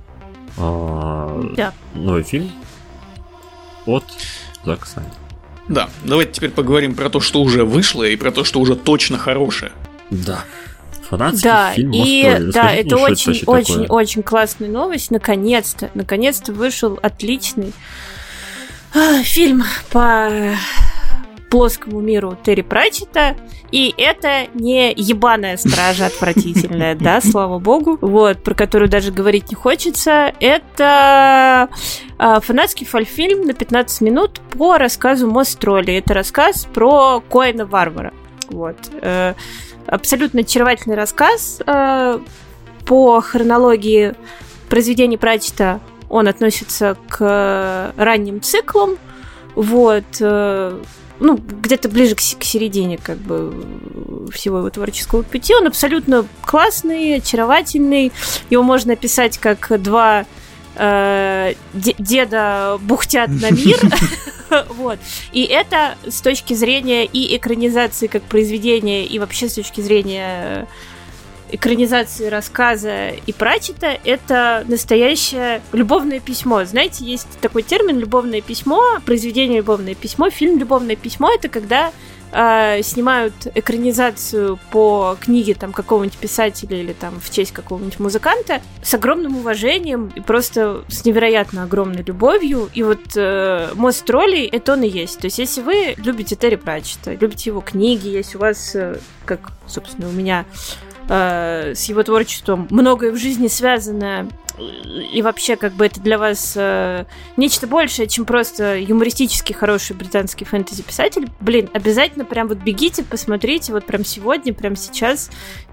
Да. Новый фильм от Зака Снайдера. Да, давайте теперь поговорим про то, что уже вышло, и про то, что уже точно хорошее. Да. Фанатский да, фильм и «Мост-тролли». да, Расскажите это мне, очень, это очень, такое? очень классная новость. Наконец-то, наконец-то вышел отличный а, фильм по плоскому миру Терри Пратчетта. И это не ебаная стража отвратительная, да, слава богу, вот, про которую даже говорить не хочется. Это а, фанатский фольфильм на пятнадцать минут по рассказу «Мост-тролли». Это рассказ про Коэна Варвара. Вот. Э, абсолютно очаровательный рассказ. Э, по хронологии произведений Пратчетта он относится к ранним циклам. Вот. Э, ну, где-то ближе к, к середине, как бы, всего его творческого пути. Он абсолютно классный, очаровательный. Его можно описать как два э, деда бухтят на мир. Вот. И это с точки зрения и экранизации как произведения, и вообще с точки зрения экранизации рассказа и Пратчетта, это настоящее любовное письмо. Знаете, есть такой термин «любовное письмо», произведение «любовное письмо», фильм «Любовное письмо» — это когда э, снимают экранизацию по книге там какого-нибудь писателя или там в честь какого-нибудь музыканта с огромным уважением и просто с невероятно огромной любовью. И вот э, «Мост-тролли» — это он и есть. То есть если вы любите Терри Пратчетта, любите его книги, если у вас, э, как, собственно, у меня с его творчеством многое в жизни связано, и вообще как бы это для вас э, нечто большее, чем просто юмористический хороший британский фэнтези-писатель, блин, обязательно прям вот бегите, посмотрите, вот прям сегодня, прям сейчас,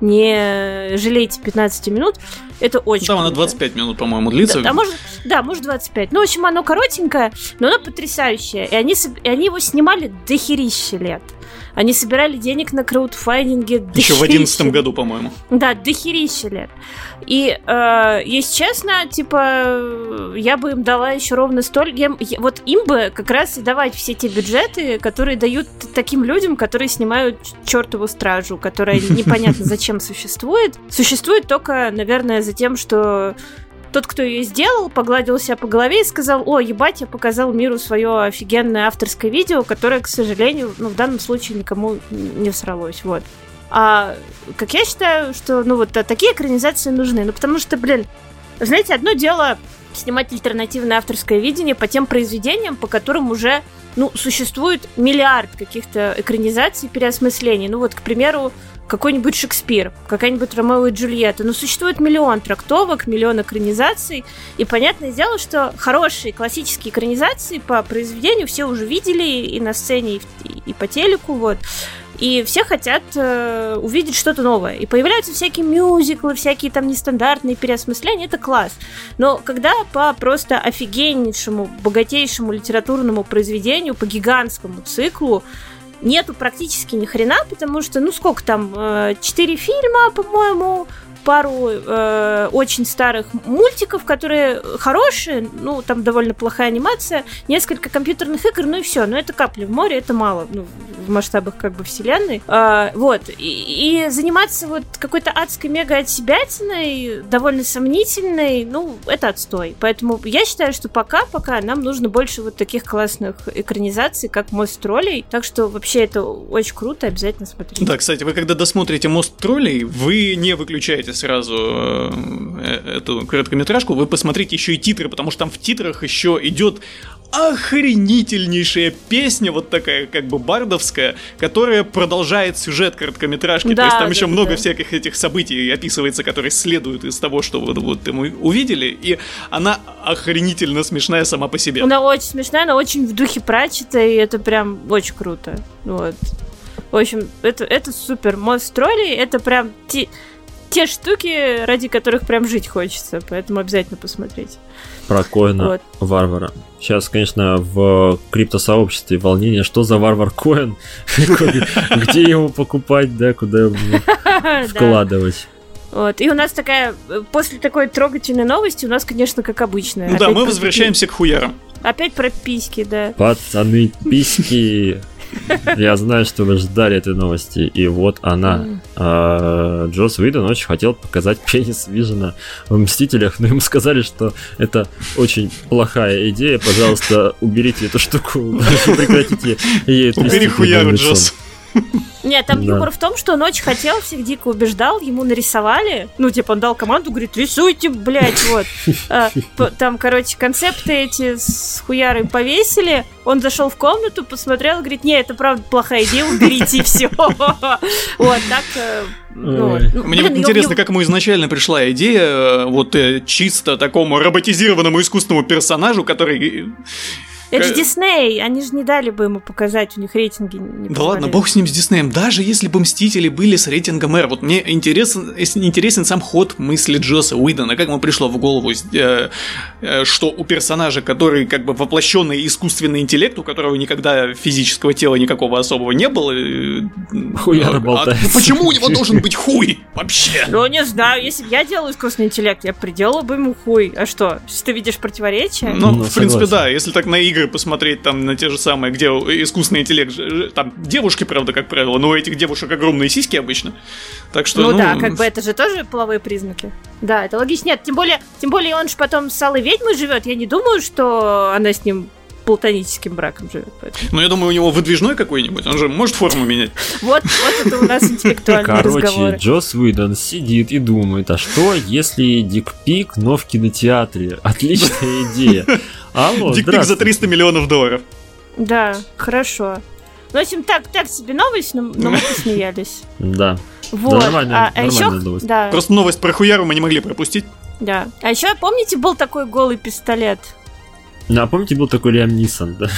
не жалейте пятнадцать минут, это очень Там круто. она двадцать пять минут, по-моему, длится. Да, да, может, да, может двадцать пять. Ну, в общем, оно коротенькое, но оно потрясающее, и они, и они его снимали дохерища лет. Они собирали денег на краудфандинге. Еще в одиннадцатом году, по-моему. Да, дохерища лет. И, э, если честно, типа, я бы им дала еще ровно столько. Я, я, вот им бы как раз и давать все те бюджеты, которые дают таким людям, которые снимают чертову стражу, которая непонятно зачем существует. Существует только, наверное, за тем, что тот, кто ее сделал, погладил себя по голове и сказал: о, ебать, я показал миру свое офигенное авторское видео, которое, к сожалению, ну, в данном случае никому не всралось, вот. А как я считаю, что, ну, вот такие экранизации нужны, ну, потому что, блин, знаете, одно дело снимать альтернативное авторское видение по тем произведениям, по которым уже, ну, существует миллиард каких-то экранизаций, переосмыслений. Ну, вот, к примеру, какой-нибудь Шекспир, какая-нибудь Ромео и Джульетта. Но существует миллион трактовок, миллион экранизаций. И понятное дело, что хорошие классические экранизации по произведению все уже видели и на сцене, и, и по телеку, вот. И все хотят э, увидеть что-то новое. И появляются всякие мюзиклы, всякие там нестандартные переосмысления. Это класс. Но когда по просто офигеннейшему, богатейшему литературному произведению, по гигантскому циклу нету практически ни хрена, потому что, ну, сколько там, четыре фильма, по-моему, пару э, очень старых мультиков, которые хорошие, ну, там довольно плохая анимация, несколько компьютерных игр, ну и все. Но это капли в море, это мало, ну, в масштабах как бы вселенной. А, вот. И, и заниматься вот какой-то адской мега-отсебятиной, довольно сомнительной, ну, это отстой. Поэтому я считаю, что пока-пока нам нужно больше вот таких классных экранизаций, как «Мост-троллей». Так что вообще это очень круто, обязательно смотрите. Да, кстати, вы когда досмотрите «Мост-троллей», вы не выключаете сразу э, эту короткометражку, вы посмотрите еще и титры, потому что там в титрах еще идет охренительнейшая песня, вот такая как бы бардовская, которая продолжает сюжет короткометражки. Да, то есть там да, еще да, много да. всяких этих событий описывается, которые следуют из того, что вот, вот мы увидели, и она охренительно смешная сама по себе. Она очень смешная, она очень в духе Пратчетта, и это прям очень круто. Вот. В общем, это, это супер. «Мост-троллей» — это прям те, те штуки, ради которых прям жить хочется, поэтому обязательно посмотрите. Про Коэна Вот. Варвара. Сейчас, конечно, в криптосообществе волнение, что за варвар Коэн, где его покупать, да, куда его вкладывать. Вот. И у нас такая, после такой трогательной новости, у нас, конечно, как обычно. Ну да, опять мы про возвращаемся к хуярам. пи- Опять про письки, да. Пацаны, письки. Я знаю, что вы ждали этой новости. И вот она. А, Джосс Уидон очень хотел показать пенис Вижена в «Мстителях», но ему сказали, что это очень плохая идея. Пожалуйста, уберите эту штуку. Прекратите ей трясти Убери перед хуяру, лицом. Джосс. Нет, там Да. юмор в том, что он очень хотел, всех дико убеждал, ему нарисовали, ну, типа, он дал команду, говорит, рисуйте, блядь, вот. А, п- Там, короче, концепты эти с хуярой повесили, он зашел в комнату, посмотрел, говорит, не, это правда плохая идея, уберите, и все. Вот, так... э, ну, Ой. ну, Мне блин, вот ё- интересно, ё- как ему изначально пришла идея э, вот э, чисто такому роботизированному искусственному персонажу, который... Это же Э, Дисней, они же не дали бы ему показать, у них рейтинги не Да ладно, позволяют. бог с ним, с Диснеем. Даже если бы Мстители были с рейтингом R, вот мне интересен, если интересен сам ход мысли Джосса Уидона, как ему пришло в голову, э, э, что у персонажа, который как бы воплощенный искусственный интеллект, у которого никогда физического тела никакого особого не было, э, Хуяра а- болтается. а почему у него должен быть хуй вообще? Ну, не знаю, если бы я делала искусственный интеллект, я приделала бы ему хуй. А что, если ты видишь противоречия? Ну, Ну, в принципе, согласен. да, если так на игры посмотреть, там, на те же самые, где искусственный интеллект, ж- ж- там, девушки, правда, как правило, но у этих девушек огромные сиськи обычно, так что, Ну, ну... да, как бы это же тоже половые признаки. Да, это логично. Нет, тем более, тем более он же потом с Алой ведьмой живет. Я не думаю, что она с ним платоническим браком живет. Поэтому. Ну, я думаю, у него выдвижной какой-нибудь, он же может форму менять. Вот, вот это у нас интеллектуальные Короче, разговоры. Джосс Уидон сидит и думает, а что, если дикпик, но в кинотеатре? Отличная идея. Алло, Дикпик за здравствуйте. триста миллионов долларов. Да, хорошо. Ну, в общем, так, так себе новость, но, но мы посмеялись. Да. Вот. нормальная- а, а еще, нормальная новость. да, Просто новость про хуяру мы не могли пропустить. да. А еще, помните, был такой голый пистолет? А помните, был такой Лиам Нисон, да?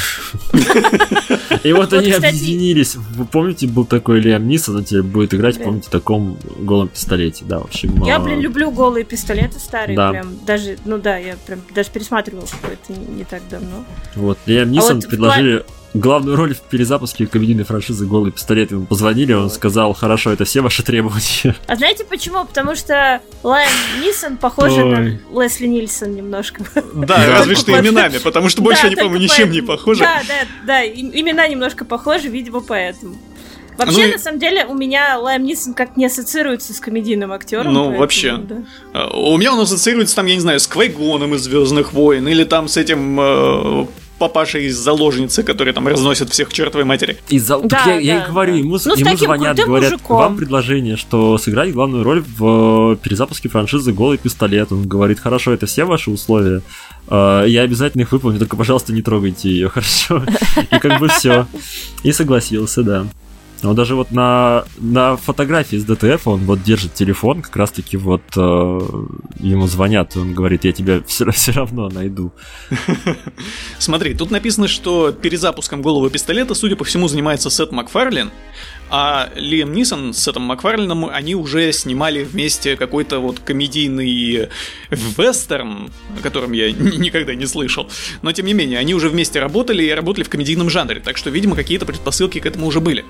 И вот Вот, они кстати- объединились. Вы помните, был такой Лиам Нисон, он теперь будет играть, Да. помните, в таком голом пистолете, да, в общем. Я, а, блин, люблю голые пистолеты старые, Да. прям, даже, ну да, я прям даже пересматривала какой-то не, не так давно. Вот, Лиам Нисон вот в предложили главную роль в перезапуске комедийной франшизы «Голый пистолет». Ему позвонили, он сказал, хорошо, это все ваши требования. А знаете почему? Потому что Лайм Нисон похожа Ой. на Лесли Нильсон немножко. Да, разве что Только именами, потому что больше Да, они, по-моему, только ничем не поэтому. похожи. Да, да, да, и- имена немножко похожи, видимо, поэтому. Вообще, Ну и- на самом деле, у меня Лайм Нисон как не ассоциируется с комедийным актером. Ну, поэтому, вообще. да. А, У меня он ассоциируется там, я не знаю, с Квайгоном из Звездных войн, или там с этим э, папашей из заложницы, который там разносит всех к чертовой матери. Из-за... Да, так я, я да, и говорю, да. ему, Ну, с ему таким звонят, крутым говорят, мужиком. вам предложение, что сыграть главную роль в э, перезапуске франшизы «Голый пистолет». Он говорит, хорошо, это все ваши условия. Э, я обязательно их выполню, только, пожалуйста, не трогайте ее, хорошо? И как бы все. И согласился, да. Он даже вот на, на фотографии с ДТФ он вот держит телефон, как раз таки вот э, ему звонят, и он говорит, я тебя все, все равно найду. Смотри, тут написано, что перезапуском «Голого пистолета», судя по всему, занимается Сет Макфарлин, а Лиам Нисон с Сетом Макфарлином, они уже снимали вместе какой-то вот комедийный вестерн, о котором я н- никогда не слышал, но тем не менее, они уже вместе работали и работали в комедийном жанре, так что, видимо, какие-то предпосылки к этому уже были.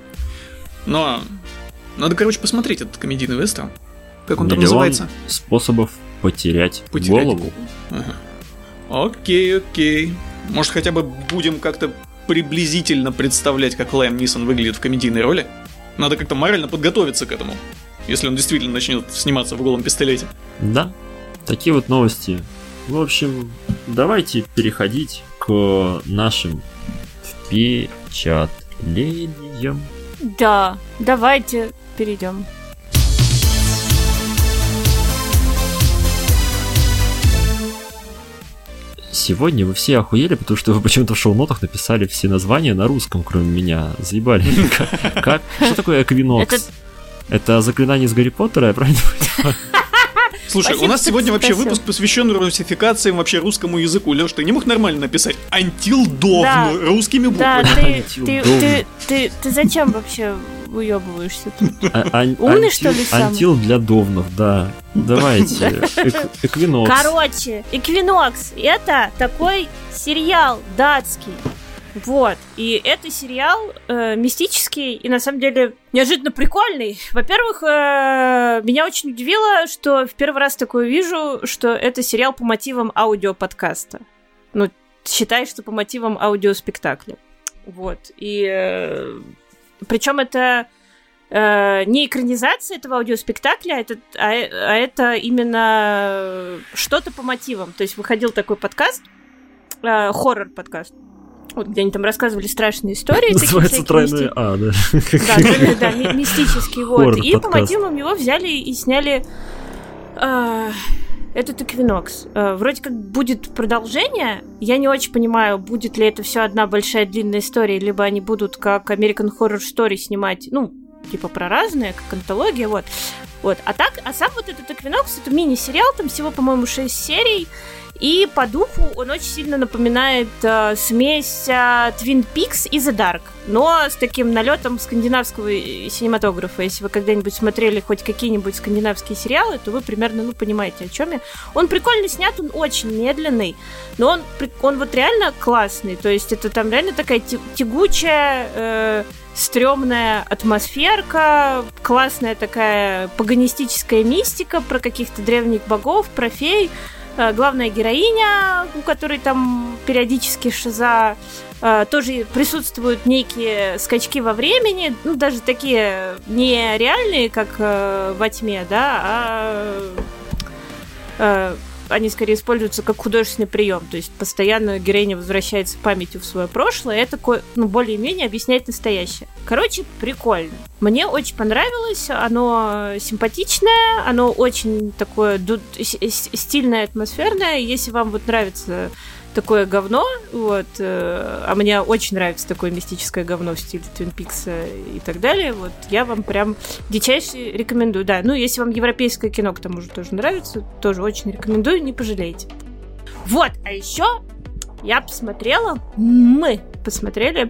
Но надо, короче, посмотреть этот комедийный вестерн. Как он там Миллион называется? способов потерять, Потерять голову. Ага. Окей, окей. Может, хотя бы будем как-то приблизительно представлять, как Лайм Нисон выглядит в комедийной роли? Надо как-то морально подготовиться к этому, если он действительно начнет сниматься в «Голом пистолете». Да, такие вот новости. В общем, давайте переходить к нашим впечатлениям. Да, давайте перейдем. Сегодня вы все охуели, потому что вы почему-то в шоу-нотах написали все названия на русском, кроме меня. Заебали. Как? как? Что такое Эквинокс? Это- Это заклинание из Гарри Поттера, я правильно понимаю? Слушай, Спасибо, у нас что сегодня ты вообще спросил. выпуск посвящен русификациям вообще русскому языку. Леш, ты не мог нормально написать «антилдовну» Да. русскими Да, буквами? ты, ты, ты, ты, ты зачем вообще уебываешься тут? А- ан- Умный, антил- что ли, сам? Антил для довнов, да. Давайте. Эк- Эквинокс. Короче, Эквинокс — это такой сериал датский. Вот. И это сериал э, мистический и, на самом деле, неожиданно прикольный. Во-первых, э, меня очень удивило, что в первый раз такое вижу, что это сериал по мотивам аудиоподкаста. Ну, считай, что по мотивам аудиоспектакля. Вот. И э, причем это э, не экранизация этого аудиоспектакля, а это, а, а это именно что-то по мотивам. То есть выходил такой подкаст, э, хоррор-подкаст. вот, где они там рассказывали страшные истории. Называется тройной А, да? Да, да, да, мистический, вот. И по мотивам его взяли и сняли этот Эквинокс. Вроде как будет продолжение. Я не очень понимаю, будет ли это все одна большая длинная история, либо они будут как American Horror Story снимать, ну, типа про разные, как антология, вот. Вот. А так, а сам вот этот Эквинокс, это мини-сериал, там всего, по-моему, шесть серий, и по духу он очень сильно напоминает э, смесь э, Twin Peaks и The Dark, но с таким налетом скандинавского синематографа. Если вы когда-нибудь смотрели хоть какие-нибудь скандинавские сериалы, то вы примерно, ну, понимаете, о чем я. Он прикольно снят, он очень медленный, но он, он вот реально классный, то есть это там реально такая тягучая... Э, стрёмная атмосферка, классная такая паганистическая мистика про каких-то древних богов, про фей. Главная героиня, у которой там периодически шиза, тоже присутствуют некие скачки во времени, ну, даже такие не реальные, как во тьме, да, а они скорее используются как художественный прием, то есть постоянно героиня возвращается памятью в свое прошлое, и это, ну, более-менее объясняет настоящее. Короче, прикольно. Мне очень понравилось, оно симпатичное, оно очень такое ду- стильное, атмосферное. Если вам вот нравится такое говно, вот, э, а мне очень нравится такое мистическое говно в стиле Twin Peaks и так далее, вот, я вам прям дичайше рекомендую, да, ну, если вам европейское кино к тому же тоже нравится, тоже очень рекомендую, не пожалеете. Вот, а еще я посмотрела, мы посмотрели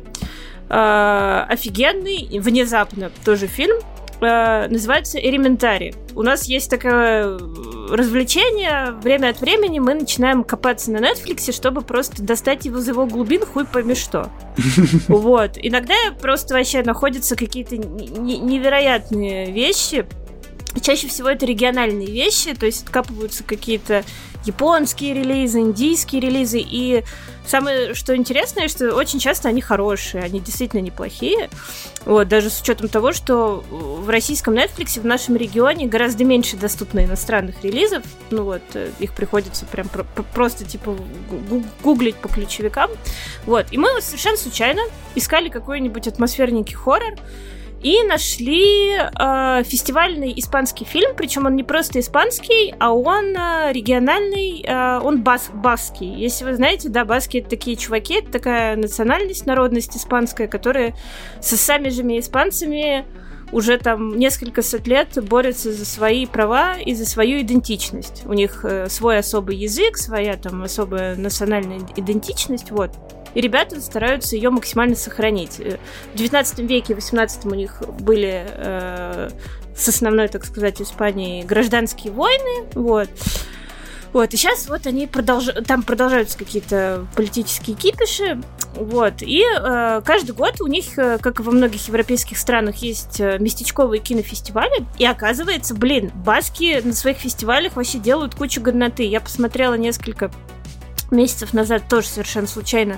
э, офигенный, внезапно тоже фильм, э, называется «Элементари». У нас есть такое развлечение, время от времени мы начинаем копаться на Netflix, чтобы просто достать его из его глубин, хуй пойми что. Вот. Иногда просто вообще находятся какие-то невероятные вещи. Чаще всего это региональные вещи, то есть откапываются какие-то японские релизы, индийские релизы, и самое, что интересное, что очень часто они хорошие, они действительно неплохие, вот, даже с учетом того, что в российском Netflix в нашем регионе гораздо меньше доступно иностранных релизов, ну вот, их приходится прям про- просто, типа, гуглить по ключевикам, вот, и мы совершенно случайно искали какой-нибудь атмосферненький хоррор, и нашли э, фестивальный испанский фильм, причем он не просто испанский, а он э, региональный, э, он бас, баскский. Если вы знаете, да, баски — это такие чуваки, это такая национальность, народность испанская, которые со самими же испанцами уже там несколько сот лет борются за свои права и за свою идентичность. У них э, свой особый язык, своя там особая национальная идентичность, вот. И ребята стараются ее максимально сохранить. В девятнадцатом веке, в восемнадцатом у них были э, с основной, так сказать, Испании гражданские войны, вот. Вот, и сейчас вот они продолжают, там продолжаются какие-то политические кипиши, вот, и э, каждый год у них, э, как и во многих европейских странах, есть э, местечковые кинофестивали, и оказывается, блин, баски на своих фестивалях вообще делают кучу годноты. Я посмотрела несколько месяцев назад, тоже совершенно случайно.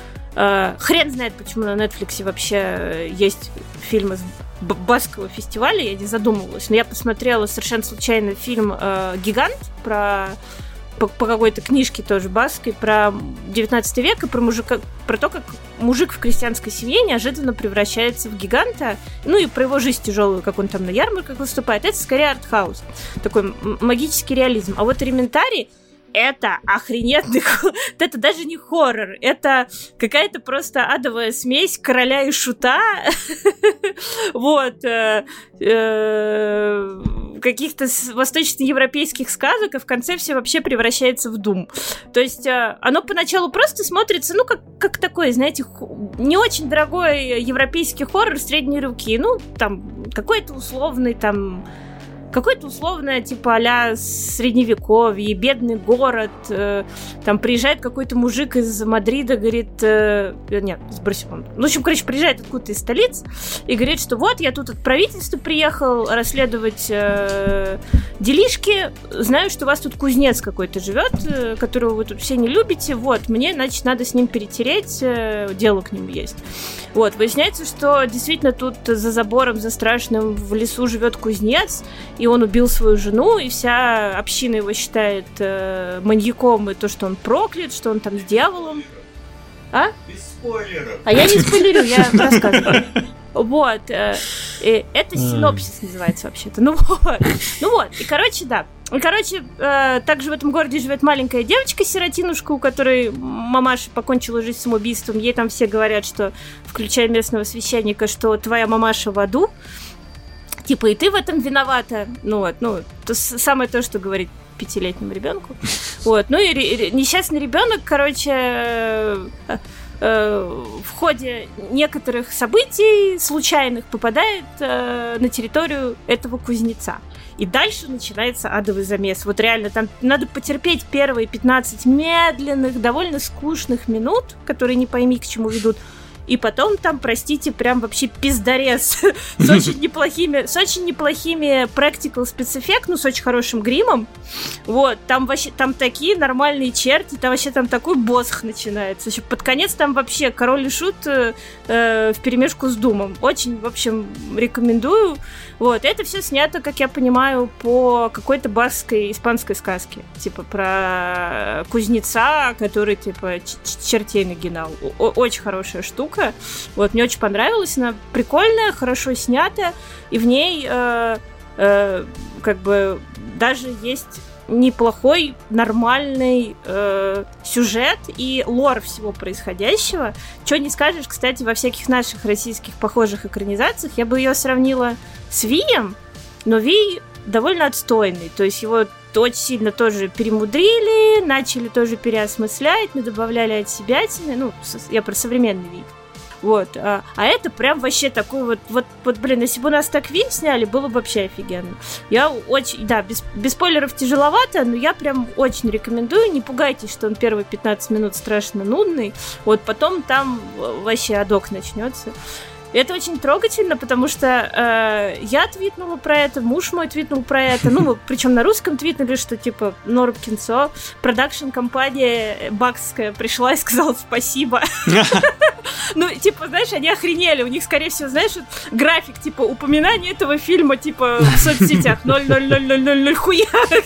Э, хрен знает, почему на Netflix вообще есть фильмы с баскского фестиваля, я не задумывалась, но я посмотрела совершенно случайно фильм э, «Гигант» про по, по какой-то книжке тоже баскской, про девятнадцатый век и про мужика, про то, как мужик в крестьянской семье неожиданно превращается в гиганта, ну и про его жизнь тяжелую, как он там на ярмарках выступает. Это скорее артхаус, такой магический реализм. А вот «Элементарий» — это охрененный... Это даже не хоррор. Это какая-то просто адовая смесь короля и шута. Вот. Каких-то восточноевропейских сказок, а в конце все вообще превращается в Doom. То есть оно поначалу просто смотрится, ну, как, как такой, знаете, не очень дорогой европейский хоррор средней руки. Ну, там, какой-то условный, там... Какой-то условно, типа, а-ля средневековье, бедный город, э, там приезжает какой-то мужик из Мадрида, говорит, э, нет, сбросим он. Ну, в общем, короче, приезжает откуда-то из столиц и говорит, что вот, я тут от правительства приехал расследовать э, делишки, знаю, что у вас тут кузнец какой-то живет, э, которого вы тут все не любите, вот, мне, значит, надо с ним перетереть, э, дело к нему есть. Вот, выясняется, что действительно тут за забором, за страшным в лесу живет кузнец, и он убил свою жену, и вся община его считает э, маньяком, и то, что он проклят, что он там с дьяволом. А? Без спойлеров. А я не спойлерю, я рассказываю. Вот. Э, э, это синопсис называется вообще-то. Ну вот. Ну вот. И, короче, да. И, короче, э, также в этом городе живет маленькая девочка-сиротинушка, у которой мамаша покончила жизнь самоубийством. Ей там все говорят, что, включая местного священника, что твоя мамаша в аду. Типа, и ты в этом виновата. Ну вот. Ну, то самое то, что говорит пятилетнему ребенку. Вот. Ну и ре- несчастный ребенок, короче... Э, в ходе некоторых событий случайных попадает э, на территорию этого кузнеца. И дальше начинается адовый замес. Вот реально, там надо потерпеть первые пятнадцать медленных, довольно скучных минут, которые не пойми к чему ведут. И потом там, простите, прям вообще пиздарез с очень неплохими, с очень неплохими practical спецэффект, ну, с очень хорошим гримом. Вот, там вообще, там такие нормальные черти, там вообще там такой босх начинается. Еще под конец там вообще король и шут э, э, вперемешку с Думом. Очень, в общем, рекомендую. Вот, это все снято, как я понимаю, по какой-то баскской испанской сказке. Типа про кузнеца, который, типа, чертей нагинал. О- очень хорошая штука. Вот, мне очень понравилась. Она прикольная, хорошо снята. И в ней э, э, как бы даже есть неплохой, нормальный э, сюжет и лор всего происходящего. Чего не скажешь, кстати, во всяких наших российских похожих экранизациях. Я бы ее сравнила с Вием, но Вий довольно отстойный. То есть его очень сильно тоже перемудрили, начали тоже переосмыслять, но добавляли от себя. Ну, я про современный Вий. Вот, а, а это прям вообще такой вот, вот, вот, блин, если бы у нас так Вий сняли, было бы вообще офигенно. Я очень, да, без, без спойлеров тяжеловато, но я прям очень рекомендую. Не пугайтесь, что он первые пятнадцать минут страшно нудный, вот потом там вообще адок начнется. И это очень трогательно, потому что э, я твитнула про это, муж мой твитнул про это, ну, причем на русском твитнули, что, типа, норм кинцо, продакшн-компания баксская пришла и сказала спасибо. Ну, типа, знаешь, они охренели, у них, скорее всего, знаешь, график, типа, упоминания этого фильма, типа, в соцсетях ноль ноль ноль ноль ноль ноль хуя.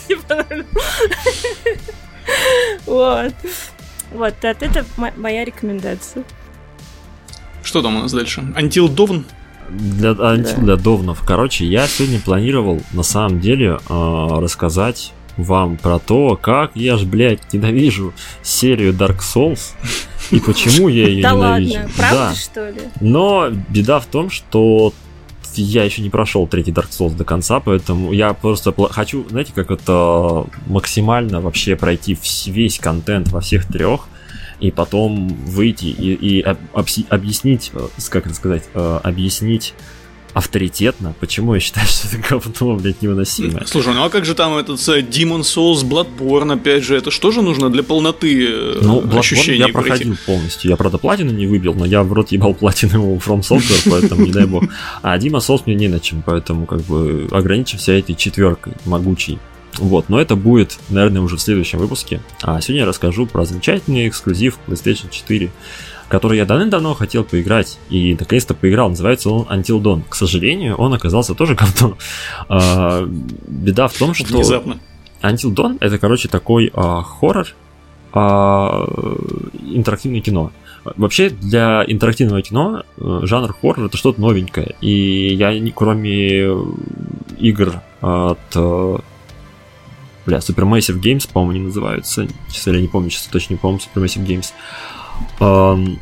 Вот. Вот, это моя рекомендация. Что там у нас дальше? Until Dawn? Для, да. для Довнов. Короче, я сегодня планировал, на самом деле, э, рассказать вам про то, как я ж, блядь, ненавижу серию Dark Souls и почему я ее ненавижу. Да ладно, правда, что ли? Но беда в том, что я еще не прошел третий Dark Souls до конца, поэтому я просто хочу, знаете, как это максимально вообще пройти весь контент во всех трех, и потом выйти и, и об, объяснить, как это сказать, объяснить авторитетно, почему я считаю, что это говно, блядь, невыносимое. Слушай, ну а как же там этот Demon Souls, Bloodborne, опять же, это что же нужно для полноты ну, ощущений? Я проходил пройти? полностью, я, правда, платину не выбил, но я в рот ебал платину From Software, поэтому не дай бог. А Demon Souls мне не на чем, поэтому как бы ограничимся этой четверкой могучей. Вот, но это будет, наверное, уже в следующем выпуске. А сегодня я расскажу про замечательный эксклюзив PlayStation четыре, который я давным-давно хотел поиграть, и наконец-то поиграл. Называется он Until Dawn. К сожалению, он оказался тоже говно. А, беда в том, что внезапно. Until Dawn — это, короче, такой а, хоррор, а, интерактивное кино. Вообще, для интерактивного кино жанр хоррор — это что-то новенькое. И я, кроме игр от... Бля, Supermassive Games, по-моему, они называются. Сейчас я не помню, сейчас точно не помню, Supermassive Games. Um,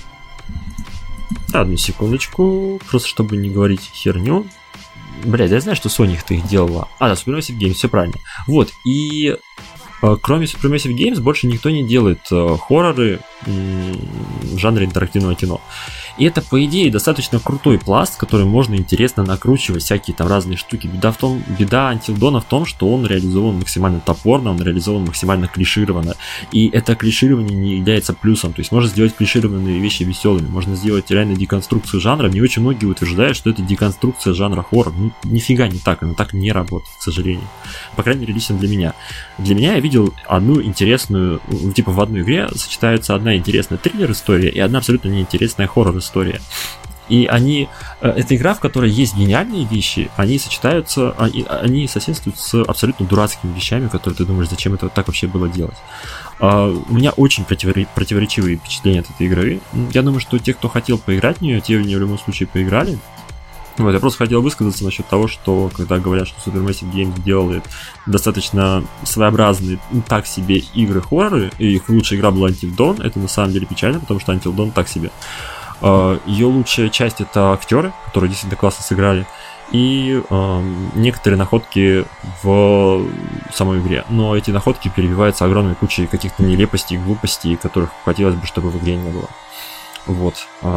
одну секундочку, просто чтобы не говорить херню. Бля, да я знаю, что Sony их-то их делала. А, да, Supermassive Games, все правильно. Вот, и uh, кроме Supermassive Games больше никто не делает uh, хорроры м- в жанре интерактивного кино. И это, по идее, достаточно крутой пласт, который можно интересно накручивать, всякие там разные штуки. Беда в том, беда Until Dawn в том, что он реализован максимально топорно, он реализован максимально клишированно. И это клиширование не является плюсом. То есть можно сделать клишированные вещи веселыми, можно сделать реально деконструкцию жанра. Мне очень многие утверждают, что это деконструкция жанра хоррор. Ну, нифига не так, она так не работает, к сожалению. По крайней мере, лично для меня. Для меня я видел одну интересную, типа в одной игре сочетается одна интересная триллер-история и одна абсолютно неинтересная хоррор-история. И они... Это игра, в которой есть гениальные вещи, они сочетаются, они, они соседствуют с абсолютно дурацкими вещами, которые ты думаешь, зачем это так вообще было делать. У меня очень противоречивые впечатления от этой игры. Я думаю, что те, кто хотел поиграть в нее, те в нее в любом случае поиграли. Вот, я просто хотел высказаться насчет того, что когда говорят, что Supermassive Games делает достаточно своеобразные, ну, так себе игры-хорроры, и их лучшая игра была Until Dawn, это на самом деле печально, потому что Until Dawn так себе. Ее лучшая часть — это актеры, которые действительно классно сыграли, и э, некоторые находки в самой игре. Но эти находки перебиваются огромной кучей каких-то нелепостей, глупостей, которых хотелось бы, чтобы в игре не было. Вот.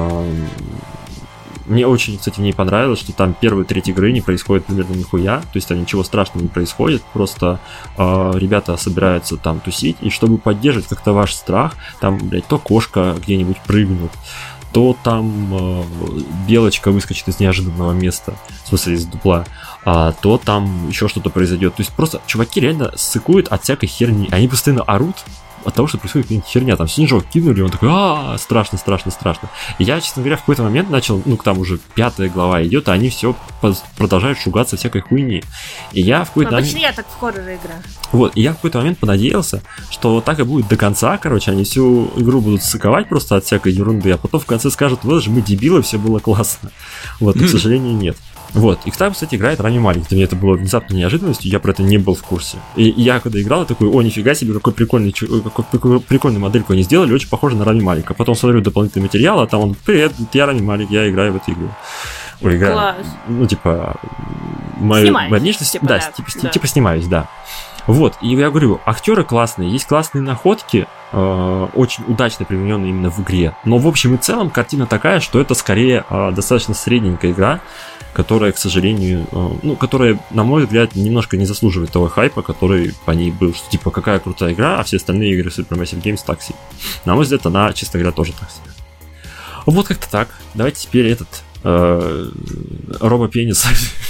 Мне очень, кстати, в ней понравилось, что там первые треть игры не происходит примерно нихуя, то есть там ничего страшного не происходит, просто э, ребята собираются там тусить, и чтобы поддерживать как-то ваш страх, там, блядь, то кошка где-нибудь прыгнет, то там э, белочка выскочит из неожиданного места, в смысле из дупла, а, то там еще что-то произойдет. То есть просто чуваки реально ссыкуют от всякой херни, они постоянно орут от того, что происходит какая-нибудь херня, там снежок кинули, он такой, а страшно, страшно, страшно. И я, честно говоря, в какой-то момент начал, ну, там уже пятая глава идет, а они все продолжают шугаться всякой хуйни. И я в какой-то Обычно момент... я так в хорроры играю. Вот, и я в какой-то момент понадеялся, что так и будет до конца, короче, они всю игру будут ссыковать просто от всякой ерунды, а потом в конце скажут, вот же мы дебилы, все было классно. Вот, но, к сожалению, нет. Вот, и там, кстати, играет Рами Малик. Для меня это было внезапной неожиданностью, я про это не был в курсе. И я, когда играл, я такой, о, нифига себе, какой прикольный, какой, какой прикольную модельку они сделали, очень похоже на Рами Малика. Потом смотрю дополнительный материал, а там он, привет, я Рами Малик, я играю в эту игру. Ой, играю. Класс. Ну, типа, мою внешность, типа, да, да, типа, да. типа снимаюсь, да. Вот, и я говорю, актеры классные, есть классные находки, э, очень удачно примененные именно в игре. Но в общем и целом картина такая, что это скорее э, достаточно средненькая игра, которая, к сожалению, э, ну, которая, на мой взгляд, немножко не заслуживает того хайпа, который по ней был, что типа какая крутая игра, а все остальные игры Supermassive Games так себе. На мой взгляд, она, честно говоря, тоже так себе. Вот как-то так. Давайте теперь этот э, робопенис.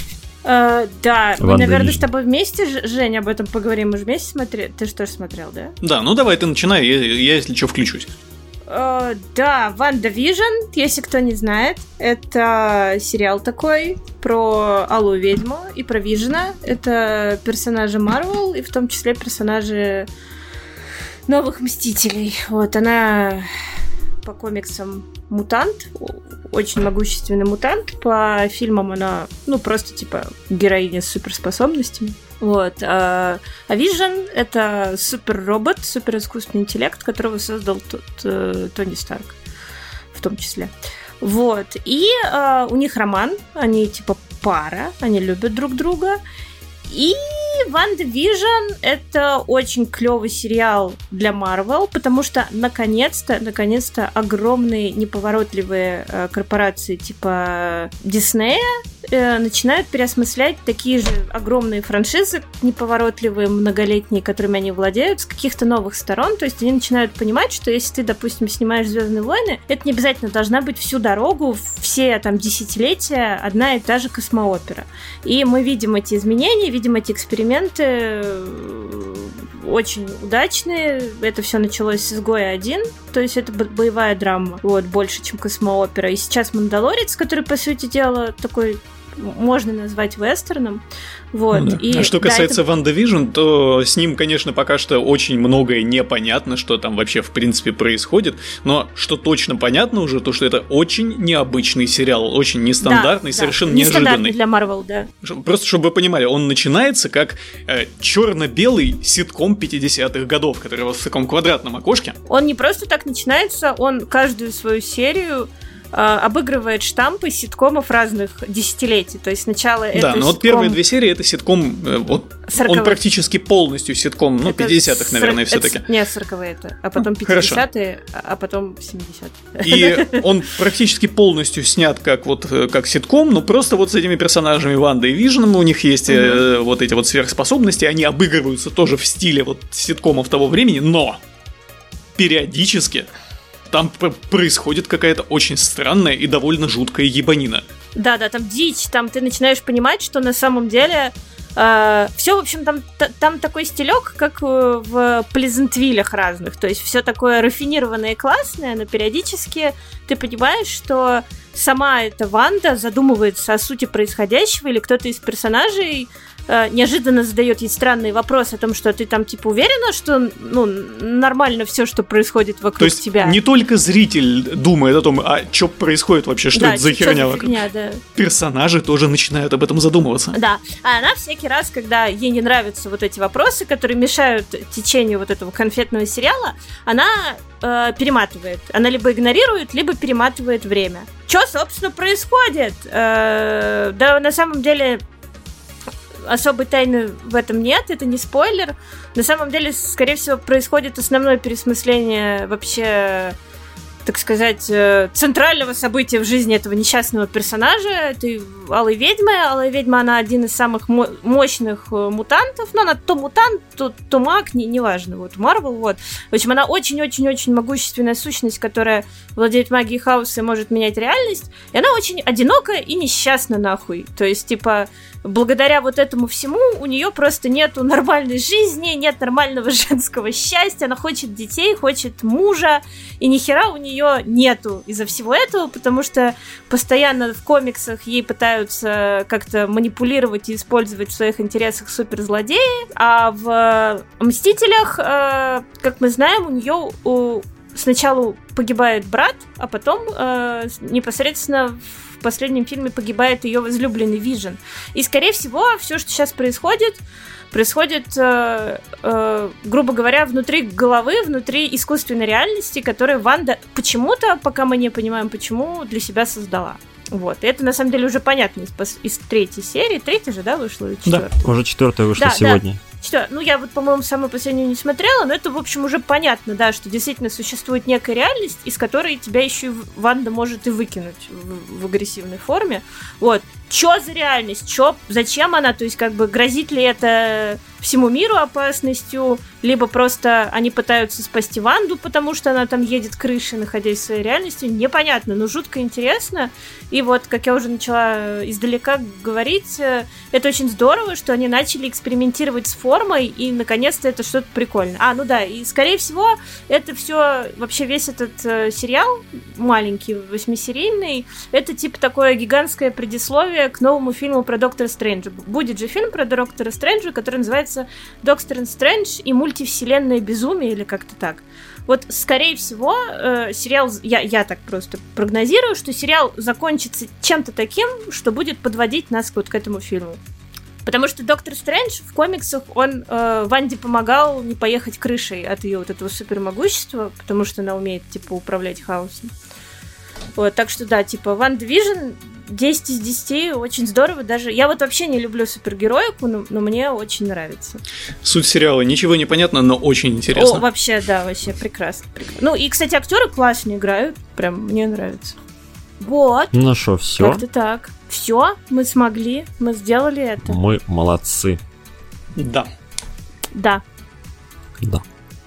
Uh, да, мы, Ванда наверное, Вижн. с тобой вместе, Жень, об этом поговорим. Мы же вместе смотрели. Ты же тоже смотрел, да? Да, ну давай ты начинай, я, я если что, включусь. Uh, да, Ванда Вижн, если кто не знает, это сериал такой про Алую Ведьму и про Вижна. Это персонажи Марвел, и в том числе персонажи Новых Мстителей. Вот, она по комиксам мутант, очень могущественный мутант. По фильмам она, ну, просто, типа, героиня с суперспособностями. Вот. А Vision — это суперробот, суперискусственный интеллект, которого создал тот, э, Тони Старк, в том числе. Вот. И э, у них роман, они, типа, пара, они любят друг друга. И Ванда Вижн — это очень клевый сериал для Marvel, потому что наконец-то, наконец-то огромные неповоротливые э, корпорации типа Диснея э, начинают переосмыслять такие же огромные франшизы, неповоротливые, многолетние, которыми они владеют, с каких-то новых сторон. То есть они начинают понимать, что если ты, допустим, снимаешь «Звездные войны», это не обязательно должна быть всю дорогу, все там десятилетия одна и та же космоопера. И мы видим эти изменения, видим эти эксперименты очень удачные. Это все началось с «Изгоя один», то есть это боевая драма, вот, больше, чем космоопера. И сейчас «Мандалорец», который, по сути дела, такой можно назвать вестерном. Вот. Ну, да. И, а что да, касается это... Ванда Вижн, то с ним, конечно, пока что очень многое непонятно, что там вообще в принципе происходит, но что точно понятно уже, то что это очень необычный сериал, очень нестандартный, да, совершенно да. неожиданный. Нестандартный для Marvel, да. Просто чтобы вы понимали, он начинается как э, черно-белый ситком пятидесятых годов, который у вас в таком квадратном окошке. Он не просто так начинается, он каждую свою серию обыгрывает штампы ситкомов разных десятилетий. То есть сначала да, это Да, но ситком... вот первые две серии это ситком, вот, он практически полностью ситком, ну, это пятидесятых, наверное, сор... все-таки. Это... Не, сороковые это, а потом пятидесятые, а потом семидесятые. И он практически полностью снят как вот как ситком, но просто вот с этими персонажами Вандой и Вижном у них есть mm-hmm. вот эти вот сверхспособности, они обыгрываются тоже в стиле вот ситкомов того времени, но периодически там происходит какая-то очень странная и довольно жуткая ебанина. Да-да, там дичь, там ты начинаешь понимать, что на самом деле Uh, все, в общем, там, т- там такой стилек, как в Плезентвиллях разных. То есть все такое рафинированное и классное, но периодически ты понимаешь, что сама эта Ванда задумывается о сути происходящего, или кто-то из персонажей uh, неожиданно задает ей странный вопрос о том, что ты там типа уверена, что ну, нормально все, что происходит вокруг То есть тебя. Не только зритель думает о том, а что происходит вообще, что да, это за херня за вокруг. фигня, да. Персонажи тоже начинают об этом задумываться. Да, а она всякий раз, когда ей не нравятся вот эти вопросы, которые мешают течению вот этого конфетного сериала, она э, перематывает. Она либо игнорирует, либо перематывает время. Что, собственно, происходит? Э, да, на самом деле особой тайны в этом нет, это не спойлер. На самом деле, скорее всего, происходит основное пересмысление вообще, так сказать, центрального события в жизни этого несчастного персонажа, этой Алой Ведьмы. Алая Ведьма, она один из самых мо- мощных мутантов, но она то мутант, то, то маг, не, неважно, вот, Марвел, вот. В общем, она очень-очень-очень могущественная сущность, которая владеет магией хаоса и может менять реальность, и она очень одинокая и несчастна нахуй. То есть, типа, благодаря вот этому всему у нее просто нету нормальной жизни, нет нормального женского счастья, она хочет детей, хочет мужа, и ни хера у нее нету из-за всего этого, потому что постоянно в комиксах ей пытаются как-то манипулировать и использовать в своих интересах суперзлодеи, а в «Мстителях», э, как мы знаем, у нее у... сначала погибает брат, а потом э, непосредственно в последнем фильме погибает ее возлюбленный Вижн. И, скорее всего, все, что сейчас происходит, происходит, э, э, грубо говоря, внутри головы, внутри искусственной реальности, которую Ванда почему-то, пока мы не понимаем почему, для себя создала. Вот. И это, на самом деле, уже понятно из, из третьей серии. Третья же, да, вышла? Или четвертая? Да, уже четвертая вышла да, сегодня. Да. Что? Ну, я вот, по-моему, самую последнюю не смотрела, но это, в общем, уже понятно, да, что действительно существует некая реальность, из которой тебя еще и Ванда может и выкинуть в, в агрессивной форме. Вот. Чё за реальность? Чё? Зачем она? То есть, как бы, грозит ли это всему миру опасностью, либо просто они пытаются спасти Ванду, потому что она там едет крышей, находясь в своей реальности, непонятно, но жутко интересно. И вот, как я уже начала издалека говорить, это очень здорово, что они начали экспериментировать с формой, и, наконец-то, это что-то прикольное. А, ну да, и, скорее всего, это все, вообще весь этот э, сериал, маленький, восьмисерийный, это, типа, такое гигантское предисловие к новому фильму про Доктора Стрэнджа. Будет же фильм про Доктора Стрэнджа, который называется «Доктор Стрэндж и мультивселенное безумие», или как-то так. Вот, скорее всего, э, сериал, я, я так просто прогнозирую, что сериал закончится чем-то таким, что будет подводить нас вот к этому фильму. Потому что Доктор Стрэндж в комиксах, он э, Ванде помогал не поехать крышей от ее вот этого супермогущества, потому что она умеет, типа, управлять хаосом. Вот, так что, да, типа, Ванда Вижн десять из десяти, очень здорово. Даже я вот вообще не люблю супергероику, но, но мне очень нравится. Суть сериала ничего не понятно, но очень интересно. О, вообще, да, вообще прекрасно. прекрасно. Ну, и, кстати, актеры классно играют. Прям мне нравится. Вот. Ну что, все? Как-то так. Все, мы смогли, мы сделали это. Мы молодцы. Да. Да. Да.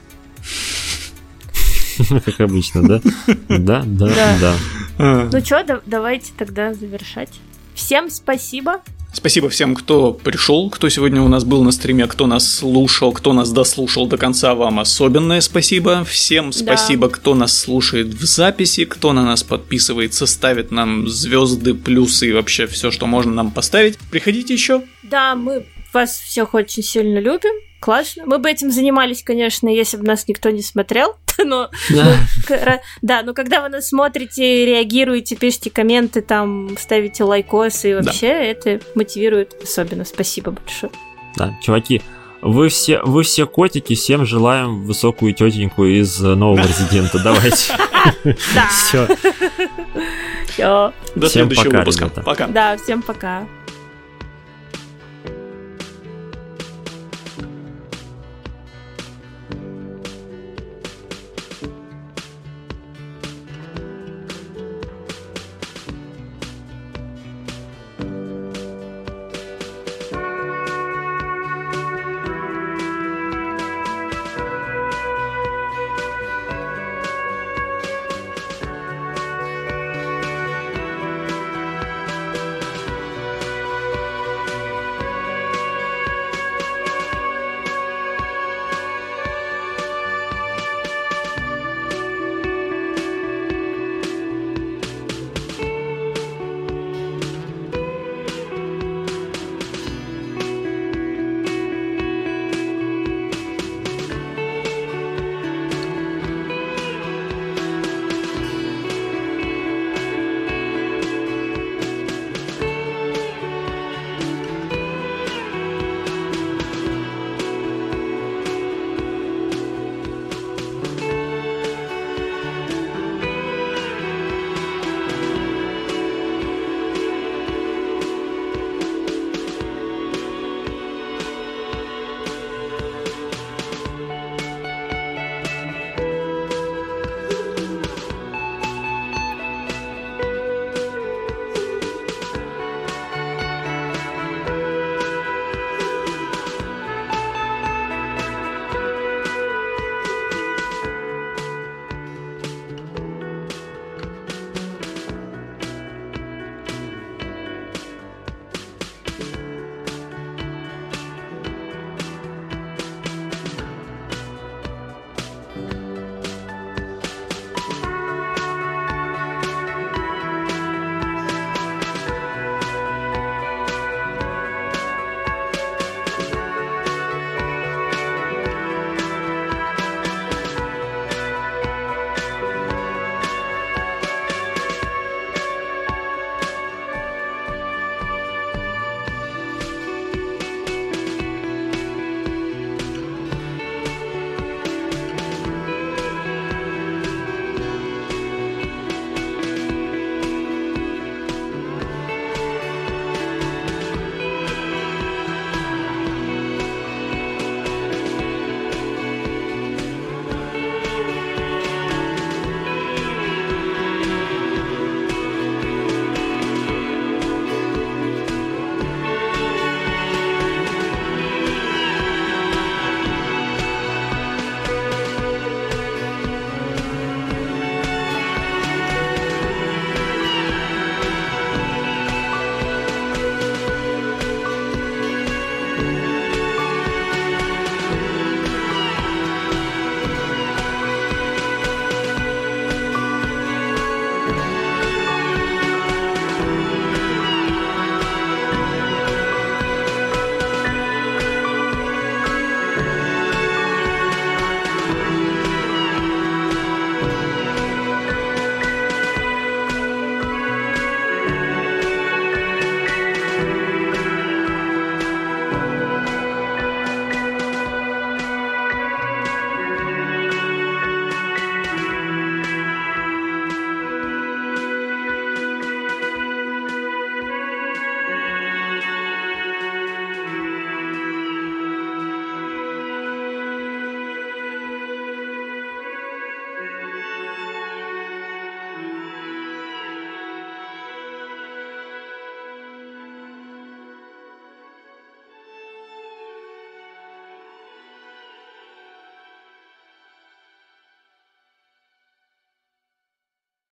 Как обычно, да? Да, да, да. Ну что, давайте тогда завершать. Всем спасибо. Спасибо всем, кто пришел, кто сегодня у нас был на стриме, кто нас слушал, кто нас дослушал до конца, вам особенное спасибо. Всем спасибо, да. Кто нас слушает в записи, кто на нас подписывается, ставит нам звезды, плюсы и вообще все, что можно нам поставить. Приходите еще. Да, мы вас всех очень сильно любим. Классно. Мы бы этим занимались, конечно, если бы нас никто не смотрел. Но, да. Ну, да, но когда вы нас смотрите, реагируете, пишите комменты, там, ставите лайкосы, и вообще да. Это мотивирует особенно. Спасибо большое. Да, чуваки, вы все, вы все котики, всем желаем высокую тетеньку из нового резидента. Давайте. Да. Все. До следующего выпуска. Пока. Да, всем пока.